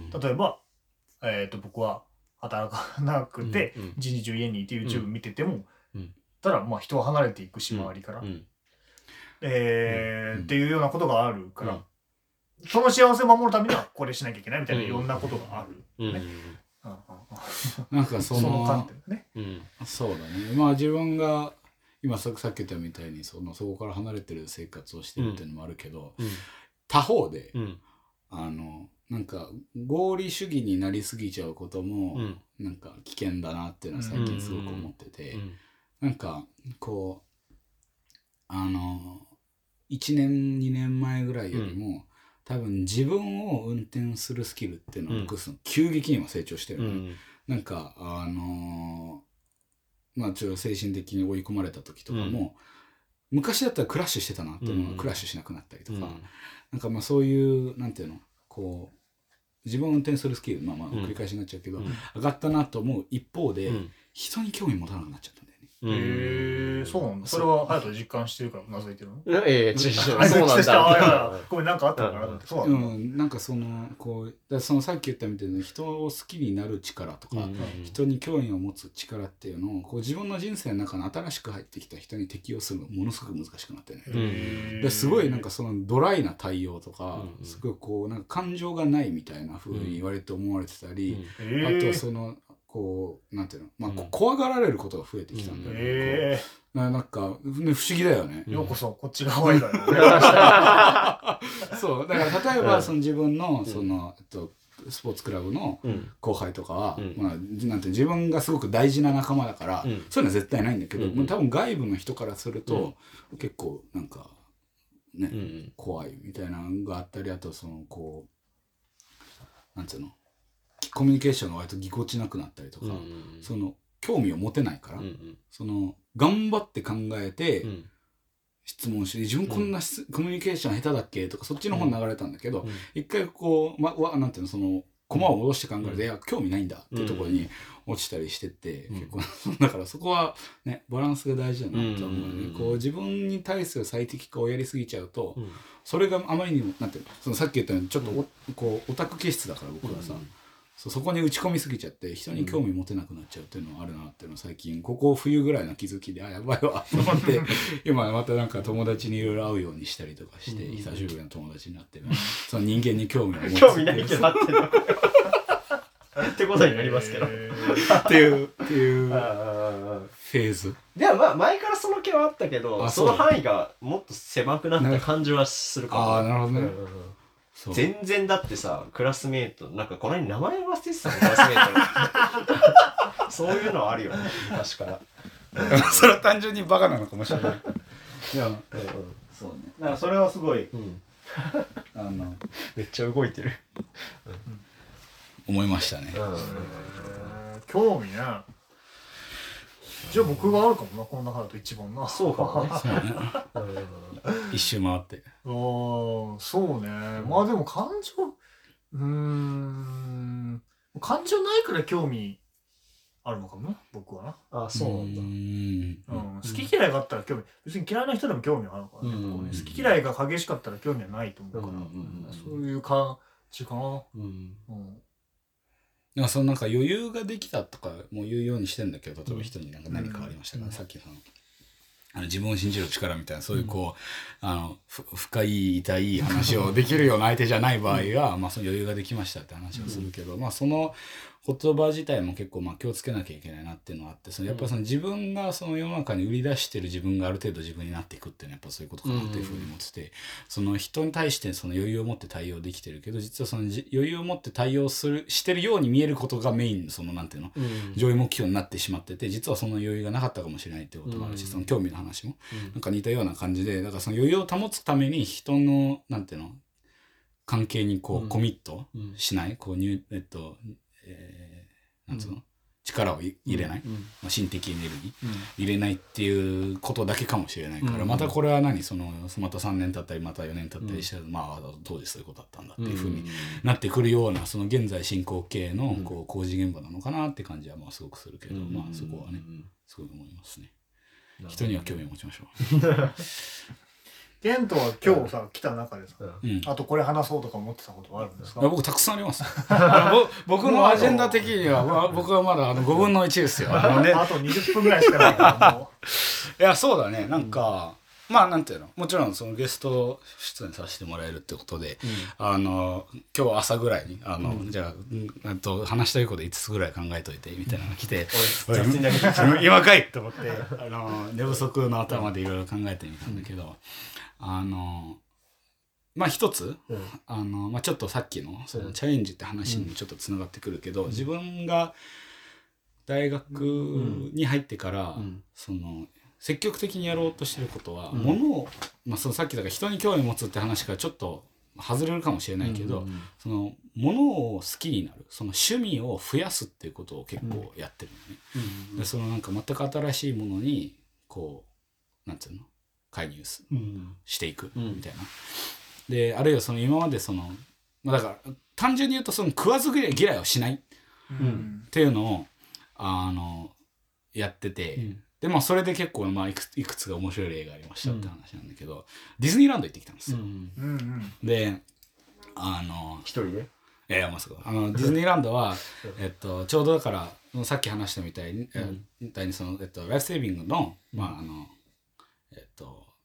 例えば、えーと、僕は働かなくて、うんうん、一日中家にいて YouTube 見てても、うん、ただまあ人は離れていくし周りから、うんえーうん、っていうようなことがあるから、うん、その幸せを守るためにはこれしなきゃいけないみたいないろんなことがある、ねうんうんなんかその、 その観点ね、 うん、そうだねまあ自分が今さっき言ったみたいにそのそこから離れてる生活をしてるっていうのもあるけど、うん、他方で、うん、あのなんか合理主義になりすぎちゃうことも、うん、なんか危険だなっていうのは最近すごく思ってて、うん、なんかこうあのいちねんにねんまえぐらいよりも、うん、多分自分を運転するスキルっていうのは僕、うん、急激には成長してるね、うん、なんかあのまあちょっと精神的に追い込まれた時とかも、うん、昔だったらクラッシュしてたなっていうのがクラッシュしなくなったりとか、うん、なんかまあそういうなんていうのこう自分を運転するスキルまあまあ繰り返しになっちゃうけど、うん、上がったなと思う一方で、うん、人に興味持たなくなっちゃったんだよね。 へえー、そうなんだ。それは隼人実感してるから覗いてるの？ ええー、そうなんだ。 ごめんなんかあったのかなって。そうなんだ。 うん、なんかそのこうだそのさっき言ったみたいに人を好きになる力とか、うん、人に興味を持つ力っていうのをこう自分の人生の中の新しく入ってきた人に適応するのがものすごく難しくなってるね。ですごいなんかそのドライな対応とか、うん、すごいこうなんか感情がないみたいな風に言われて思われてたり、うん、あとはそのこうなんていうの、まあ、 うん怖がられることが増えてきたんだよね、 えななんか、ね、不思議だよね、 ー、ようこそこっち側へだよそうだから例えば、 うんその自分のその、えっと、スポーツクラブのうん後輩とかは、 うんまあ、なんて自分がすごく大事な仲間だから、 うんそういうのは絶対ないんだけど、 うんもう多分外部の人からすると、結構なんかね、 うんうん怖いみたいなのがあったり、あとそのこうなんつうのコミュニケーションが割とぎこちなくなったりとか、 うんその興味を持てないから、 うんうんその頑張って考えて、 うん質問して自分こんなし、コミュニケーション下手だっけとかそっちの方に流れたんだけど、 うん一回こう、ま、わなんていうのその駒を戻して考えると、いや興味ないんだっていうところに落ちたりしてって、 うん結構だからそこはねバランスが大事だなと思うね、 うんこう自分に対する最適化をやりすぎちゃうと、 うんそれがあまりにもなんていうのそのさっき言ったようにちょっとお、こうオタク気質だから僕はさ、 うんそうそこに打ち込みすぎちゃって人に興味持てなくなっちゃうっていうのはあるなっていうのは最近ここ冬ぐらいの気づきであやばいわと思って今またなんか友達にいろいろ会うようにしたりとかして、 うん久しぶりの友達になってる、その人間に興味を持つ興味ないけどなってるってことになりますけど、 えーっていうっていうフああェーズ。 でもまあ前からその気はあったけどあその範囲がもっと狭くなった感じはするかも。 ああなるほどね、 うんうんうんそう全然だってさクラスメートなんかこの辺名前忘れてたのクラスメートのそういうのはあるよね昔からそれは単純にバカなのかもしれないいやうんそうねだからそれはすごいうんあのめっちゃ動いてる思いましたね、 えー興味ね。じゃあ僕があるかもなこの中だと一番な。 そうかもねそうねうん一周回ってあーそうね。まあでも感情うーん感情ないから興味あるのかもな僕はな。 あそうなんだうーんうん、好き嫌いがあったら興味別に嫌いな人でも興味はあるからね、 うんこうね好き嫌いが激しかったら興味はないと思うから、 うんうんうんそういう感じかな、 うんうんなんかそのなんか余裕ができたとかも言うようにしてんだけど例えば人になんか何かありましたか、 うんさっきそのあの自分を信じる力みたいなそういうこう、うん、あのふ深い痛い話をできるような相手じゃない場合は、まあその余裕ができましたって話をするけど、うん、まあその言葉自体も結構まあ気をつけなきゃいけないなっていうのはあってそのやっぱりその自分がその世の中に売り出してる自分がある程度自分になっていくっていうのはやっぱそういうことかなっていうふうに思ってて、うん、その人に対してその余裕を持って対応できてるけど実はその余裕を持って対応するしてるように見えることがメインそのなんていうの、うん、上位目標になってしまってて実はその余裕がなかったかもしれないっていうこともあるし、うん、その興味の話も、うん、なんか似たような感じでだからその余裕を保つために人のなんていうの関係にこう、うん、コミットしないこうニュえっと、えーなんつうの、うん、力を入れない、うんまあ、心的エネルギー、うん、入れないっていうことだけかもしれないから、うん、またこれは何そのまたさんねん経ったりまたよねん経ったりして、うん、まあ当時そういうことだったんだっていうふうになってくるようなその現在進行形のこう工事現場なのかなって感じはまあすごくするけど、うん、まあそこはねすごい思いますね。人には興味を持ちましょう。 ケントは今日さ、うん、来た中でさ、 うん、 あとこれ話そうとか思ってたことはあるんですか？ 僕たくさんありますあの僕のアジェンダ的には、まあ、僕はまだあのごぶんのいちですよあの、ね、 あとにじゅっぷんぐらいしかないからもういやそうだねなんか、うん、まあなんていうのもちろんそのゲスト出演させてもらえるってことで、うん、あの今日朝ぐらいにあの、うん、じゃあ、うん、と話したいこといつつぐらい考えといてみたいなのが来て、うん、今かいと思ってあの寝不足の頭でいろいろ考えてみたんだけど、うんあのまあ一つ、うんあのまあ、ちょっとさっきのそのチャレンジって話にちょっとつながってくるけど、うん、自分が大学に入ってから、うん、その積極的にやろうとしてることは、うん、ものを、まあ、そのさっきだから人に興味持つって話からちょっと外れるかもしれないけど、うんうん、そのものを好きになるその趣味を増やすっていうことを結構やってるのね、うんうん、でそのなんか全く新しいものにこうなんていうの介入す、うん、していくみたいな、うん、であるいはその今までその、まあ、だから単純に言うとその食わず嫌いをしないっていうのをあのやってて、うん、でまあそれで結構、まあ、いくついくつか面白い例がありましたって話なんだけど、うん、ディズニーランド行ってきたんですよ、うんうん、であの一人でいやいやまさかあのディズニーランドは、えっと、ちょうどだからさっき話したみたいに、うん、みたいにその、えっと、ライフセービングの、まああのえっと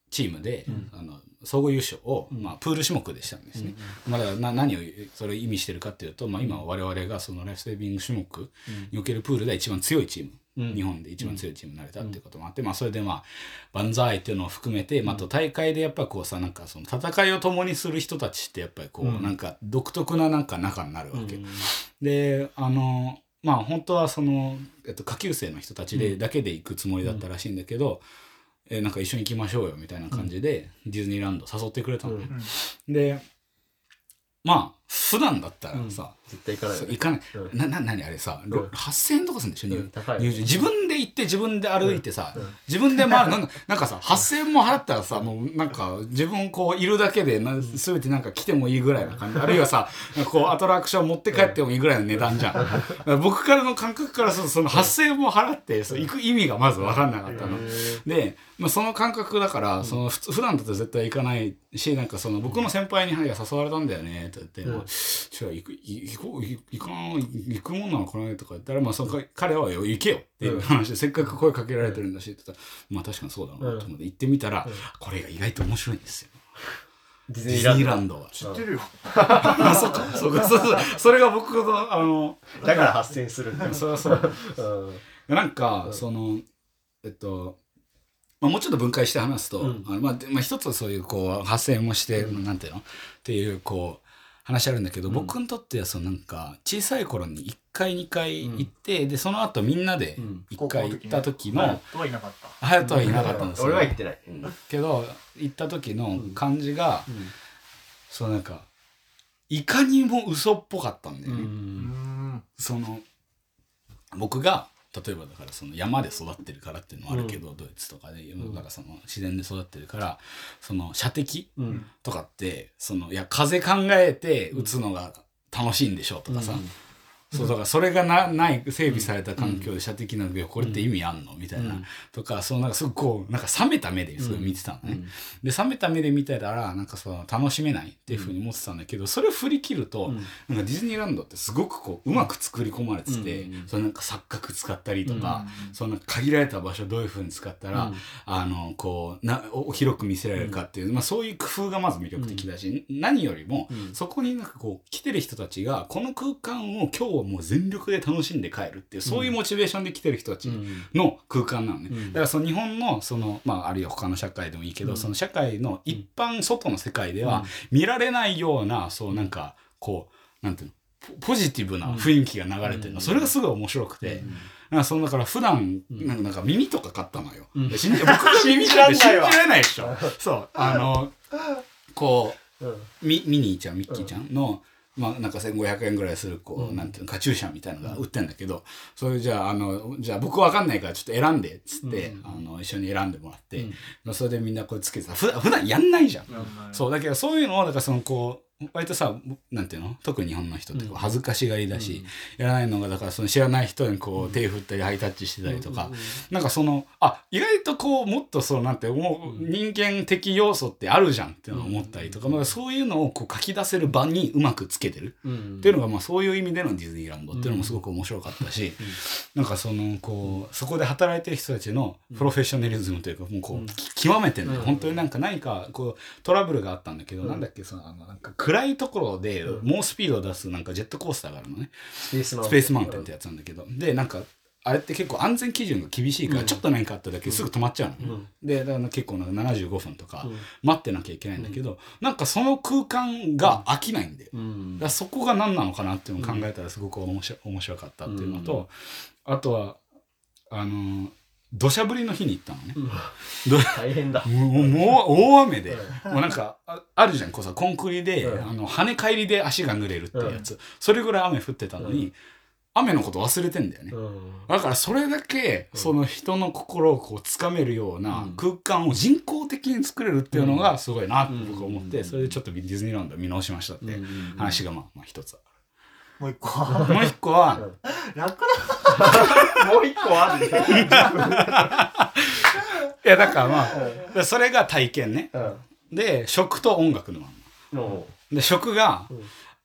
チームで、 うん、 あの総合優勝を、 うんまあ、プール種目でしたんですね。うんまあ、だからな何をそれを意味してるかっていうと、まあ、今我々がそのライフセービング種目におけるプールで一番強いチーム、うん、日本で一番強いチームになれたっていうこともあって、うんまあ、それでまあ万歳っていうのを含めて、まあ、あと大会でやっぱこうさなんかその戦いを共にする人たちってやっぱりこう、うん、なんか独特ななんか仲になるわけ、うん、であのまあ本当はその、えっと、下級生の人たちでだけで行くつもりだったらしいんだけど、うんえー、なんか一緒に行きましょうよみたいな感じで、うん、ディズニーランド誘ってくれたのね、うん、でまあ普段だったらさ、 うん、絶対行かないよね、 行かない、うん、な、な、何あれさ、うん、はっせんえんとかするんでしょ、うん、高い入場自分で行って自分で歩いてさ、うん、自分で回るなんか、なんかさはっせんえんも払ったらさもうなんか自分こういるだけでな全てなんか来てもいいぐらいな感じ、あるいはさこうアトラクション持って帰ってもいいぐらいの値段じゃん僕からの感覚からするとそのはっせんえんも払ってそう行く意味がまず分かんなかったので、まあ、その感覚だからその普段だと絶対行かないし、なんかその僕の先輩に誘われたんだよねって言って、うん、違う行く行こう行かん行くもんなのかなとか言ったら、まあ、その彼は行けよっていう話で、うん、せっかく声かけられてるんだしって言ったら、まあ確かにそうだなと思って行ってみたら、うん、これが意外と面白いんですよ。ディズニーランドは知ってるよあそうかそうかそうそうそれが僕のあのだから発生するんだよそりゃそう、うん、なんか、うん、そのえっとまあ、もうちょっと分解して話すと、うん、あのまあまあ、一つはそういうこう発声もして、うん、なんていうのっていうこう話あるんだけど、うん、僕にとってはそのなんか小さい頃にいっかいにかい行って、うん、でその後みんなでいっかい行った時の隼人はいなかった隼人はいなかったんですよ、 俺は行ってない、うん、 けど行った時の感じが、うんうん、そうなんかいかにも嘘っぽかったんだよね、うん、その僕が例えばだからその山で育ってるからっていうのはあるけど、うん、ドイツとかでだからその自然で育ってるからその射的とかってそのいや風考えて撃つのが楽しいんでしょとかさ、うん、そうだからそれが な, ない整備された環境で射的なんだけどこれって意味あんのみたいな、うん、とかそうなんかすごくこうなんか冷めた目ですごい見てたのね、うん、で冷めた目で見てたらなんかその楽しめないっていう風に思ってたんだけど、それを振り切ると、うん、なんかディズニーランドってすごくこううまく作り込まれてて、うん、そのなんか錯覚使ったりとか、うん、その限られた場所どういう風に使ったら、うん、あのこうな広く見せられるかっていう、まあ、そういう工夫がまず魅力的だし、うん、何よりも、うん、そこになんかこう来てる人たちがこの空間を今日はもう全力で楽しんで帰るっていう、そういうモチベーションで来てる人たちの空間なのね、うん、だからその日本のその、まあ、あるいは他の社会でもいいけど、うん、その社会の一般外の世界では見られないようなそうなんかこうなんていうのポジティブな雰囲気が流れてるの、うん、それがすごい面白くて、うんなんかそのだから普段なんかなんか耳とか買ったのよ、うん、僕が耳買って信じられないでしょそうあのこう、うん、ミ, ミニーちゃんミッキーちゃんの、うんまあ、なんかせんごひゃくえんぐらいするこう、うん、なんていうのカチューシャみたいなのが売ってんだけど、それじゃああのじゃあ僕わかんないからちょっと選んでっつって、うん、あの一緒に選んでもらって、うん、それでみんなこうつけてさ普段普段やんないじゃん、うん、そうだけどそういうのをだからそのこう割とさなんていうの特に日本の人ってこう恥ずかしがりだし、うん、やらないのがだからその知らない人にこう手振ったりハイタッチしてたりとか、うん、なんかそのあ意外とこうもっとそうなんてもう人間的要素ってあるじゃんって思ったりとか、うん、そういうのをこう書き出せる場にうまくつけてる、うん、っていうのがまあそういう意味でのディズニーランドっていうのもすごく面白かったし、うん、なんかそのこうそこで働いてる人たちのプロフェッショナリズムというかもうこう、うん、極めてんだよ、うん、本当になんか何かこうトラブルがあったんだけど、うん、なんだっけそのあのなんか暗いところでで猛スピードを出すなんかジェットコースターがあるのね、スペースマウンテン、スペースマウンテンってやつなんだけど、でなんかあれって結構安全基準が厳しいから、ちょっと何かあっただけすぐ止まっちゃうの、うん、でだから結構なんかななじゅうごふんとか待ってなきゃいけないんだけど、うん、なんかその空間が飽きないんだよ、うん、だからそこが何なのかなっていうのを考えたらすごく面白、面白かったっていうのと、うん、あとはあの土砂降りの日に行ったのね、うん、 大変だもう、もう大雨でもうなんか あ, あるじゃんこうさコンクリで、うん、あの跳ね返りで足が濡れるってやつ、うん、それぐらい雨降ってたのに、うん、雨のこと忘れてんだよね、うん、だからそれだけ、うん、その人の心をこう掴めるような空間を人工的に作れるっていうのがすごいなって僕は思って、それでちょっとディズニーランド見直しましたって話がまあ、まあ、一つある。 もう一個もう一個は楽だもう一個あるいやだからまあそれが体験ね、うん、で食と音楽のまんま、うん、で食が、うん、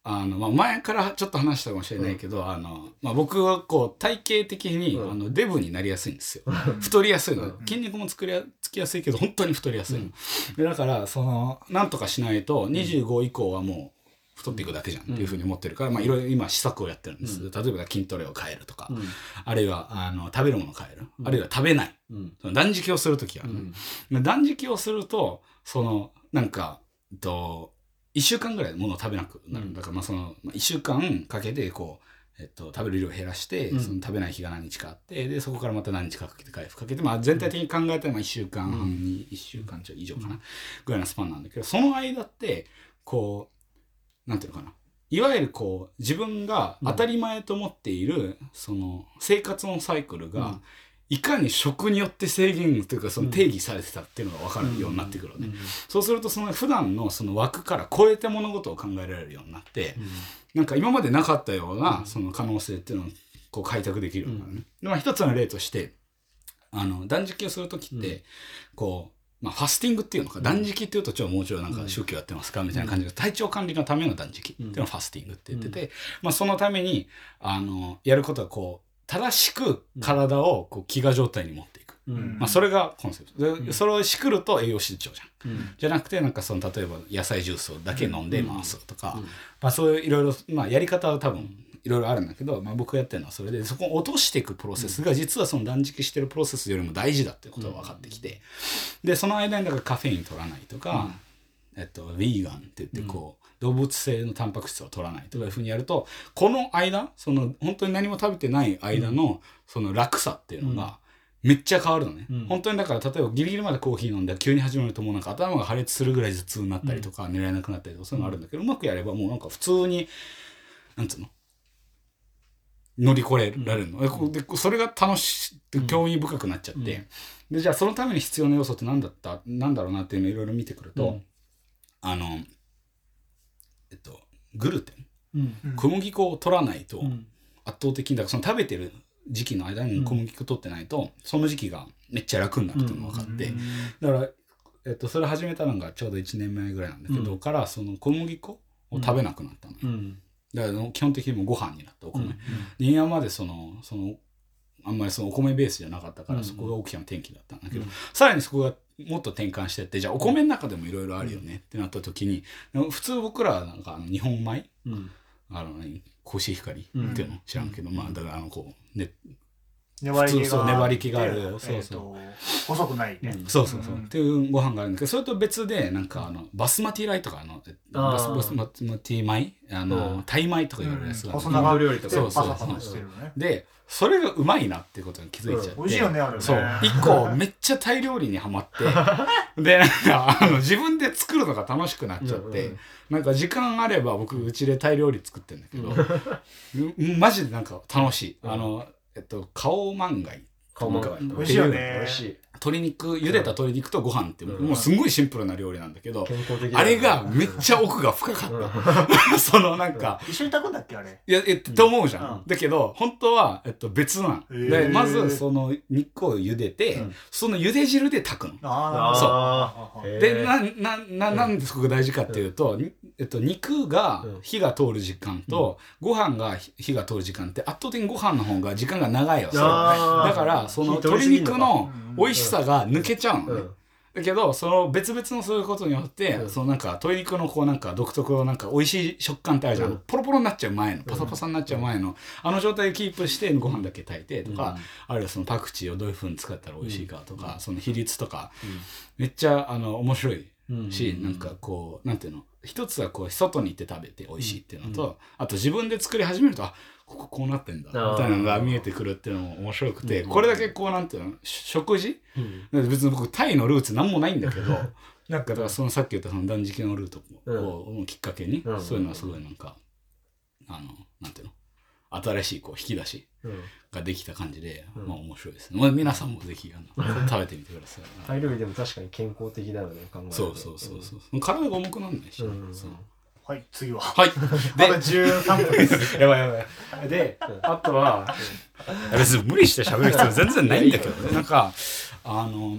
あの、まあ、前からちょっと話したかもしれないけど、うん、あの、まあ、僕はこう、体型的に、うん、あのデブになりやすいんですよ。太りやすいの、うん、筋肉も作りや、つきやすいけど、本当に太りやすいの。うん、でだから、その、なんとかしないと、にじゅうご以降はもう、太っていくだけじゃんっていうふうに思ってるから、うん、まあいろいろ今施策をやってるんです。うん、例えば筋トレを変えるとか、うん、あるいはあの食べるものを変える、うん、あるいは食べない、うん、その断食をするときはね、うん、断食をするとそのなんかといっしゅうかんぐらいものを食べなくなる、うん、だからまあそのいっしゅうかんかけてこう、えっと、食べる量を減らして、うん、その食べない日が何日かあってでそこからまた何日かかけて回復かけて、まあ、全体的に考えたらまあいっしゅうかんはんにいっしゅうかん以上かな、うん、ぐらいのスパンなんだけどその間ってこうなんていうのかないわゆるこう自分が当たり前と思っている、うん、その生活のサイクルが、うん、いかに食によって制限というかその定義されてたっていうのが分かるようになってくるのね、うんうん、そうするとその普段のその枠から超えて物事を考えられるようになって、うん、なんか今までなかったようなその可能性っていうのをこう開拓できるようになるね、うんでまあ、一つの例としてあの断食をするときって、うん、こうまあ、ファスティングっていうのか、うん、断食っていうとちょっともうちょいなんか宗教やってますかみたいな感じで、体調管理のための断食っていうのをファスティングって言ってて、うんまあ、そのためにあのやることはこう正しく体をこう飢餓状態に持っていく、うんまあ、それがコンセプトで、うん、それをしくると栄養失調じゃん、うん、じゃなくてなんかその例えば野菜ジュースをだけ飲んで回すとか、うんまあ、そういういろいろまあやり方は多分いろいろあるんだけど、まあ、僕がやってるのはそれでそこを落としていくプロセスが実はその断食してるプロセスよりも大事だっていうことが分かってきてでその間にだからカフェイン取らないとか、うんえっと、ヴィーガンって言ってこう、うん、動物性のタンパク質を取らないとかいうふうにやるとこの間その本当に何も食べてない間のその楽さっていうのがめっちゃ変わるのね、うん、本当にだから例えばギリギリまでコーヒー飲んで急に始めるともうなんか頭が破裂するぐらい頭痛になったりとか、うん、寝られなくなったりとかそういうのあるんだけど、うん、うまくやればもうなんか普通になんつうの乗り越えられるの、うん、でそれが楽しい興味深くなっちゃって、うん、でじゃあそのために必要な要素って何だった何だろうなっていうのをいろいろ見てくると、うん、あのえっとグルテン、うん、小麦粉を取らないと圧倒的にだからその食べてる時期の間に小麦粉取ってないと、うん、その時期がめっちゃ楽になるっていうのが分かって、うん、だから、えっと、それ始めたのがちょうどいちねんまえぐらいなんだけど、うん、からその小麦粉を食べなくなったのよ、うんだから基本的にもご飯になったお米、うんうん、今までそのそのあんまりそのお米ベースじゃなかったから、うんうん、そこが大きな転機だったんだけど、うん、さらにそこがもっと転換してってじゃあお米の中でもいろいろあるよねってなった時に普通僕らはなんかあの日本米、うん、あのコシヒカリっていうの知らんけど、うん、まあだからあのこうね粘り気がそう粘り気がある、 えー、 そうそう、 えー、細くないね、 うん、そうそうそう、うん、っていうご飯があるんだけどそれと別でなんかあのバスマティライとかあのバスバスマティ米あの、うん、タイ米とか言われるやつが、 うん、細長料理とかそうそうそう、ね、 でそれがうまいなってことに気づいちゃって、 うん、美味しいよねあれねそう一個めっちゃタイ料理にハマってでなんかあの自分で作るのが楽しくなっちゃって、うんうん、なんか時間あれば僕うちでタイ料理作ってるんだけど、うん、マジでなんか楽しい、うん、あのえっとカオマンガイ美味しいよね美味しい鶏肉茹でた鶏肉とご飯ってもうすんごいシンプルな料理なんだけど、うん、あれがめっちゃ奥が深かった、うん、そのなんか、 うん、一緒に炊くんだっけあれいやえって思うじゃん、うん、だけど本当は、えっと、別なんでまずその肉を茹でて、うん、その茹で汁で炊くのあそうでななななんでそこが大事かっていうと、うんえっと、肉が火が通る時間と、うん、ご飯が火が通る時間って圧倒的にご飯の方が時間が長いわけだからその鶏肉の美味しさが抜けちゃうのね、うん、だけどその別々のそういうことによって、うん、そのなんか鶏肉のこうなんか独特のなんか美味しい食感ってあるじゃん、うん、ポロポロになっちゃう前のパサパサになっちゃう前の、うん、あの状態でキープしてご飯だけ炊いてとか、うん、あるいはそのパクチーをどういう風に使ったら美味しいかとか、うん、その比率とか、うん、めっちゃあの面白いし、うん、なんかこうなんていうの一つはこう外に行って食べて美味しいっていうのと、うん、あと自分で作り始めるとあこここうなってんだみたいなのが見えてくるっていうのも面白くて、うん、これだけこうなんていうの食事、うん、別に僕タイのルーツなんもないんだけどなんかだからそのさっき言ったその断食のルートを、うん、きっかけに、うん、そういうのはすごいなんかあのなんていうの新しいこう引き出しができた感じで、うん、まあ面白いですね、まあ、皆さんもぜひあの食べてみてくださいタイ料理でも確かに健康的だよね考えるとそうそうそうそう、うん、体が重くならないし、うんうん、そうはい次ははいまだじゅうさんぷんですやばいやばいで、うん、あとは、うん、別に無理して喋る必要全然ないんだけどねなんかあの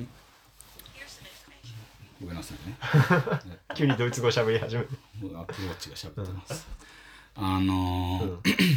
ごめんなさいね急にドイツ語喋り始めてアップルウォッチが喋ってます、 あのーうん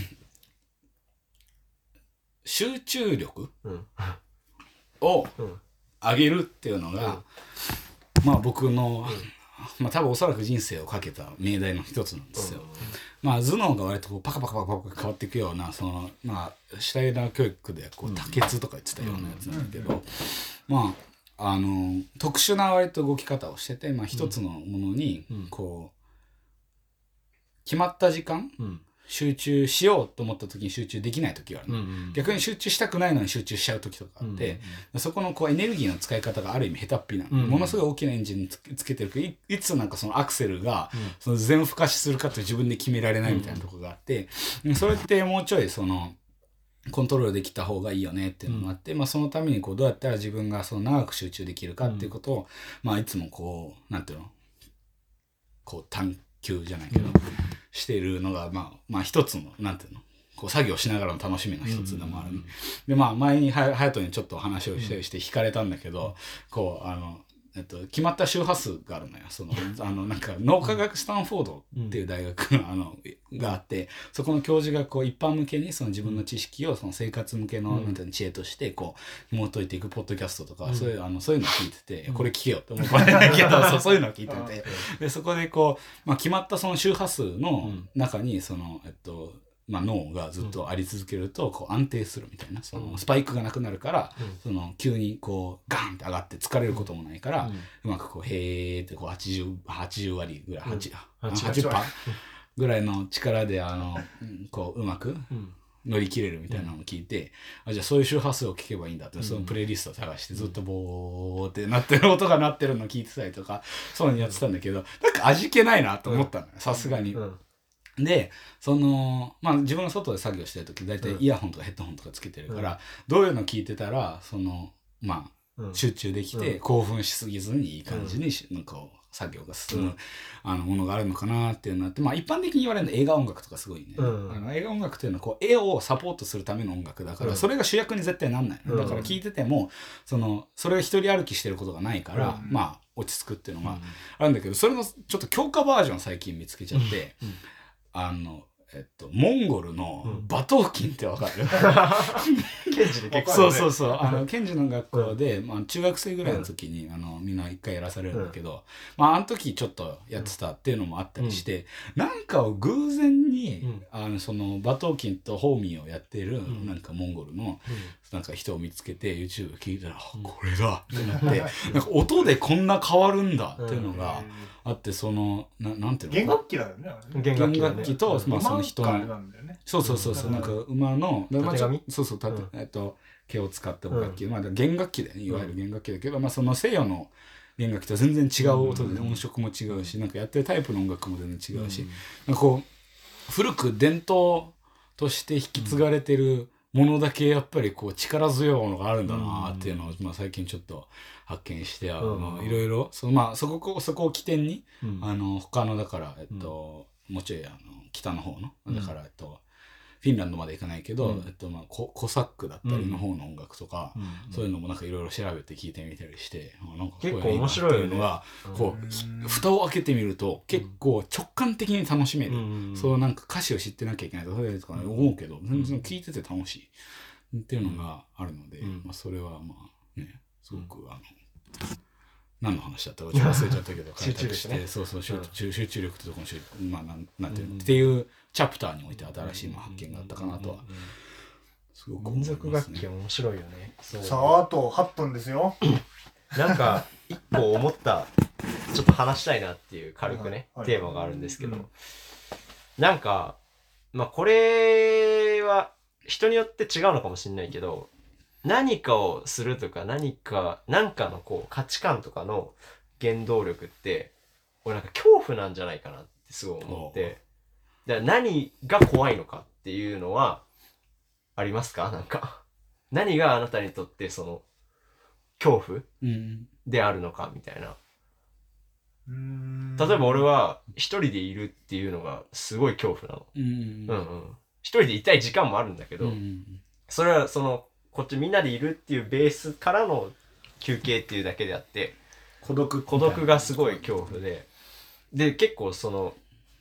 集中力うんをうん上げるっていうのが、まあ僕の、まあ多分おそらく人生をかけた命題の一つなんですよ。まあ頭脳が割とこうパカパカパカパカ変わっていくような、そのまあシュタイナー教育でこう多血とか言ってたようなやつなんだけど、まああの特殊な割と動き方をしてて、まあ一つのものにこう決まった時間、 うん集中しようと思った時に集中できない時がある、ねうんうん逆に集中したくないのに集中しちゃう時とかあって、うん、そこのこうエネルギーの使い方がある意味下手っぴな、うん、ものすごい大きなエンジンつけ、つけてるけど い, いつなんかそのアクセルがその全負荷するかって自分で決められないみたいなところがあって、うん、それってもうちょいそのコントロールできた方がいいよねっていうのもあって、うんまあ、そのためにこうどうやったら自分がその長く集中できるかっていうことを、うんまあ、いつもこうなんていうのこう探求じゃないけど、うんしているのが、まあ、まあ一つの、なんていうの、こう作業しながらの楽しみの一つでもある、ねうんうんうん。で、まあ前にはやとにちょっと話をしてして惹かれたんだけど、うん、こう、あの、えっと、決まった周波数があるのよ。その、あの、なんか、脳科学スタンフォードっていう大学の、あの、があって、そこの教授が、こう、一般向けに、その自分の知識を、その生活向けの、なんていうの、知恵として、こう、紐解いていくポッドキャストとか、うん、そういう、あの、そういうのを聞いてて、うん、これ聞けよって思われないけど、そう、そういうのを聞いてて、で、そこで、こう、まあ、決まったその周波数の中に、その、えっと、まあ、脳がずっとあり続けるとこう安定するみたいなそのスパイクがなくなるから、うん、その急にこうガーンって上がって疲れることもないから、うん、うまくこうへーってこうはちじゅう、はちじゅう割ぐらい、うん、はちじゅっパーセント ぐらいの力であのこううまく乗り切れるみたいなのを聞いて、うん、あじゃあそういう周波数を聞けばいいんだって、うん、そのプレイリストを探してずっとボーってなってる音が鳴ってるのを聞いてたりとかそういうのやってたんだけどなんか味気ないなと思ったのよさすがに。うんで、その、まあ自分が外で作業してるとき、だいたいイヤホンとかヘッドホンとかつけてるから、うん、どういうの聞いてたら、その、まあ、うん、集中できて、興奮しすぎずにいい感じに、うん、なんか作業が進む、うん、あのものがあるのかなっていうのがあって、まあ一般的に言われるの映画音楽とかすごいね。うん、あの映画音楽っていうのはこう絵をサポートするための音楽だから、うん、それが主役に絶対なんない、うん。だから聞いてても、その、それが一人歩きしてることがないから、うん、まあ落ち着くっていうのがあるんだけど、それのちょっと強化バージョン最近見つけちゃって、うんうんあの、えっと、モンゴルの馬頭琴ってわかる、 うん、ケンジで結構、ね、 そうそうそう。あの、ケンジの学校で、うんまあ、中学生ぐらいの時に、うん、あの、みんな一回やらされるんだけど、うん、まあ、あの時ちょっとやってたっていうのもあったりして、うん、なんかを偶然に、うん、あの、その、馬頭琴とホーミーをやっている、うん、なんかモンゴルの、うんなんか人を見つけて YouTube 聞いたら、うん、これだってなってなんか音でこんな変わるんだっていうのがあってその な, なんていうの弦楽器だよね弦楽器、ね、弦楽器と、まあ、その人の、ね、そうそうそうそうなんか馬の縦紙そうそう縦、うんえっと、毛を使った楽器、うんまあ、弦楽器だよねいわゆる弦楽器だけど、まあ、その西洋の弦楽器とは全然違う音で、うん、音色も違うしなんかやってるタイプの音楽も全然違うし、うん、なんかこう古く伝統として引き継がれてる、うんものだけやっぱりこう力強いものがあるんだなっていうのを、まあ、最近ちょっと発見してあのいろいろそのまあそこそこを起点に、うん、あの他のだからえっと、うん、もうちょいあの北の方のだからえっとフィンランドまで行かないけど、うんえっとまあ、コ, コサックだったりの方の音楽とか、うん、そういうのもなんかいろいろ調べて聞いてみたりして、うん、なんか結構面白いよね。 がこう蓋を開けてみると結構直感的に楽しめる、うん、そうなんか歌詞を知ってなきゃいけないとか思うけど、うん、全然聞いてて楽しいっていうのがあるので、うんまあ、それはまあねすごく、うん、あの何の話だったかちょっと忘れちゃったけど集中力ねそうそう集中、うん、集中力ってところのまあなんなんていうの、うん、っていうチャプターにおいて新しい発見があったかなとはすごく思いますね。 民族楽器面白いよね。 さああとはっぷんですよ。 なんか一個思ったちょっと話したいなっていう軽くね、はい、テーマがあるんですけど、うん、なんかまあこれは人によって違うのかもしれないけど何かをするとか何か何かのこう価値観とかの原動力って俺なんか恐怖なんじゃないかなってすごい思ってだから何が怖いのかっていうのはありますか？なんか何があなたにとってその恐怖、うん、であるのかみたいな。うーん例えば俺は一人でいるっていうのがすごい恐怖なの。うんうんうん、一人でいたい時間もあるんだけど、うん、それはそのこっちみんなでいるっていうベースからの休憩っていうだけであって孤独孤独がすごい恐怖でで結構その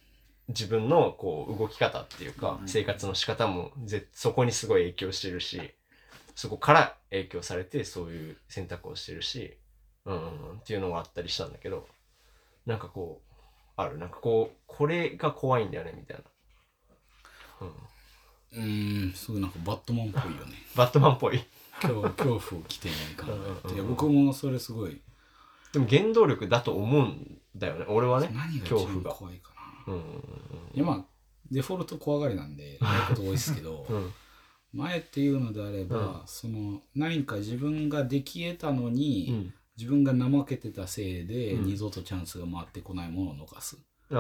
自分のこう動き方っていうか、生活の仕方もぜそこにすごい影響してるし、そこから影響されてそういう選択をしてるし、うん、うん、っていうのがあったりしたんだけど、なんかこうあるなんかこうこれが怖いんだよねみたいな。 うん、うーん、すごいなんかバットマンっぽいよね。 バットマンっぽい。 恐怖を起点に考えて、いや僕もそれすごい。 でも原動力だと思うんだよね。俺はね。 何が一番怖いかな。 うんうんうん、 いやまあデフォルト怖がりなんでやること多いですけど、うん、前っていうのであれば、うん、その何か自分ができ得たのに、うん、自分が怠けてたせいで、うん、二度とチャンスが回ってこないものを逃す、うん、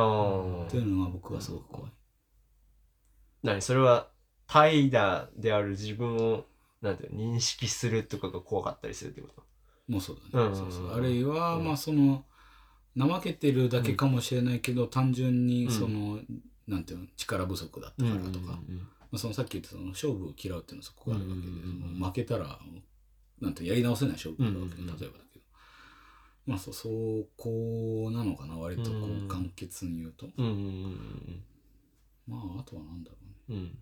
っていうのが僕はすごく怖い。 何それは怠惰である自分をなんて認識するとかが怖かったりするってこと？ もうそうだね、うん、そうそう、あるいは、うん、まあその怠けてるだけかもしれないけど、うん、単純にその、うん、なんていうの力不足だったからとか、うんうんうん、まあ、そのさっき言ったその勝負を嫌うっていうのはそこがあるわけで、うんうん、負けたらなんてやり直せない勝負があるわけで、うんうん、例えばだけど、まあそそこなのかな割とこう簡潔に言うと、うんうんうん、まああとはなんだろうね、うん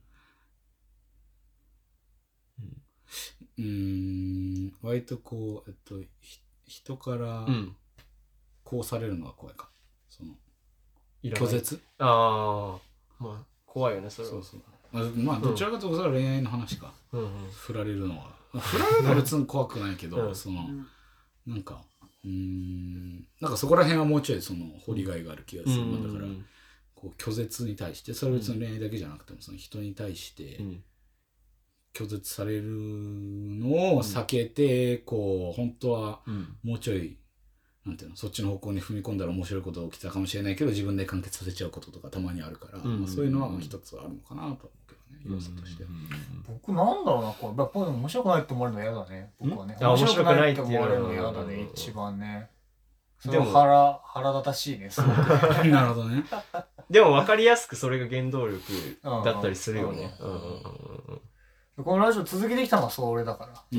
うーん、割とこう、えっと、人からこうされるのが怖いか、その拒絶。 ああ、まあ怖いよねそれは。そうそう。 まあ、まあ、どちらかというとそれは恋愛の話か、うんうん、振られるのは、振られるのは別に怖くないけど、うん、そのなんかうーん、なんかそこら辺はもうちょいその掘りがいがある気がする。うん、だからこう拒絶に対して、それは別に恋愛だけじゃなくてもその人に対して。うん、拒絶されるのを避けて、うん、こう本当はもうちょい、うん、なんていうのそっちの方向に踏み込んだら面白いことが起きたかもしれないけど自分で完結させちゃうこととかたまにあるから、うん、まあ、そういうのは一つあるのかなと思うけどね、要素として。 僕なんだろうな、これやっぱり面白くないって思われるの嫌だね。僕はね、面白くないって思われるの嫌だね、一番ね。でも腹腹立たしいね。 なるほどね。 でも分かりやすくそれが原動力だったりするよね。 このラジオ続けてきたのはそれだから、うん、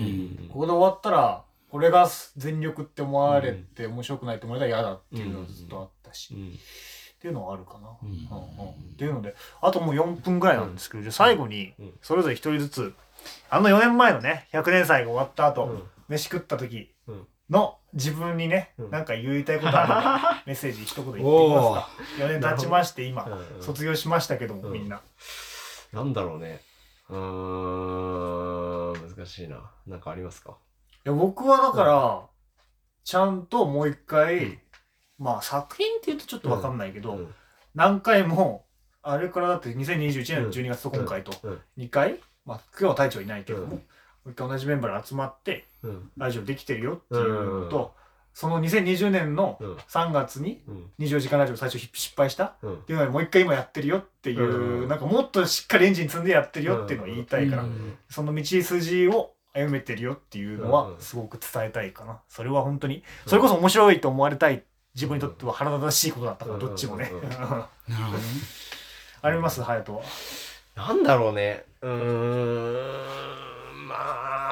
ここで終わったらこれが全力って思われて面白くないって思われたら嫌だっていうのがずっとあったし、うんうん、っていうのはあるかな、うんうんうん、っていうのであともうよんぷんぐらいなんですけど、じゃあ最後にそれぞれひとりずつあのよねんまえのねひゃくねん祭が終わった後、うん、飯食った時の自分にね、うん、なんか言いたいことあるのでメッセージ一言言ってみますか。よねん経ちまして今卒業しましたけども、みんななんだろうね、うーん難しいな。なんかありますか？ いや僕はだから、うん、ちゃんともう一回、うん、まあ作品って言うとちょっと分かんないけど、うん、何回もあれからだってにせんにじゅういちねんのじゅうにがつと今回とにかい、まあ今日は隊長いないけども、うん、もう一回同じメンバーで集まって、うん、ラジオできてるよっていうのと、うん、そのにせんにじゅうねんのさんがつににじゅうよじかんラジオ最初失敗したっていうのでもう一回今やってるよっていう、うん、なんかもっとしっかりエンジン積んでやってるよっていうのを言いたいから、うん、その道筋を歩めてるよっていうのはすごく伝えたいかな。それは本当にそれこそ面白いと思われたい自分にとっては腹立たしいことだったから、どっちもね。なるほどね。あります隼人は。 なんだろうね。うーんま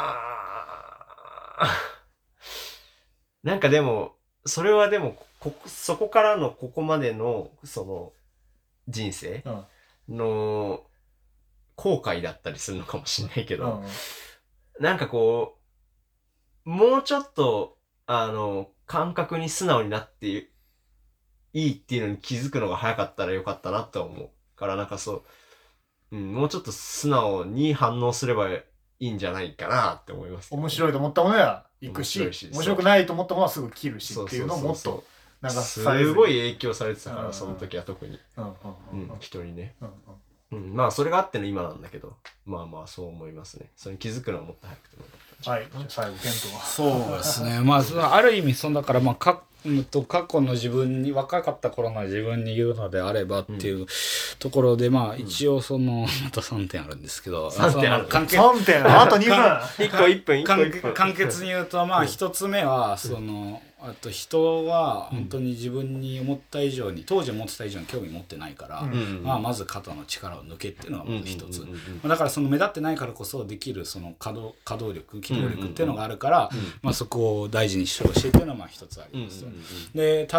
あなんかでもそれはでもここそこからのここまでのその人生の後悔だったりするのかもしれないけど、うん、なんかこうもうちょっとあの感覚に素直になっていいっていうのに気づくのが早かったらよかったなと思うから、なんかそう、うん、もうちょっと素直に反応すればいいんじゃないかなって思います、ね。 面白いと思ったものは行くし、面白いし面白くないと思ったものはすぐ切るしっていうのをもっとなんかすごい影響されてたから、うん、その時は特に、うんうんうんうん、人にね、うんうんうん、まあそれがあっての今なんだけど、まあまあそう思いますね。それに気づくのはもっと早くてもよかった。 はい、最後ケントは。 そうですね。まあある意味そんだからまあかと過去の自分に若かった頃の自分に言うのであればっていうところで、うん、まあ一応そのまたさんてんあるんですけど、 さんてんある。 さんてんあとにふん。 いっこいっぷんいっこいっぷん。 簡潔に言うとまあ一つ目はそのあと人は本当に自分に思った以上に当時思ってた以上に興味持ってないから、うんまあ、まず肩の力を抜けっていうのがまず一つ、だからその目立ってないからこそできるその稼働、稼働力機動力っていうのがあるから、まあ、そこを大事にしてほしいっていうのはまあ一つあります、で 他,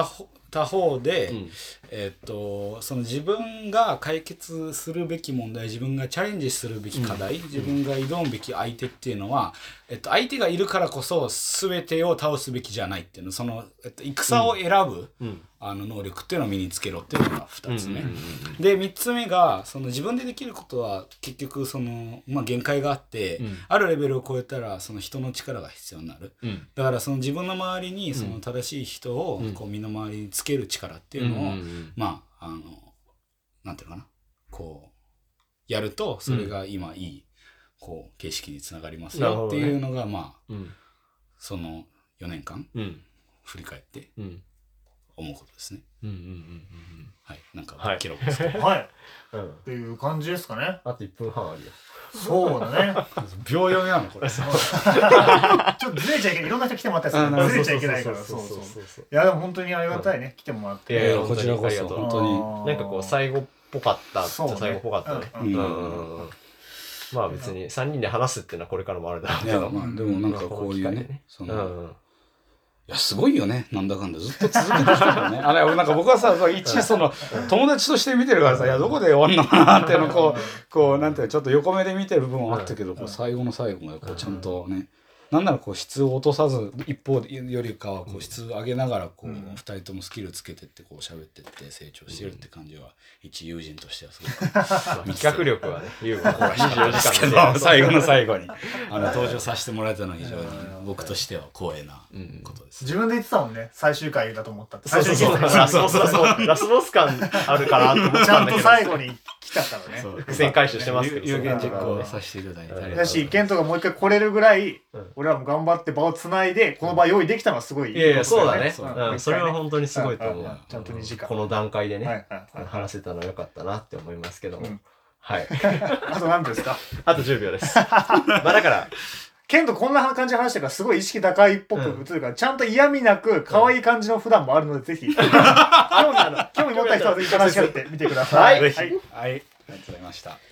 他方で、 うんえっとその自分が解決するべき問題、自分がチャレンジするべき課題、うん、自分が挑むべき相手っていうのは、えっと、相手がいるからこそ全てを倒すべきじゃないっていうの、その、えっと、戦を選ぶ、うん、あの能力っていうのを身につけろっていうのがふたつめ、うんうんうんうん、でみっつめがその自分でできることは結局その、まあ、限界があって、うん、あるレベルを超えたらその人の力が必要になる、うん、だからその自分の周りにその正しい人をこう身の回りにつける力っていうのを、うんうんうん、まああのなんていうのかな、こうやるとそれが今いいこう形式につながりますよっていうのが、まあ、うん、そのよねんかん、うん、振り返って思うことですね。うんうんうんうん、はい、なんか記録ですけど、 はい、うん、っていう感じですかね。 あといっぷんはんあるよ。 そうだね。 秒読みなのこれ。ちょっとずれちゃいけない。いろんな人来てもらったりする。ずれちゃいけないから。そうそうそうそう。いやでも本当にありがたいね。来てもらって。 いやいやこちらこそ本当に。なんかこう最後っぽかったっちゃ最後っぽかったね。まあ別にさんにんで話すっていうのはこれからもあるだろうけど。 まあでもなんかこういうね。そのいやすごいよね、なんだかんだずっと続けてきたよね。あれなんか僕はさ一その友達として見てるからさ、いやどこで終わるのかなっていうのをこうこうなんていうちょっと横目で見てる部分はあったけど、こう最後の最後までこうちゃんとね、なんならこう質を落とさず一方よりかはこう質を上げながらこうふたりともスキルつけてってこう喋ってって成長してるって感じは一友人としてはすごく企画力はね優吾はにじゅうよじかんで最後の最後にあの登場させてもらえたのは非常に僕としては光栄なことです。 自分で言ってたもんね、最終回だと思ったって。 そうそうそうラスボスラスボス感あるかなと思ったんだけど、 ちゃんと最後に来たからね。 伏線回収してますけど、 有言実行させていただいて、 だしケントがもう一回来れるぐらい俺らも頑張って場をつないでこの場用意できたのはすごいいいことだよね。 いやいやそうだね、うん、それは本当にすごいと思う。 ちゃんとにじかんこの段階でね話せたのは良かったなって思いますけども、はい。 あと何分ですか？ あとじゅうびょうです。まあだからケントこんな感じで話してるからすごい意識高いっぽく映るから、ちゃんと嫌味なく可愛い感じの普段もあるのでぜひ興味ある興味持った人はぜひ話し合ってみてください。 はい、はい、ありがとうございました。